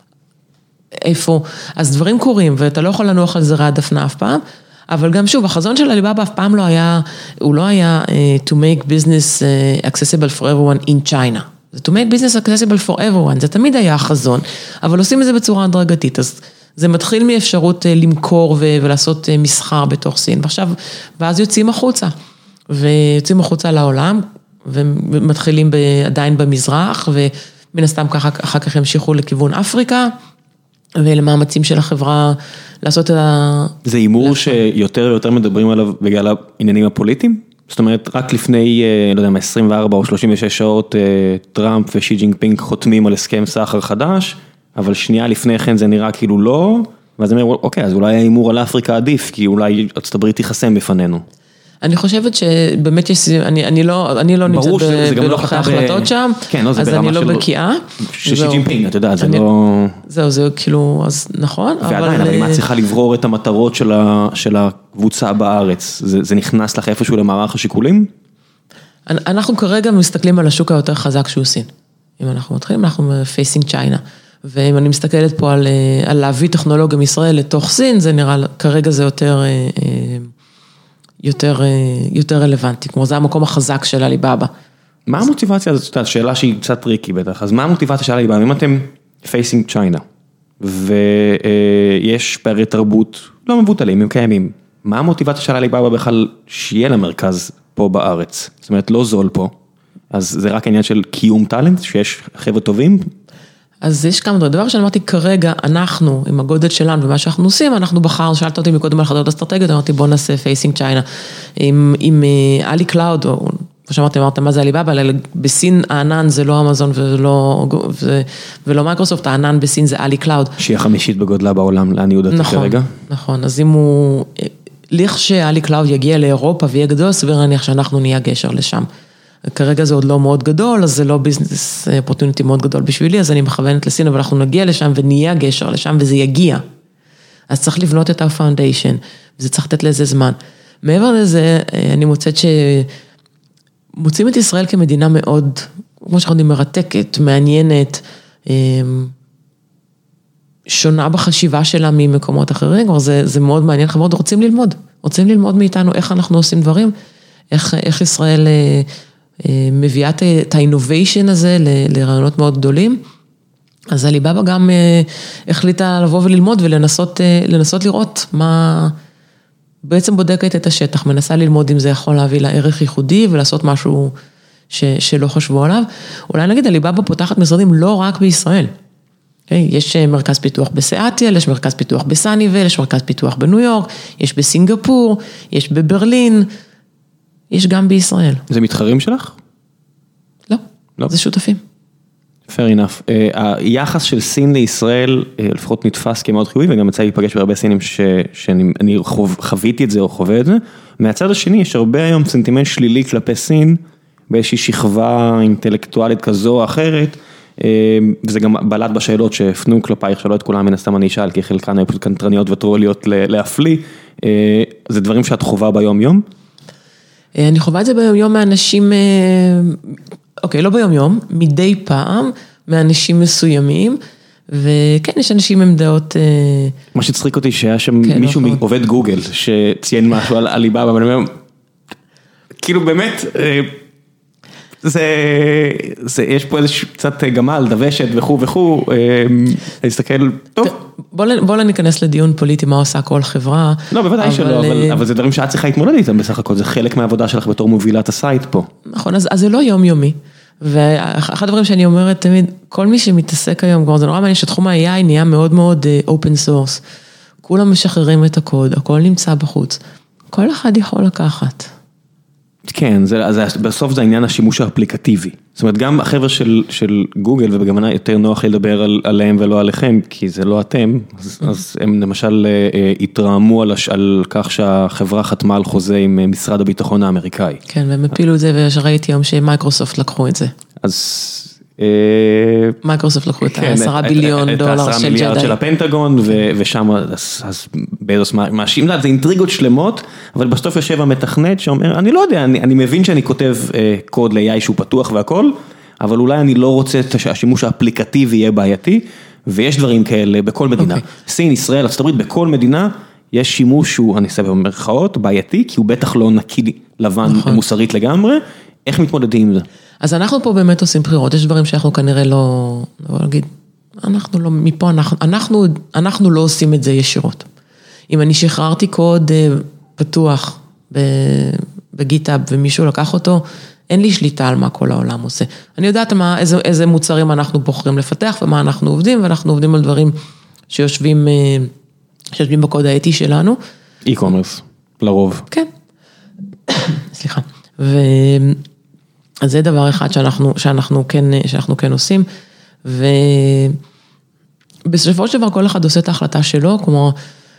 איפה, אז דברים קורים, ואתה לא יכול לנוח על זרי הדפנה אף פעם, אבל גם שוב, החזון של עליבאבא אף פעם לא היה, הוא לא היה to make business accessible for everyone in China. זה to make business accessible for everyone, זה תמיד היה החזון, אבל עושים את זה בצורה הדרגתית, אז זה מתחיל מאפשרות למכור ולעשות מסחר בתוך סין, ועכשיו, ואז יוצאים החוצה, ויוצאים החוצה לעולם, ומתחילים עדיין במזרח, ומן הסתם ככה, אחר כך המשיכו לכיוון אפריקה, ולמאמצים של החברה לעשות את ה... זה אימור שיותר ויותר מדברים עליו בגלל העניינים הפוליטיים? זאת אומרת, רק לפני, לא יודע, עשרים וארבע או שלושים ושש שעות, טראמפ ושי ג'ינפינג חותמים על הסכם סחר חדש, אבל שנייה לפני כן זה נראה כאילו לא, ואז אני אומר, אוקיי, אז אולי האימור על אפריקה עדיף, כי אולי ארצות הברית תיחסם בפנינו. אני חושבת שבאמת יש, אני, אני לא, אני לא נמצאת בלוחי ההחלטות שם, אז אני לא בקיאה. ששי ג'ינפינג, אתה יודע, זה לא... זהו, זה כאילו, אז נכון, אבל... ועדיין, אבל אם את צריכה לברור את המטרות של הקבוצה בארץ, זה נכנס לך איפשהו למערך השיקולים? אנחנו כרגע מסתכלים על השוק היותר חזק שהוא סין. אם אנחנו מתחילים, אנחנו facing China. ואם אני מסתכלת פה על, על להביא טכנולוגיה מישראל לתוך סין, זה נראה, כרגע זה יותר... יותר, יותר רלוונטי, כמו זה המקום החזק של אליבאבא. מה המוטיבציה הזאת? שאלה שהיא קצת טריקי בטח, אז מה המוטיבציה של אליבאבא? אם אתם facing China, ויש פערי תרבות לא מבוטלים, הם קיימים, מה המוטיבציה של אליבאבא בכלל שיהיה למרכז פה בארץ? זאת אומרת, לא זול פה, אז זה רק העניין של קיום טלנט, שיש חבר'ה טובים? אז יש כמה דברים, דבר שאמרתי כרגע, אנחנו, עם הגודל שלנו ומה שאנחנו עושים, אנחנו בחר, שאלת אותי מקודם על חדות אסטרטגיות, אמרתי בוא נעשה facing China, עם, עם אלי קלאוד, או כמו שאמרתי, אמרת מה זה אליבאבא, אלא בסין הענן זה לא אמזון ולא, ולא מייקרוסופט, הענן בסין זה אלי קלאוד. שהיא החמישית בגודלה בעולם, לעניות דעתי כרגע. נכון, אז אם הוא, לכשאלי קלאוד יגיע לאירופה ויהיה גדול, סביר להניח שאנחנו נהיה גשר לשם. כרגע זה עוד לא מאוד גדול, אז זה לא ביזנס אופורטוניטי מאוד גדול בשבילי, אז אני מכוונת לסין, אבל אנחנו נגיע לשם ונהיה גשר לשם, וזה יגיע. אז צריך לבנות את הפאונדיישן, וזה צריך לתת לזה זמן. מעבר לזה, אני מוצאת שמוצאים את ישראל כמדינה מאוד, כמו שאנחנו יודעים, מרתקת, מעניינת, שונה בחשיבה שלה ממקומות אחרים, זה, זה מאוד מעניין, חברות רוצים ללמוד, רוצים ללמוד מאיתנו איך אנחנו עושים דברים, איך, איך ישראל מביאה את האינוביישן הזה לרעיונות מאוד גדולים, אז אליבאבא גם החליטה לבוא וללמוד ולנסות לנסות לראות מה, בעצם בודקת את השטח, מנסה ללמוד אם זה יכול להביא לה ערך ייחודי ולעשות משהו ש, שלא חשבו עליו. אולי נגיד, אליבאבא פותחת משרדים לא רק בישראל. Okay, יש מרכז פיתוח בסיאטל, יש מרכז פיתוח בסאניבל, יש מרכז פיתוח בניו יורק, יש בסינגפור, יש בברלין, יש גם בישראל. זה מתחרים שלך? לא, לא. זה שותפים. Fair enough. היחס של סין לישראל לפחות נתפס כמאוד חיובי, וגם יצא להיפגש בהרבה סינים שאני חוויתי את זה או חווה את זה. מהצד השני יש הרבה היום סנטימנט שלילי כלפי סין, באיזושהי שכבה אינטלקטואלית כזו או אחרת, וזה גם בלט בשאלות שהפנו כלפייך, שלא את כולם מן הסתם אני אשאל, כי חלקן היו פשוט קנטרניות וטרוליות להפליא, זה דברים שאת חובה ביום יום? אני חווה את זה ביום יום מאנשים, אוקיי, לא ביום יום, מדי פעם, מאנשים מסוימים, וכן, יש אנשים עם דעות... מה שצחיק אותי שהיה שם מישהו עובד גוגל, שציין משהו על אליבאבא, ואני אומר, כאילו באמת... זה, זה, יש פה איזה קצת גמל, דוושת וכו' וכו', להסתכל, טוב. בוא, בוא לא ניכנס לדיון פוליטי, מה עושה כל חברה. לא, בוודאי אבל... שלא, אבל, אבל זה דברים שאת צריכה להתמודד איתם בסך הכל, זה חלק מהעבודה שלך בתור מובילת הסייט פה. נכון, אז, אז זה לא יומיומי, ואחד הדברים שאני אומרת תמיד, כל מי שמתעסק היום, כבר זה נורא מעניין שתחום ה-איי איי נהיה מאוד מאוד open source, כולם משחררים את הקוד, הכל נמצא בחוץ, כל אחד יכול לקחת. כן, זה, זה, בסוף זה העניין השימוש האפליקטיבי. זאת אומרת, גם החבר'ה של, של גוגל, ובגמנה יותר נוח לדבר על, עליהם ולא עליכם, כי זה לא אתם, אז, אז הם למשל התרעמו על, על כך שהחברה חתמה על חוזה עם משרד הביטחון האמריקאי. כן, והם הפילו את זה, ושראיתי היום שמייקרוסופט לקחו את זה. אז... מייקרוסופט לקחו את העשרה ביליון דולר של ג'די. את העשרה מיליארד של הפנטגון, ושם, אז בזוס מאשים, זה אינטריגות שלמות, אבל בסוף יושב המתכנת שאומר, אני לא יודע, אני מבין שאני כותב קוד ל-איי איי שהוא פתוח והכל, אבל אולי אני לא רוצה שהשימוש האפליקטיבי יהיה בעייתי, ויש דברים כאלה בכל מדינה. סין, ישראל, ארצות הברית, בכל מדינה, יש שימוש שהוא, אני אעשה במרכאות, בעייתי, כי הוא בטח לא נקי לבן מוסרית לגמרי. איך מתמודדים עם זה? אז אנחנו פה באמת עושים בחירות, יש דברים שאנחנו כנראה לא, לא נגיד, אנחנו לא, מפה אנחנו, אנחנו, אנחנו לא עושים את זה ישירות. אם אני שחררתי קוד פתוח בגיטאב ומישהו לקח אותו, אין לי שליטה על מה כל העולם עושה. אני יודעת מה, איזה, איזה מוצרים אנחנו בוחרים לפתח ומה אנחנו עובדים, ואנחנו עובדים על דברים שיושבים, שיושבים בקוד האתי שלנו. אי-קומרס, לרוב. כן. סליחה. ו... אז זה דבר אחד שאנחנו, שאנחנו כן, שאנחנו כן עושים, בסופו של דבר כל אחד עושה את ההחלטה שלו, כמו,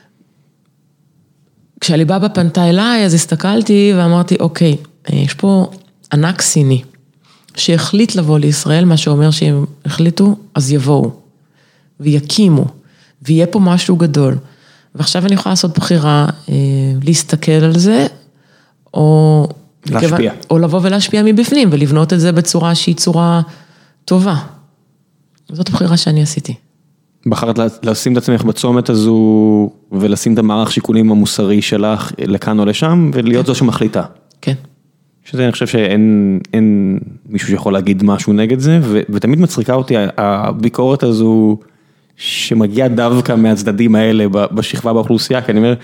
כשאליבאבא פנתה אליי, אז הסתכלתי ואמרתי, אוקיי, יש פה ענק סיני, שהחליט לבוא לישראל, מה שאומר שהם החליטו, אז יבואו, ויקימו, ויהיה פה משהו גדול. ועכשיו אני יכולה לעשות בחירה, להסתכל על זה, או... להשפיע. או לבוא ולהשפיע מבפנים, ולבנות את זה בצורה שהיא צורה טובה. זאת הבחירה שאני עשיתי. בחרת לשים את עצמך בצומת הזו, ולשים את המערך שיקולים המוסרי שלך לכאן או לשם, ולהיות זו שמחליטה. כן. שזה אני חושב שאין אין מישהו שיכול להגיד משהו נגד זה, ו, ותמיד מצחיקה אותי הביקורת הזו, שמגיעה דווקא מהצדדים האלה בשכבה באוכלוסייה, כי אני אומר,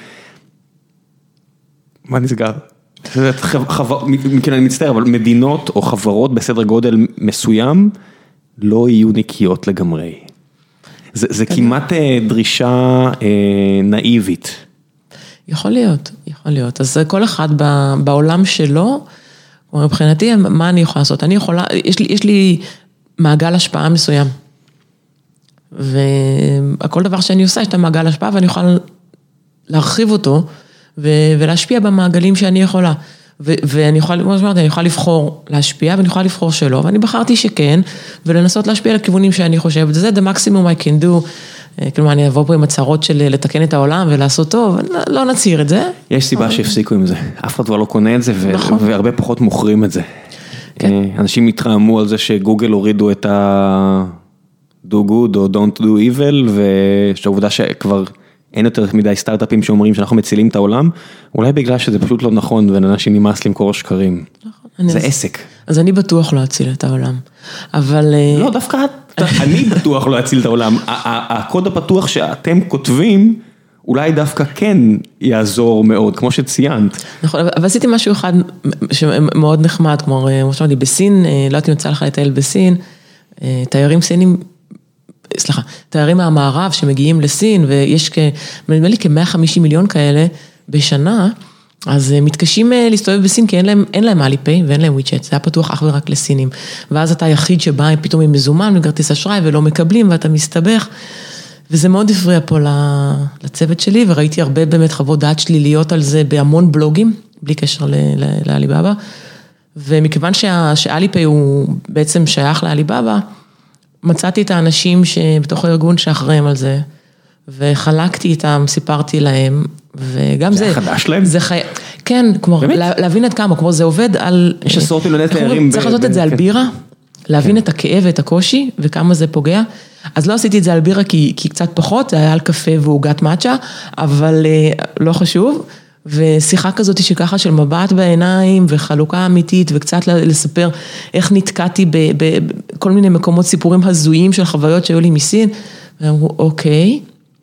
מה נסגר? אני מצטער, אבל מדינות או חברות בסדר גודל מסוים, לא יהיו נקיות לגמרי. זה, זה כמעט דרישה נאיבית. יכול להיות, יכול להיות. אז כל אחד בעולם שלו, מבחינתי, מה אני יכולה לעשות? אני יכולה, יש לי, יש לי מעגל השפעה מסוים. וכל דבר שאני עושה, יש את המעגל השפעה, ואני יכולה להרחיב אותו, ולהשפיע במעגלים שאני יכולה. ואני יכולה, כמו שאמרתי, אני יכולה לבחור להשפיע, ואני יכולה לבחור שלא, ואני בחרתי שכן, ולנסות להשפיע לכיוונים שאני חושבת, זה the maximum I can do, כלומר, אני אבוא פה עם הצהרות של לתקן את העולם ולעשות טוב, לא נציר את זה. יש סיבה שהפסיקו עם זה, אף אחד כבר לא קונה את זה, והרבה פחות מוכרים את זה. אנשים התרעמו על זה שגוגל הורידו את ה- do good או don't do evil, ושהעובדה שכבר אין יותר מדי סטארט-אפים שאומרים שאנחנו מצילים את העולם, אולי בגלל שזה פשוט לא נכון, ואנשים נמאס למכור שקרים. זה עסק. אז אני בטוח לא אציל את העולם, אבל... לא, דווקא אני בטוח לא אציל את העולם. הקוד הפתוח שאתם כותבים, אולי דווקא כן יעזור מאוד, כמו שציינת. נכון, אבל עשיתי משהו אחד שמאוד נחמד, כמו שאמרתי, בסין, לא הייתי נוצא לך לטייל בסין, תיירים סינים, סליחה, תיירים מהמערב שמגיעים לסין, ויש כ, נדמה לי כ-מאה וחמישים מיליון כאלה בשנה, אז מתקשים להסתובב בסין, כי אין להם, אין להם אליפיי ואין להם וויצ'ט, זה היה פתוח אך ורק לסינים, ואז אתה היחיד שבא פתאום עם מזומן, מכרטיס אשראי ולא מקבלים, ואתה מסתבך, וזה מאוד הפריע פה לצוות שלי, וראיתי הרבה באמת חוות דעת שליליות על זה, בהמון בלוגים, בלי קשר לאליבאבא, ומכיוון שהאליפיי הוא בעצם שייך לאליבאבא, מצאתי את האנשים שבתוך הארגון שאחראים על זה, וחלקתי איתם, סיפרתי להם, וגם זה... זה חדש להם? זה חי... כן, כמו, להבין עד כמה, כמו זה עובד על... יש עשרות מיליוני תיירים... צריך לעשות את זה על בירה, להבין את הכאב ואת הקושי, וכמה זה פוגע. אז לא עשיתי את זה על בירה, כי, כי קצת פחות, זה היה על קפה ועוגת מאצ'ה, אבל לא חשוב. ושיחה כזאת שככה של מבט בעיניים, וחלוקה אמיתית, וקצת לספר איך נתקעתי בכל מיני מקומות סיפורים הזויים של חוויות שהיו לי מסין, ואמרו, אוקיי,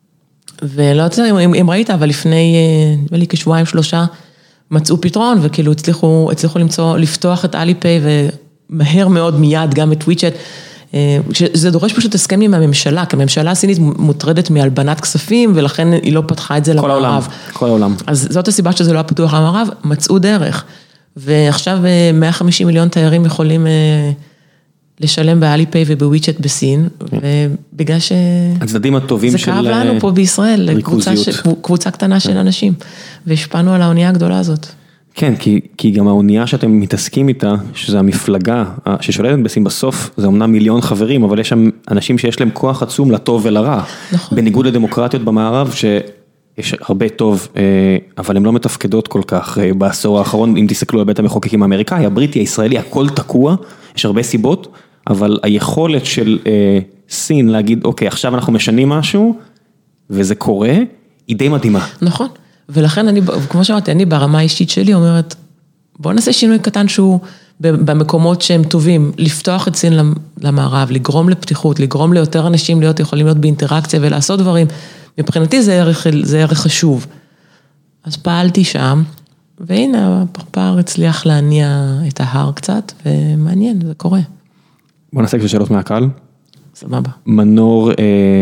ולא יודעת אם, אם ראית, אבל לפני, נדמה לי כשבועיים שלושה, מצאו פתרון, וכאילו הצליחו, הצליחו למצוא, לפתוח את אליפיי, ומהר מאוד מיד גם את וויצ'ט, זה דורש פשוט הסכם עם הממשלה, כי הממשלה הסינית מוטרדת מהלבנת כספים, ולכן היא לא פתחה את זה למערב. כל העולם. אז זאת הסיבה שזה לא הפתוח למערב, מצאו דרך. ועכשיו מאה וחמישים מיליון תיירים יכולים לשלם באליפיי ובוויצ'ט בסין, ובגלל ש... הצדדים הטובים של... זה כאב לנו פה בישראל, קבוצה קטנה של אנשים, והשפענו על האונייה הגדולה הזאת. כן, כי, כי גם האונייה שאתם מתעסקים איתה, שזה המפלגה ששולטת בסין בסוף, זה אומנם מיליון חברים, אבל יש שם אנשים שיש להם כוח עצום לטוב ולרע. נכון. בניגוד לדמוקרטיות במערב, שיש הרבה טוב, אבל הן לא מתפקדות כל כך בעשור האחרון, אם תסתכלו על בית המחוקקים האמריקאי, הבריטי, הישראלי, הכל תקוע, יש הרבה סיבות, אבל היכולת של סין להגיד, אוקיי, עכשיו אנחנו משנים משהו, וזה קורה, היא די מדהימה. נכון. ולכן אני, כמו שאמרתי, אני ברמה האישית שלי אומרת, בוא נעשה שינוי קטן שהוא במקומות שהם טובים, לפתוח את סין למערב, לגרום לפתיחות, לגרום ליותר אנשים להיות, יכולים להיות באינטראקציה ולעשות דברים. מבחינתי זה ערך, זה ערך חשוב. אז פעלתי שם, והנה הפרפר הצליח להניע את ההר קצת, ומעניין, זה קורה. בוא נעשה קצת שאלות מהקהל. סבבה. מנור,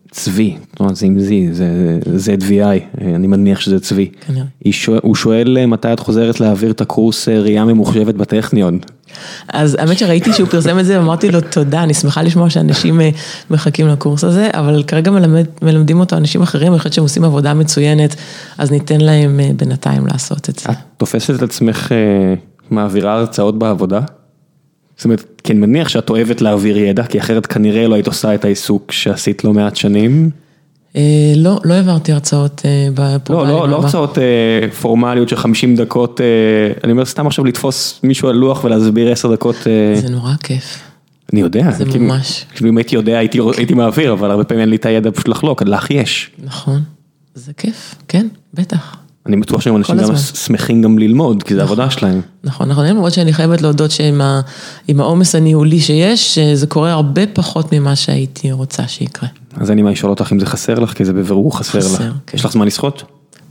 צבי, זאת אומרת, זה עם זי, זה D V I, אני מניח שזה צבי. הוא שואל מתי את חוזרת להעביר את הקורס ראייה ממוחשבת בטכניון. אז האמת שראיתי שהוא פרסם את זה, ואמרתי לו תודה, אני שמחה לשמוע שאנשים מחכים לקורס הזה, אבל כרגע מלמד, מלמדים אותו אנשים אחרים, אני חושבת שהם עושים עבודה מצוינת, אז ניתן להם בינתיים לעשות את זה. את תופסת את עצמך מעבירה הרצאות בעבודה? זאת אומרת, כן מניח שאת אוהבת להעביר ידע, כי אחרת כנראה לא היית עושה את העיסוק שעשית לא מעט שנים. לא, לא העברתי הרצאות פה. לא, לא, לא הרצאות פורמליות של חמישים דקות, אני אומר סתם עכשיו לתפוס מישהו על לוח ולהסביר עשר דקות. זה נורא כיף. אני יודע. זה ממש. כאילו אם הייתי יודע, הייתי מעביר, אבל הרבה פעמים אין לי את הידע פשוט לחלוק, לך יש. נכון, זה כיף, כן, בטח. אני בטוח שהם אנשים גם שמחים גם ללמוד, כי זה עבודה שלהם. נכון, נכון, למרות שאני חייבת להודות שעם העומס הניהולי שיש, זה קורה הרבה פחות ממה שהייתי רוצה שיקרה. אז אני מה לשאול אותך אם זה חסר לך, כי זה בבירור חסר לך. יש לך זמן לשחות?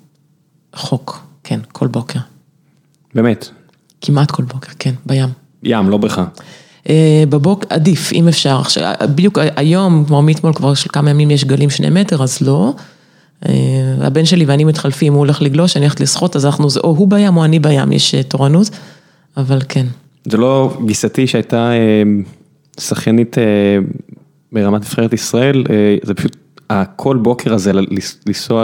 חוק, כן, כל בוקר. באמת? כמעט כל בוקר, כן, בים. ים, לא בריכה. בבוק עדיף, אם אפשר. בדיוק היום, כמו מאתמול, כבר של כמה ימים יש גלים שני מטר, אז לא. הבן שלי ואני מתחלפים, הוא הולך לגלוש, אני הולכת לשחות, אז אנחנו, או הוא בים או אני בים, יש תורנות, אבל כן. זה לא גיסתי שהייתה שחיינית ברמת נבחרת ישראל, זה פשוט, כל בוקר הזה לנסוע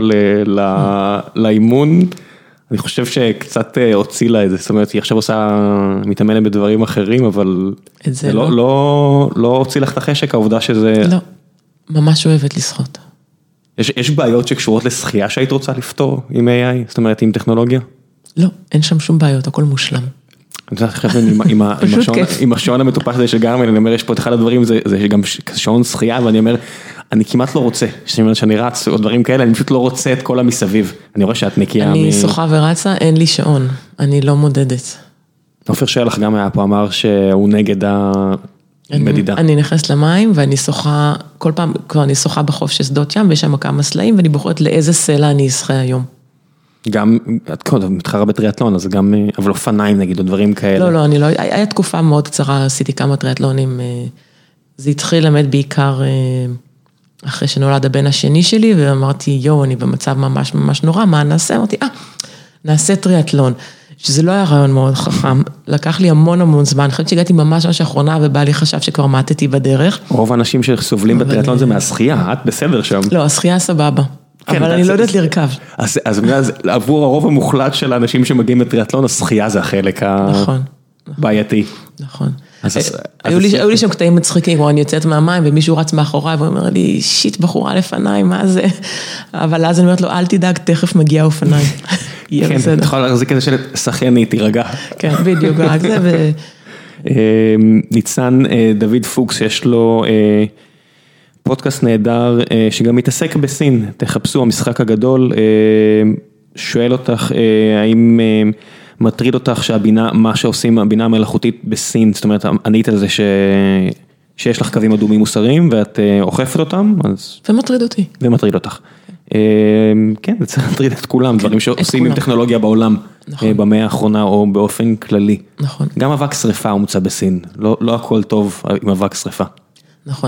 לאימון, אני חושב שקצת הוציא לה את זה, זאת אומרת, היא עכשיו עושה, מתאמנת בדברים אחרים, אבל זה לא הוציא לך את החשק, העובדה שזה... לא, ממש אוהבת לשחות. יש, יש בעיות שקשורות לשחייה שהיית רוצה לפתור עם איי איי? זאת אומרת, עם טכנולוגיה? לא, אין שם שום בעיות, הכל מושלם. אני יודעת, חושב, עם השעון המטופש הזה של גרמן, אני אומר, יש פה את אחד הדברים, זה גם שעון שחייה, ואני אומר, אני כמעט לא רוצה, שאני רץ, או דברים כאלה, אני פשוט לא רוצה את כל המסביב. אני רואה שאת נקייה. אני שוחה ורצה, אין לי שעון, אני לא מודדת. עופר שלח גם היה פה, אמר שהוא נגד ה... מדידה. אני נכנסת למים ואני שוחה, כל פעם כבר אני שוחה בחוף של שדות ים, ויש שם כמה סלעים, ואני בוחרת לאיזה סלע אני אשחה היום. גם, את קודם, מתחרה בטריאטלון, אז גם, אבל אופניים נגיד, או דברים כאלה. לא, לא, אני לא, היה תקופה מאוד קצרה, עשיתי כמה טריאטלונים, זה התחיל למד בעיקר, אחרי שנולד הבן השני שלי, ואמרתי, יו, אני במצב ממש ממש נורא, מה נעשה? אמרתי, אה, נעשה טריאטלון. שזה לא היה רעיון מאוד חכם, לקח לי המון המון זמן, אני חושבת שהגעתי ממש ממש האחרונה, ובא לי חשב שכבר מתתי בדרך. רוב האנשים שסובלים בטריאטלון זה מהשחייה, את בסדר שם. לא, השחייה סבבה, אבל אני לא יודעת לרכב. אז עבור הרוב המוחלט של האנשים שמגיעים בטריאטלון, השחייה זה החלק הבעייתי. נכון. היו לי שם קטעים מצחיקים, כמו אני יוצאת מהמים, ומישהו רץ מאחוריי, והוא אומר לי, שיט בחורה לפניי, מה זה? אבל אז אני אומרת לו, אל תדאג, תכף מגיע אופניי. כן, אתה יכול להחזיק את זה של שחיינית, תירגע. כן, בדיוק, רק זה. ניצן דוד פוקס, יש לו פודקאסט נהדר, שגם מתעסק בסין, תחפשו, המשחק הגדול, שואל אותך, האם מטריד אותך שהבינה, מה שעושים הבינה המלאכותית בסין, זאת אומרת, ענית על זה ש... שיש לך קווים אדומים מוסריים, ואת אוכפת אותם, אז... ומטריד אותי. ומטריד אותך. כן, זה צריך להטריד את כולם, דברים שעושים עם טכנולוגיה בעולם, במאה האחרונה או באופן כללי. נכון. גם אבק שריפה הומצא בסין, לא הכל טוב עם אבק שריפה. נכון,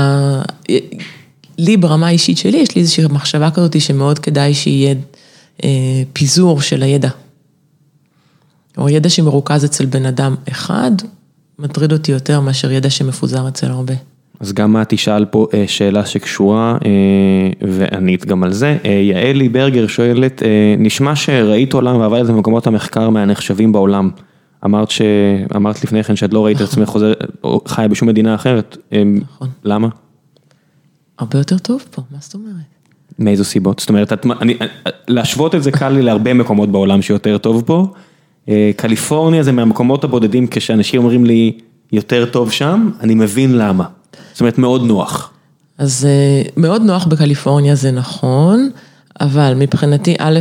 לי ברמה האישית שלי, יש לי איזושהי מחשבה כזאת שמאוד כדאי שיהיה פיזור של הידע. או ידע שמרוכז אצל בן אדם אחד, מטריד אותי יותר מאשר ידע שמפוזר אצל הרבה. אז גם את תשאל פה שאלה שקשורה, וענית גם על זה. יעלי ברגר שואלת, נשמע שראית עולם ועבדת במקומות המחקר מהנחשבים בעולם. אמרת ש... אמרת לפני כן שאת לא ראית את עצמך חוזר, או חיה בשום מדינה אחרת. נכון. למה? הרבה יותר טוב פה, מה זאת אומרת? מאיזו סיבות? זאת אומרת, את, אני, להשוות את זה קל לי להרבה מקומות בעולם שיותר טוב פה. קליפורניה זה מהמקומות הבודדים, כשאנשים אומרים לי יותר טוב שם, אני מבין למה. זאת אומרת, מאוד נוח. אז מאוד נוח בקליפורניה זה נכון, אבל מבחינתי, א',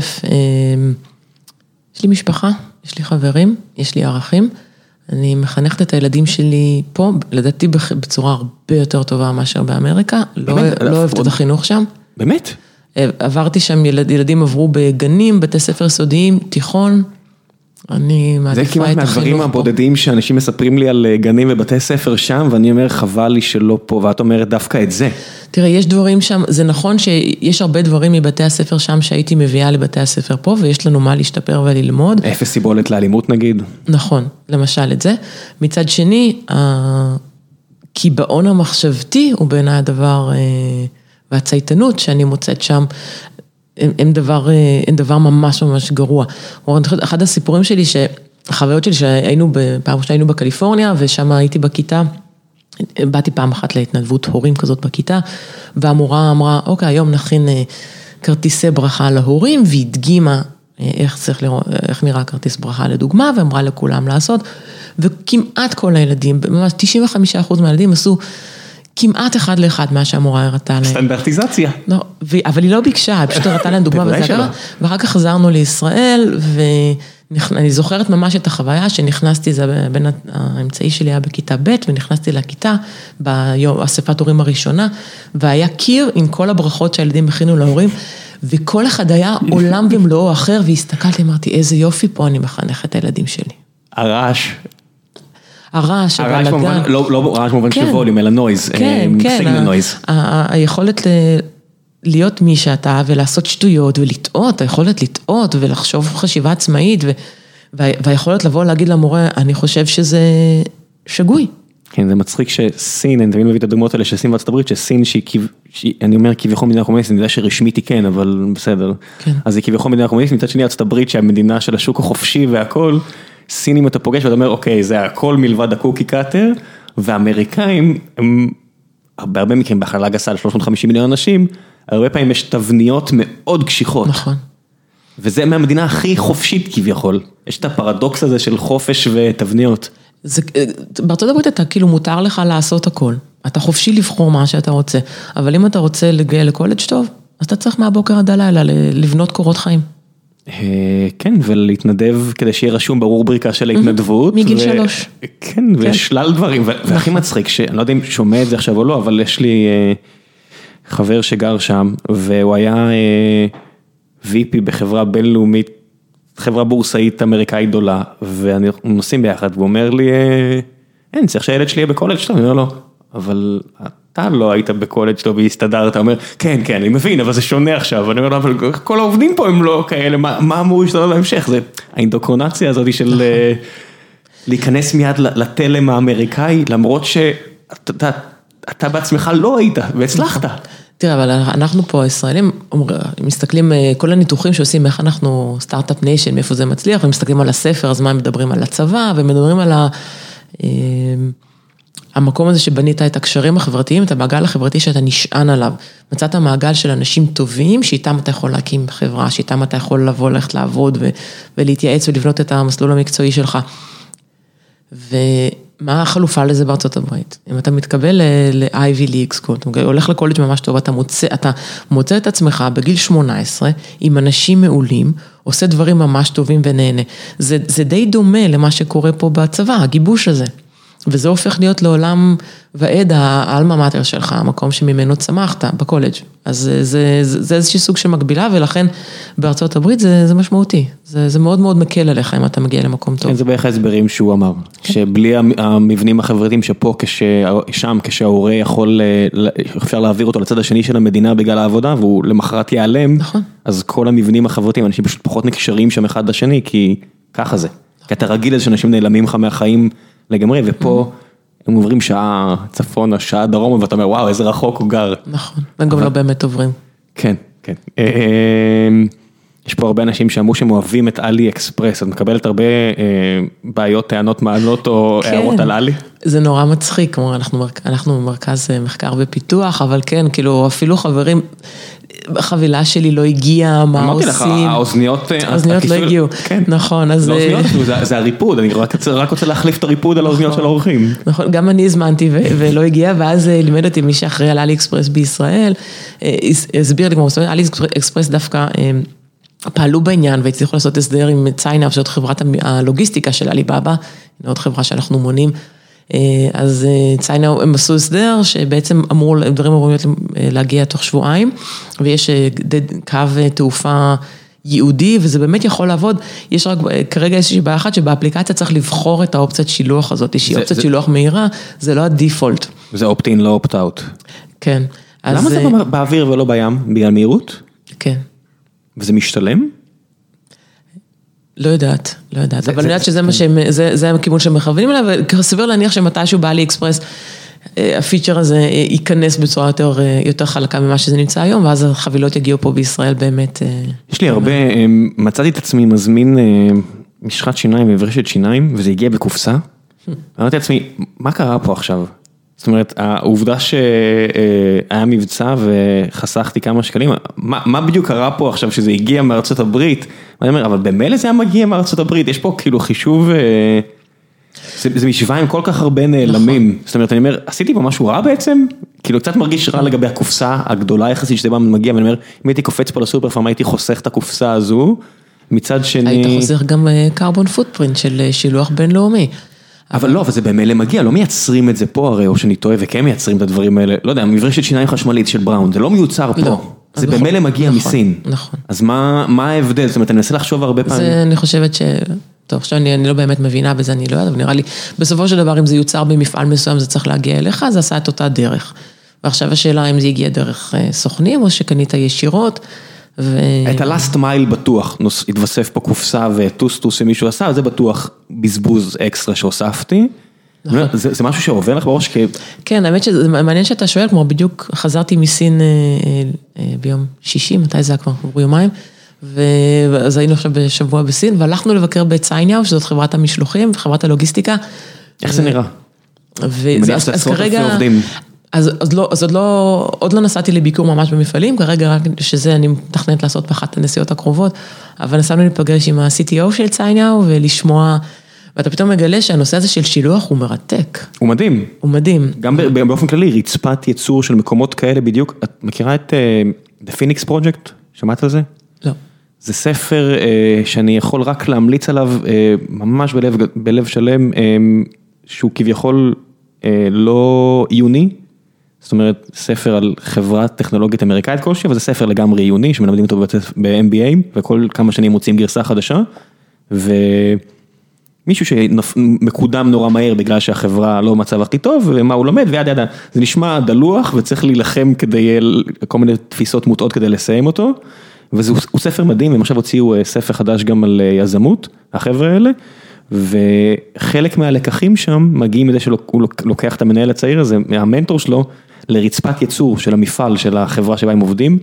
יש לי משפחה, יש לי חברים, יש לי ערכים, אני מחנכת את הילדים שלי פה, לדעתי בצורה הרבה יותר טובה מאשר באמריקה, לא אוהבת את החינוך שם. באמת? עברתי שם, ילדים עברו בגנים, בתי ספר סודיים, תיכון, אני מעדיפה את החינוך פה. זה כמעט מהדברים הבודדים שאנשים מספרים לי על גנים ובתי ספר שם, ואני אומר, חבל לי שלא פה, ואת אומרת דווקא את זה. תראה, יש דברים שם, זה נכון שיש הרבה דברים מבתי הספר שם שהייתי מביאה לבתי הספר פה, ויש לנו מה להשתפר וללמוד. אפס סיבולת לאלימות נגיד. נכון, למשל את זה. מצד שני, הקיבעון המחשבתי הוא בעיניי הדבר, והצייתנות שאני מוצאת שם, הם דבר, הם דבר ממש ממש גרוע. אחד הסיפורים שלי, החוויות שלי שהיינו, פעם שהיינו בקליפורניה, ושם הייתי בכיתה, באתי פעם אחת להתנדבות הורים כזאת בכיתה, והמורה אמרה, אוקיי, היום נכין כרטיסי ברכה להורים, והדגימה איך צריך לראות, איך נראה כרטיס ברכה לדוגמה, ואמרה לכולם לעשות, וכמעט כל הילדים, ממש תשעים וחמישה אחוז מהילדים עשו, כמעט אחד לאחד מה שהמורה הראתה להם. סטנדרטיזציה. לא, אבל היא לא ביקשה, היא פשוט הראתה להם דוגמה וזה קרה, ואחר כך חזרנו לישראל, ואני זוכרת ממש את החוויה שנכנסתי, זה בין האמצעי שלי היה בכיתה ב' ונכנסתי לכיתה, באספת הורים הראשונה, והיה קיר עם כל הברכות שהילדים הכינו להורים, וכל אחד היה עולם ומלואו אחר, והסתכלתי, אמרתי, איזה יופי פה אני מחנך את הילדים שלי. הרעש. הרעש, הבלגן. לא רעש במובן של ווליום, אלא נויז, סיגנל נויז. היכולת להיות מי שאתה ולעשות שטויות ולטעות, היכולת לטעות ולחשוב חשיבה עצמאית, והיכולת לבוא להגיד למורה, אני חושב שזה שגוי. כן, זה מצחיק שסין, אני תמיד מביא את הדוגמאות האלה של סין וארצות הברית, שסין שאני אומר כביכול מדינה קומוניסטית, אני יודע שרשמית היא כן, אבל בסדר. אז היא כביכול מדינה קומוניסטית, מצד שני ארצות הברית שהמדינה של השוק החופשי והכל, סין אם אתה פוגש ואתה אומר, אוקיי, זה הכל מלבד הקוקי קאטר, והאמריקאים, הם, בהרבה מקרים, בהכללה גסה על שלוש מאות וחמישים מיליון אנשים, הרבה פעמים יש תבניות מאוד קשיחות. נכון. וזה מהמדינה הכי חופשית כביכול. יש את הפרדוקס הזה של חופש ותבניות. זה, בארצות הברית אתה כאילו מותר לך לעשות הכל. אתה חופשי לבחור מה שאתה רוצה. אבל אם אתה רוצה להגיע לקולג' טוב, אז אתה צריך מהבוקר עד הלילה לבנות קורות חיים. כן, ולהתנדב כדי שיהיה רשום ברובריקה של ההתנדבות. מגיל שלוש. כן, ושלל דברים, והכי מצחיק, שאני לא יודע אם שומע את זה עכשיו או לא, אבל יש לי חבר שגר שם, והוא היה וי פי בחברה בינלאומית, חברה בורסאית אמריקאית גדולה, ואנחנו נוסעים ביחד, והוא אומר לי, אין, צריך שהילד שלי יהיה בקולג' טוב, אני אומר לו, אבל אתה לא היית בקולג' טוב והסתדרת, אתה אומר, כן, כן, אני מבין, אבל זה שונה עכשיו, אני אומר לו, אבל כל העובדים פה הם לא כאלה, מה אמור להשתנות להמשך? זה האינדוקרונציה הזאת של להיכנס מיד לתלם האמריקאי, למרות שאתה בעצמך לא היית, והצלחת. תראה, אבל אנחנו פה, הישראלים, מסתכלים, כל הניתוחים שעושים, איך אנחנו סטארט-אפ ניישן, מאיפה זה מצליח, ומסתכלים על הספר, אז מה הם מדברים על הצבא, ומדברים על ה... המקום הזה שבנית את הקשרים החברתיים, את המעגל החברתי שאתה נשען עליו. מצאת המעגל של אנשים טובים, שאיתם אתה יכול להקים חברה, שאיתם אתה יכול לבוא, ללכת לעבוד, ולהתייעץ ולבנות את המסלול המקצועי שלך. ומה החלופה לזה בארצות הברית? אם אתה מתקבל ל-איי וי League, אתה הולך לקולג' ממש טוב, אתה מוצא, אתה מוצא את עצמך בגיל שמונה עשרה, עם אנשים מעולים, עושה דברים ממש טובים ונהנה. זה, זה די דומה למה שקורה פה בצבא, הגיבוש הזה. וזה הופך להיות לעולם ועד האלמה מאטר שלך, המקום שממנו צמחת בקולג'. אז זה, זה, זה, זה איזושהי סוג של מקבילה, ולכן בארצות הברית זה, זה משמעותי. זה, זה מאוד מאוד מקל עליך אם אתה מגיע למקום טוב. כן, זה בערך ההסברים שהוא אמר. שבלי המבנים החברתיים שפה, שם, כשההורה יכול, אפשר להעביר אותו לצד השני של המדינה בגלל העבודה, והוא למחרת ייעלם, נכון. אז כל המבנים החברתיים, אנשים פשוט פחות נקשרים שם אחד לשני, כי ככה זה. כי אתה רגיל לזה שאנשים נעלמים לך מהחיים לגמרי, ופה הם עוברים שעה צפונה, שעה דרומה, ואתה אומר, וואו, איזה רחוק הוא גר. נכון, והם גם לא באמת עוברים. כן, כן. יש פה הרבה אנשים שאמרו שהם אוהבים את אלי אקספרס, את מקבלת הרבה בעיות, טענות, מענות או הערות על אלי? זה נורא מצחיק, כמו אנחנו במרכז מחקר ופיתוח, אבל כן, כאילו אפילו חברים, החבילה שלי לא הגיעה, מה עושים? אמרתי לך, האוזניות... האוזניות לא הגיעו, נכון, אז... לא האוזניות, זה הריפוד, אני רק רוצה להחליף את הריפוד על האוזניות של האורחים. נכון, גם אני הזמנתי ולא הגיע, ואז לימד אותי מי שאחראי על אלי אקספרס בישראל, הסביר לי כמו, אלי אקספרס דווקא פעלו בעניין, והצליחו לעשות הסדר עם ציינה, שזאת חברת הלוגיסטיקה של אליבאבא, עוד חברה שאנחנו מונים, אז ציינה הם עשו הסדר שבעצם אמרו, דברים אמורים להגיע תוך שבועיים, ויש קו תעופה ייעודי, וזה באמת יכול לעבוד. יש רק כרגע איזושהי בעיה אחת, שבאפליקציה צריך לבחור את האופציית שילוח הזאת, שהיא אופציית שילוח מהירה, זה לא הדיפולט. זה opt-in, לא opt-out. כן. למה זה באוויר ולא בים? בגלל מהירות? כן. וזה משתלם? לא יודעת, לא יודעת, אבל אני יודעת שזה מה שהם, זה הכיוון שהם מכוונים אליו, וסביר להניח שמתישהו באלי אקספרס, הפיצ'ר הזה ייכנס בצורה יותר, יותר חלקה ממה שזה נמצא היום, ואז החבילות יגיעו פה בישראל באמת. יש לי הרבה, מצאתי את עצמי מזמין משחת שיניים וברשת שיניים, וזה הגיע בקופסה. אמרתי לעצמי, מה קרה פה עכשיו? זאת אומרת, העובדה שהיה מבצע וחסכתי כמה שקלים, מה, מה בדיוק קרה פה עכשיו שזה הגיע מארצות הברית? אני אומר, אבל במילא זה היה מגיע מארצות הברית, יש פה כאילו חישוב, זה, זה משוואה עם כל כך הרבה נעלמים. נכון. זאת אומרת, אני אומר, עשיתי פה משהו רע בעצם? כאילו קצת מרגיש רע לגבי הקופסה הגדולה יחסית שזה בא מגיע, ואני אומר, אם הייתי קופץ פה לסופר פארם, הייתי חוסך את הקופסה הזו, מצד שני... היית חוסך גם קרבון פוטפרינט של שילוח בינלאומי. אבל לא, אבל זה במילא מגיע, לא מייצרים את זה פה הרי, או שאני טועה, וכן מייצרים את הדברים האלה, לא יודע, מברשת שיניים חשמלית של בראון, זה לא מיוצר פה, זה במילא מגיע מסין. נכון. אז מה ההבדל? זאת אומרת, אני מנסה לחשוב הרבה פעמים. זה, אני חושבת ש... טוב, עכשיו אני לא באמת מבינה בזה, אני לא יודעת, אבל נראה לי, בסופו של דבר, אם זה יוצר במפעל מסוים, זה צריך להגיע אליך, זה עשה את אותה דרך. ועכשיו השאלה, אם זה הגיע דרך סוכנים, או שקנית ישירות, ו... את ה-last mile בטוח, התווסף פה קופסה וטוסטוס שמישהו עשה, זה בטוח בזבוז אקסטרה שהוספתי. נכון. זה, זה משהו שעובר לך בראש? כן, האמת שזה מעניין שאתה שואל, כמו בדיוק חזרתי מסין ביום שישי, מתי זה היה כבר? עברו יומיים, ואז היינו עכשיו בשבוע בסין, והלכנו לבקר בצייניהו, שזאת חברת המשלוחים, חברת הלוגיסטיקה. איך זה נראה? אז, אז כרגע... אז, אז, לא, אז עוד, לא, עוד לא נסעתי לביקור ממש במפעלים, כרגע רק שזה אני מתכננת לעשות באחת הנסיעות הקרובות, אבל נסענו להיפגש עם ה-סי טי או של צייניהו ולשמוע, ואתה פתאום מגלה שהנושא הזה של שילוח הוא מרתק. הוא מדהים. הוא מדהים. גם באופן כללי, רצפת ייצור של מקומות כאלה בדיוק, את מכירה את uh, The Phoenix Project? שמעת על זה? לא. זה ספר uh, שאני יכול רק להמליץ עליו, uh, ממש בלב, בלב שלם, uh, שהוא כביכול uh, לא עיוני, זאת אומרת, ספר על חברת טכנולוגית אמריקאית כלשהי, אבל זה ספר לגמרי עיוני, שמלמדים אותו ב-אם בי איי, וכל כמה שנים מוצאים גרסה חדשה, ומישהו שמקודם נורא מהר, בגלל שהחברה לא מצב הכי טוב, ומה הוא לומד, ויד יד, זה נשמע דלוח, וצריך להילחם כדי, כל מיני תפיסות מוטעות כדי לסיים אותו, והוא ספר מדהים, והם עכשיו הוציאו ספר חדש גם על יזמות, החבר'ה האלה, וחלק מהלקחים שם מגיעים מזה שהוא לוקח את המנהל הצעיר הזה, מהמנטור שלו, לרצפת ייצור של המפעל, של החברה שבה הם עובדים,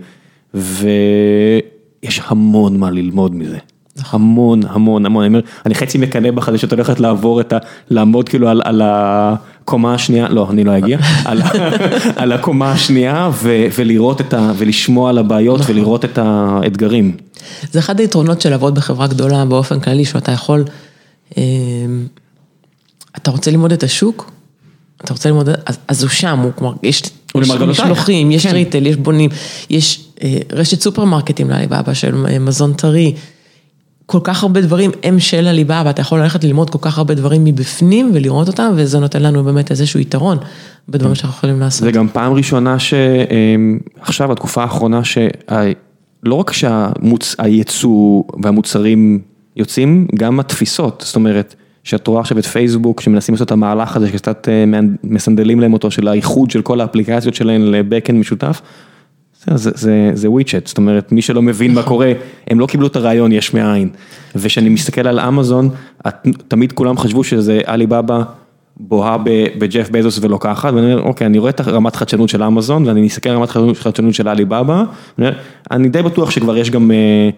ויש המון מה ללמוד מזה. המון, המון, המון. אני אומר, אני חצי מקנא בך, שאת הולכת לעבור את ה... לעמוד כאילו על, על הקומה השנייה, לא, אני לא אגיע, על, על הקומה השנייה, ו, ולראות את ה... ולשמוע על הבעיות, ולראות את האתגרים. זה אחד היתרונות של לעבוד בחברה גדולה, באופן כללי, שאתה יכול... אתה רוצה ללמוד את השוק? אתה רוצה ללמוד, אז הוא שם, הוא כמו, יש משלוחים, יש ריטל, יש בונים, יש רשת סופרמרקטים לאליבאבא של מזון טרי, כל כך הרבה דברים הם של אליבאבא, אתה יכול ללכת ללמוד כל כך הרבה דברים מבפנים ולראות אותם, וזה נותן לנו באמת איזשהו יתרון בדברים שאנחנו יכולים לעשות. זה גם פעם ראשונה שעכשיו, התקופה האחרונה, שלא רק שהייצוא והמוצרים יוצאים, גם התפיסות, זאת אומרת, שאת רואה עכשיו את פייסבוק, שמנסים לעשות את המהלך הזה, שקצת מסנדלים להם אותו, של האיחוד של כל האפליקציות שלהם לבקאנד משותף, זה, זה, זה וויצ'ט, זאת אומרת, מי שלא מבין מה קורה, הם לא קיבלו את הרעיון יש מאין, ושאני מסתכל על אמזון, תמיד כולם חשבו שזה אליבאבא, בוהה בג'ף בזוס ולוקחת, ואני אומר, אוקיי, אני רואה את רמת חדשנות של אמזון, ואני מסתכל על רמת חדשנות של אליבאבא, אני די בטוח שכבר יש גם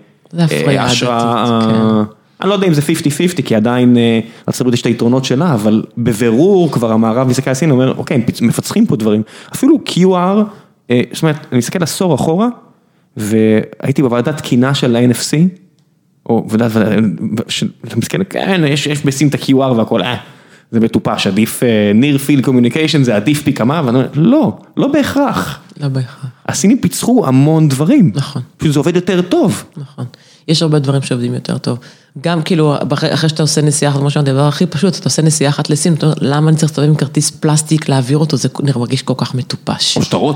השראה, אני לא יודע אם זה חמישים חמישים, כי עדיין ארצות הברית יש את היתרונות שלה, אבל בבירור כבר המערב מסתכל על סין, אומר, אוקיי, מפצחים פה דברים, אפילו קיו אר, זאת אומרת, אני מסתכל עשור אחורה, והייתי בוועדת תקינה של ה-אן אף סי, או ועדת, ואתה מסתכל, כן, יש בסין את ה-קיו אר והכל, אה, זה מטופש, עדיף near field communication, זה עדיף פי כמה, ואני אומר, לא, לא בהכרח. לא בהכרח. הסינים פיצחו המון דברים. נכון. פשוט זה עובד יותר טוב. נכון. יש הרבה דברים שעובדים יותר טוב. גם כאילו, אחרי שאתה עושה נסיעה אחת, כמו שאמרתי, הדבר הכי פשוט, אתה עושה נסיעה אחת לסין, אתה אומר, למה אני צריך להסתובב עם כרטיס פלסטיק, להעביר אותו, זה מרגיש כל כך מטופש. או שטרות.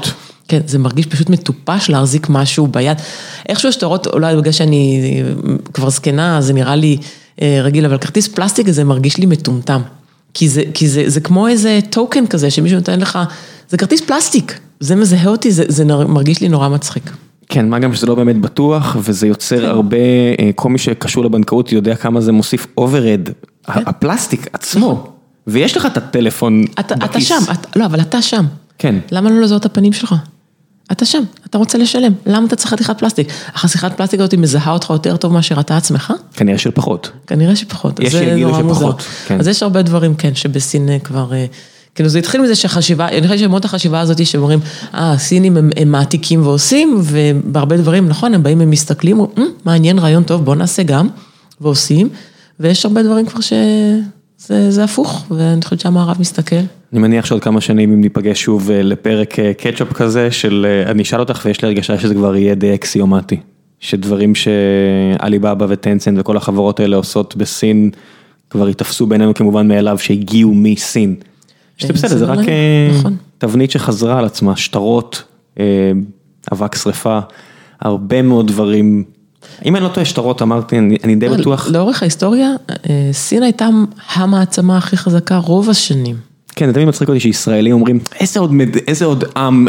כן, זה מרגיש פשוט מטופש להחזיק משהו ביד. איכשהו שטרות, אולי בגלל שאני כבר זקנה, זה נראה לי רגיל, אבל כרטיס פלסטיק הזה מרגיש לי מטומטם. כי זה, כי זה, זה כמו איזה טוקן כזה, שמישהו נותן לך, זה כרטיס פלסטיק, זה מזהה אותי, זה, זה מרגיש לי נורא מצחיק. כן, מה גם שזה לא באמת בטוח, וזה יוצר הרבה, כל מי שקשור לבנקאות יודע כמה זה מוסיף אוברד, הפלסטיק עצמו, ויש לך את הטלפון בכיס. אתה שם, לא, אבל אתה שם. כן. למה לא לזהות את הפנים שלך? אתה שם, אתה רוצה לשלם, למה אתה צריך חתיכת פלסטיק? החתיכת פלסטיק הזאת מזהה אותך יותר טוב מאשר אתה עצמך? כנראה שפחות. כנראה שפחות. יש שיגידו שפחות. אז יש הרבה דברים, כן, שבסין כבר, כאילו זה התחיל מזה שחשיבה, אני חושבת שמות החשיבה הזאת שאומרים, אה, הסינים הם, הם מעתיקים ועושים, ובהרבה דברים, נכון, הם באים, הם מסתכלים, מעניין, רעיון טוב, בוא נעשה גם, ועושים, ויש הרבה דברים כבר שזה זה הפוך, ואני חושבת שהמערב מסתכל. אני מניח שעוד כמה שנים אם ניפגש שוב לפרק קטשופ כזה, של אני אשאל אותך ויש לי הרגשה שזה כבר יהיה די אקסיומטי, שדברים שאליבאבא וטנסנט וכל החברות האלה עושות בסין, כבר יתפסו בינינו כמובן מאליו שהגיעו מסין. שזה בסדר, זה רק תבנית שחזרה על עצמה, שטרות, אבק שריפה, הרבה מאוד דברים. אם אני לא טועה שטרות, אמרתי, אני די בטוח. לאורך ההיסטוריה, סין הייתה המעצמה הכי חזקה רוב השנים. כן, זה תמיד מצחיק אותי שישראלים אומרים, איזה עוד, איזה עוד עם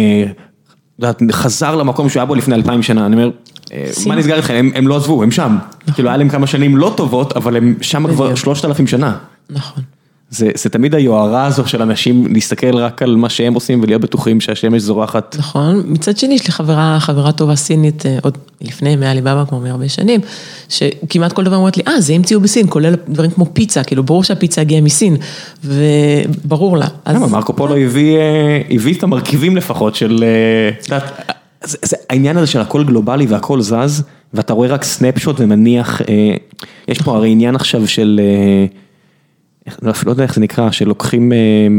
חזר למקום שהוא היה בו לפני אלפיים שנה, אני אומר, מה נסגר איתכם? הם, הם לא עזבו, הם שם. כאילו, היה להם כמה שנים לא טובות, אבל הם שם כבר שלושת אלפים שנה. נכון. זה, זה תמיד היוהרה הזו של אנשים להסתכל רק על מה שהם עושים ולהיות בטוחים שהשמש זורחת. נכון, מצד שני יש לי חברה, חברה טובה סינית, עוד לפני מאליבאבא כמו מהרבה שנים, שכמעט כל דבר אומרת לי, אה, זה המציאו בסין, כולל דברים כמו פיצה, כאילו ברור שהפיצה הגיעה מסין, וברור לה. למה, מרקו פולו הביא, הביא את המרכיבים לפחות של, זה, זה, העניין הזה של הכל גלובלי והכל זז, ואתה רואה רק סנאפשוט ומניח, יש פה הרי עניין עכשיו של, לא יודע איך זה נקרא, שלוקחים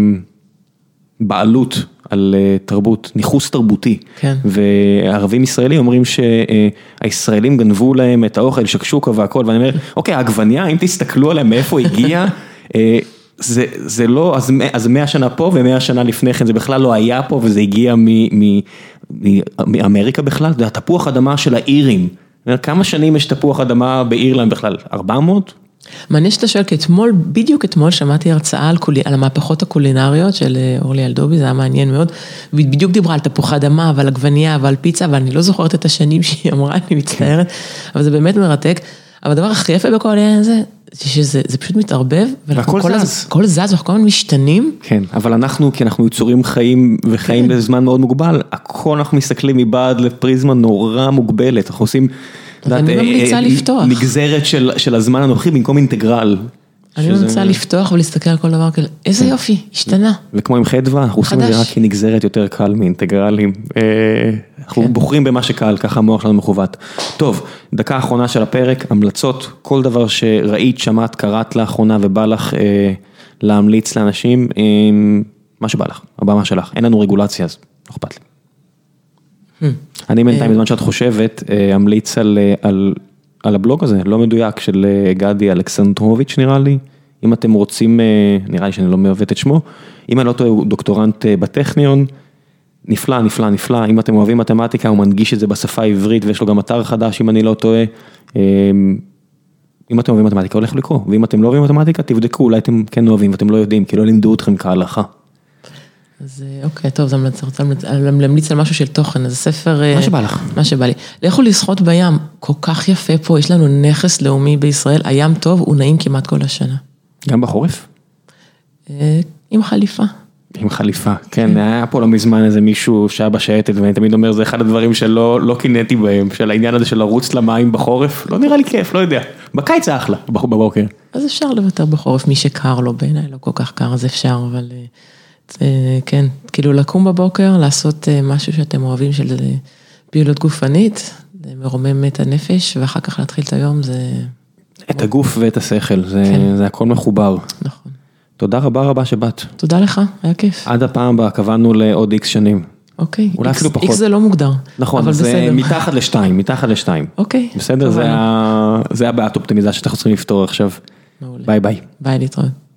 בעלות על תרבות, ניחוס תרבותי, כן. וערבים ישראלים אומרים שהישראלים גנבו להם את האוכל, שקשוקה והכל, ואני אומר, אוקיי, העגבניה, אם תסתכלו עליהם מאיפה הגיע, זה, זה לא, אז, אז מאה שנה פה ומאה שנה לפני כן, זה בכלל לא היה פה, וזה הגיע מ, מ, מ, מאמריקה בכלל, זה התפוח אדמה של האירים, כמה שנים יש תפוח אדמה באירלנד בכלל? ארבע מאות? מעניין שאתה שואל, כי אתמול, בדיוק אתמול שמעתי הרצאה על, קולי, על המהפכות הקולינריות של אורלי אלדובי, זה היה מעניין מאוד, ובדיוק דיברה על תפוח אדמה ועל עגבנייה ועל פיצה, ואני לא זוכרת את השנים שהיא אמרה, אני מצטערת, אבל זה באמת מרתק, אבל הדבר הכי יפה בכל העניין הזה, שזה זה פשוט מתערבב, והכל זז. הכל זז, ואנחנו כל הזמן משתנים. כן, אבל אנחנו, כי אנחנו יצורים חיים וחיים בזמן מאוד מוגבל, הכל אנחנו מסתכלים מבעד לפריזמה נורא מוגבלת, אנחנו עושים אני ממליצה לפתוח. נגזרת של, של הזמן הנוכחי במקום אינטגרל. אני ממליצה לפתוח ולהסתכל על כל דבר כאלה, איזה יופי, השתנה. וכמו עם חדווה, אנחנו עושים את זה רק כנגזרת יותר קל מאינטגרלים. אנחנו בוחרים במה שקל, ככה המוח שלנו מכוות. טוב, דקה האחרונה של הפרק, המלצות, כל דבר שראית, שמעת, קראת לאחרונה ובא לך להמליץ לאנשים, מה שבא לך, הבמה שלך. אין לנו רגולציה, אז לא אכפת לי. אני בינתיים בזמן שאת חושבת, המליץ על, על, על הבלוג הזה, לא מדויק, של גדי אלכסנדרוביץ' נראה לי, אם אתם רוצים, נראה לי שאני לא מעוות את שמו, אם אני לא טועה, הוא דוקטורנט בטכניון, נפלא, נפלא, נפלא, אם אתם אוהבים מתמטיקה, הוא מנגיש את זה בשפה העברית, ויש לו גם אתר חדש, אם אני לא טועה, אם אתם אוהבים מתמטיקה, הולך לקרוא, ואם אתם לא אוהבים מתמטיקה, תבדקו, אולי אתם כן אוהבים, ואתם לא יודעים, כי לא לימדו אתכם כהלכה. אז אוקיי, טוב, אני רוצה להמליץ על משהו של תוכן, אז ספר... מה שבא לך. מה שבא לי. לכו לשחות בים, כל כך יפה פה, יש לנו נכס לאומי בישראל, הים טוב, הוא נעים כמעט כל השנה. גם בחורף? עם חליפה. עם חליפה, כן, היה פה לא מזמן איזה מישהו שהיה בשייטת, ואני תמיד אומר, זה אחד הדברים שלא לא קינאתי בהם, של העניין הזה של לרוץ למים בחורף, לא נראה לי כיף, לא יודע. בקיץ האחלה, בבוקר. אז אפשר לוותר בחורף, מי שקר לו בעיניי, לא כל כך קר, אז אפשר, אבל... כן, כאילו לקום בבוקר, לעשות משהו שאתם אוהבים של פעילות גופנית, זה מרומם את הנפש, ואחר כך להתחיל את היום, זה... את הגוף ואת השכל, זה, כן. זה הכל מחובר. נכון. תודה רבה רבה שבאת. תודה לך, היה כיף. עד הפעם הבאה, קבענו לעוד איקס שנים. אוקיי. אולי אפילו פחות. איקס זה לא מוגדר. נכון, אבל זה בסדר. מתחת לשתיים, מתחת לשתיים. אוקיי. בסדר, זה, ה... זה הבעיית אופטימיזציה שאנחנו צריכים לפתור עכשיו. מעולה. ביי ביי. ביי, להתראות.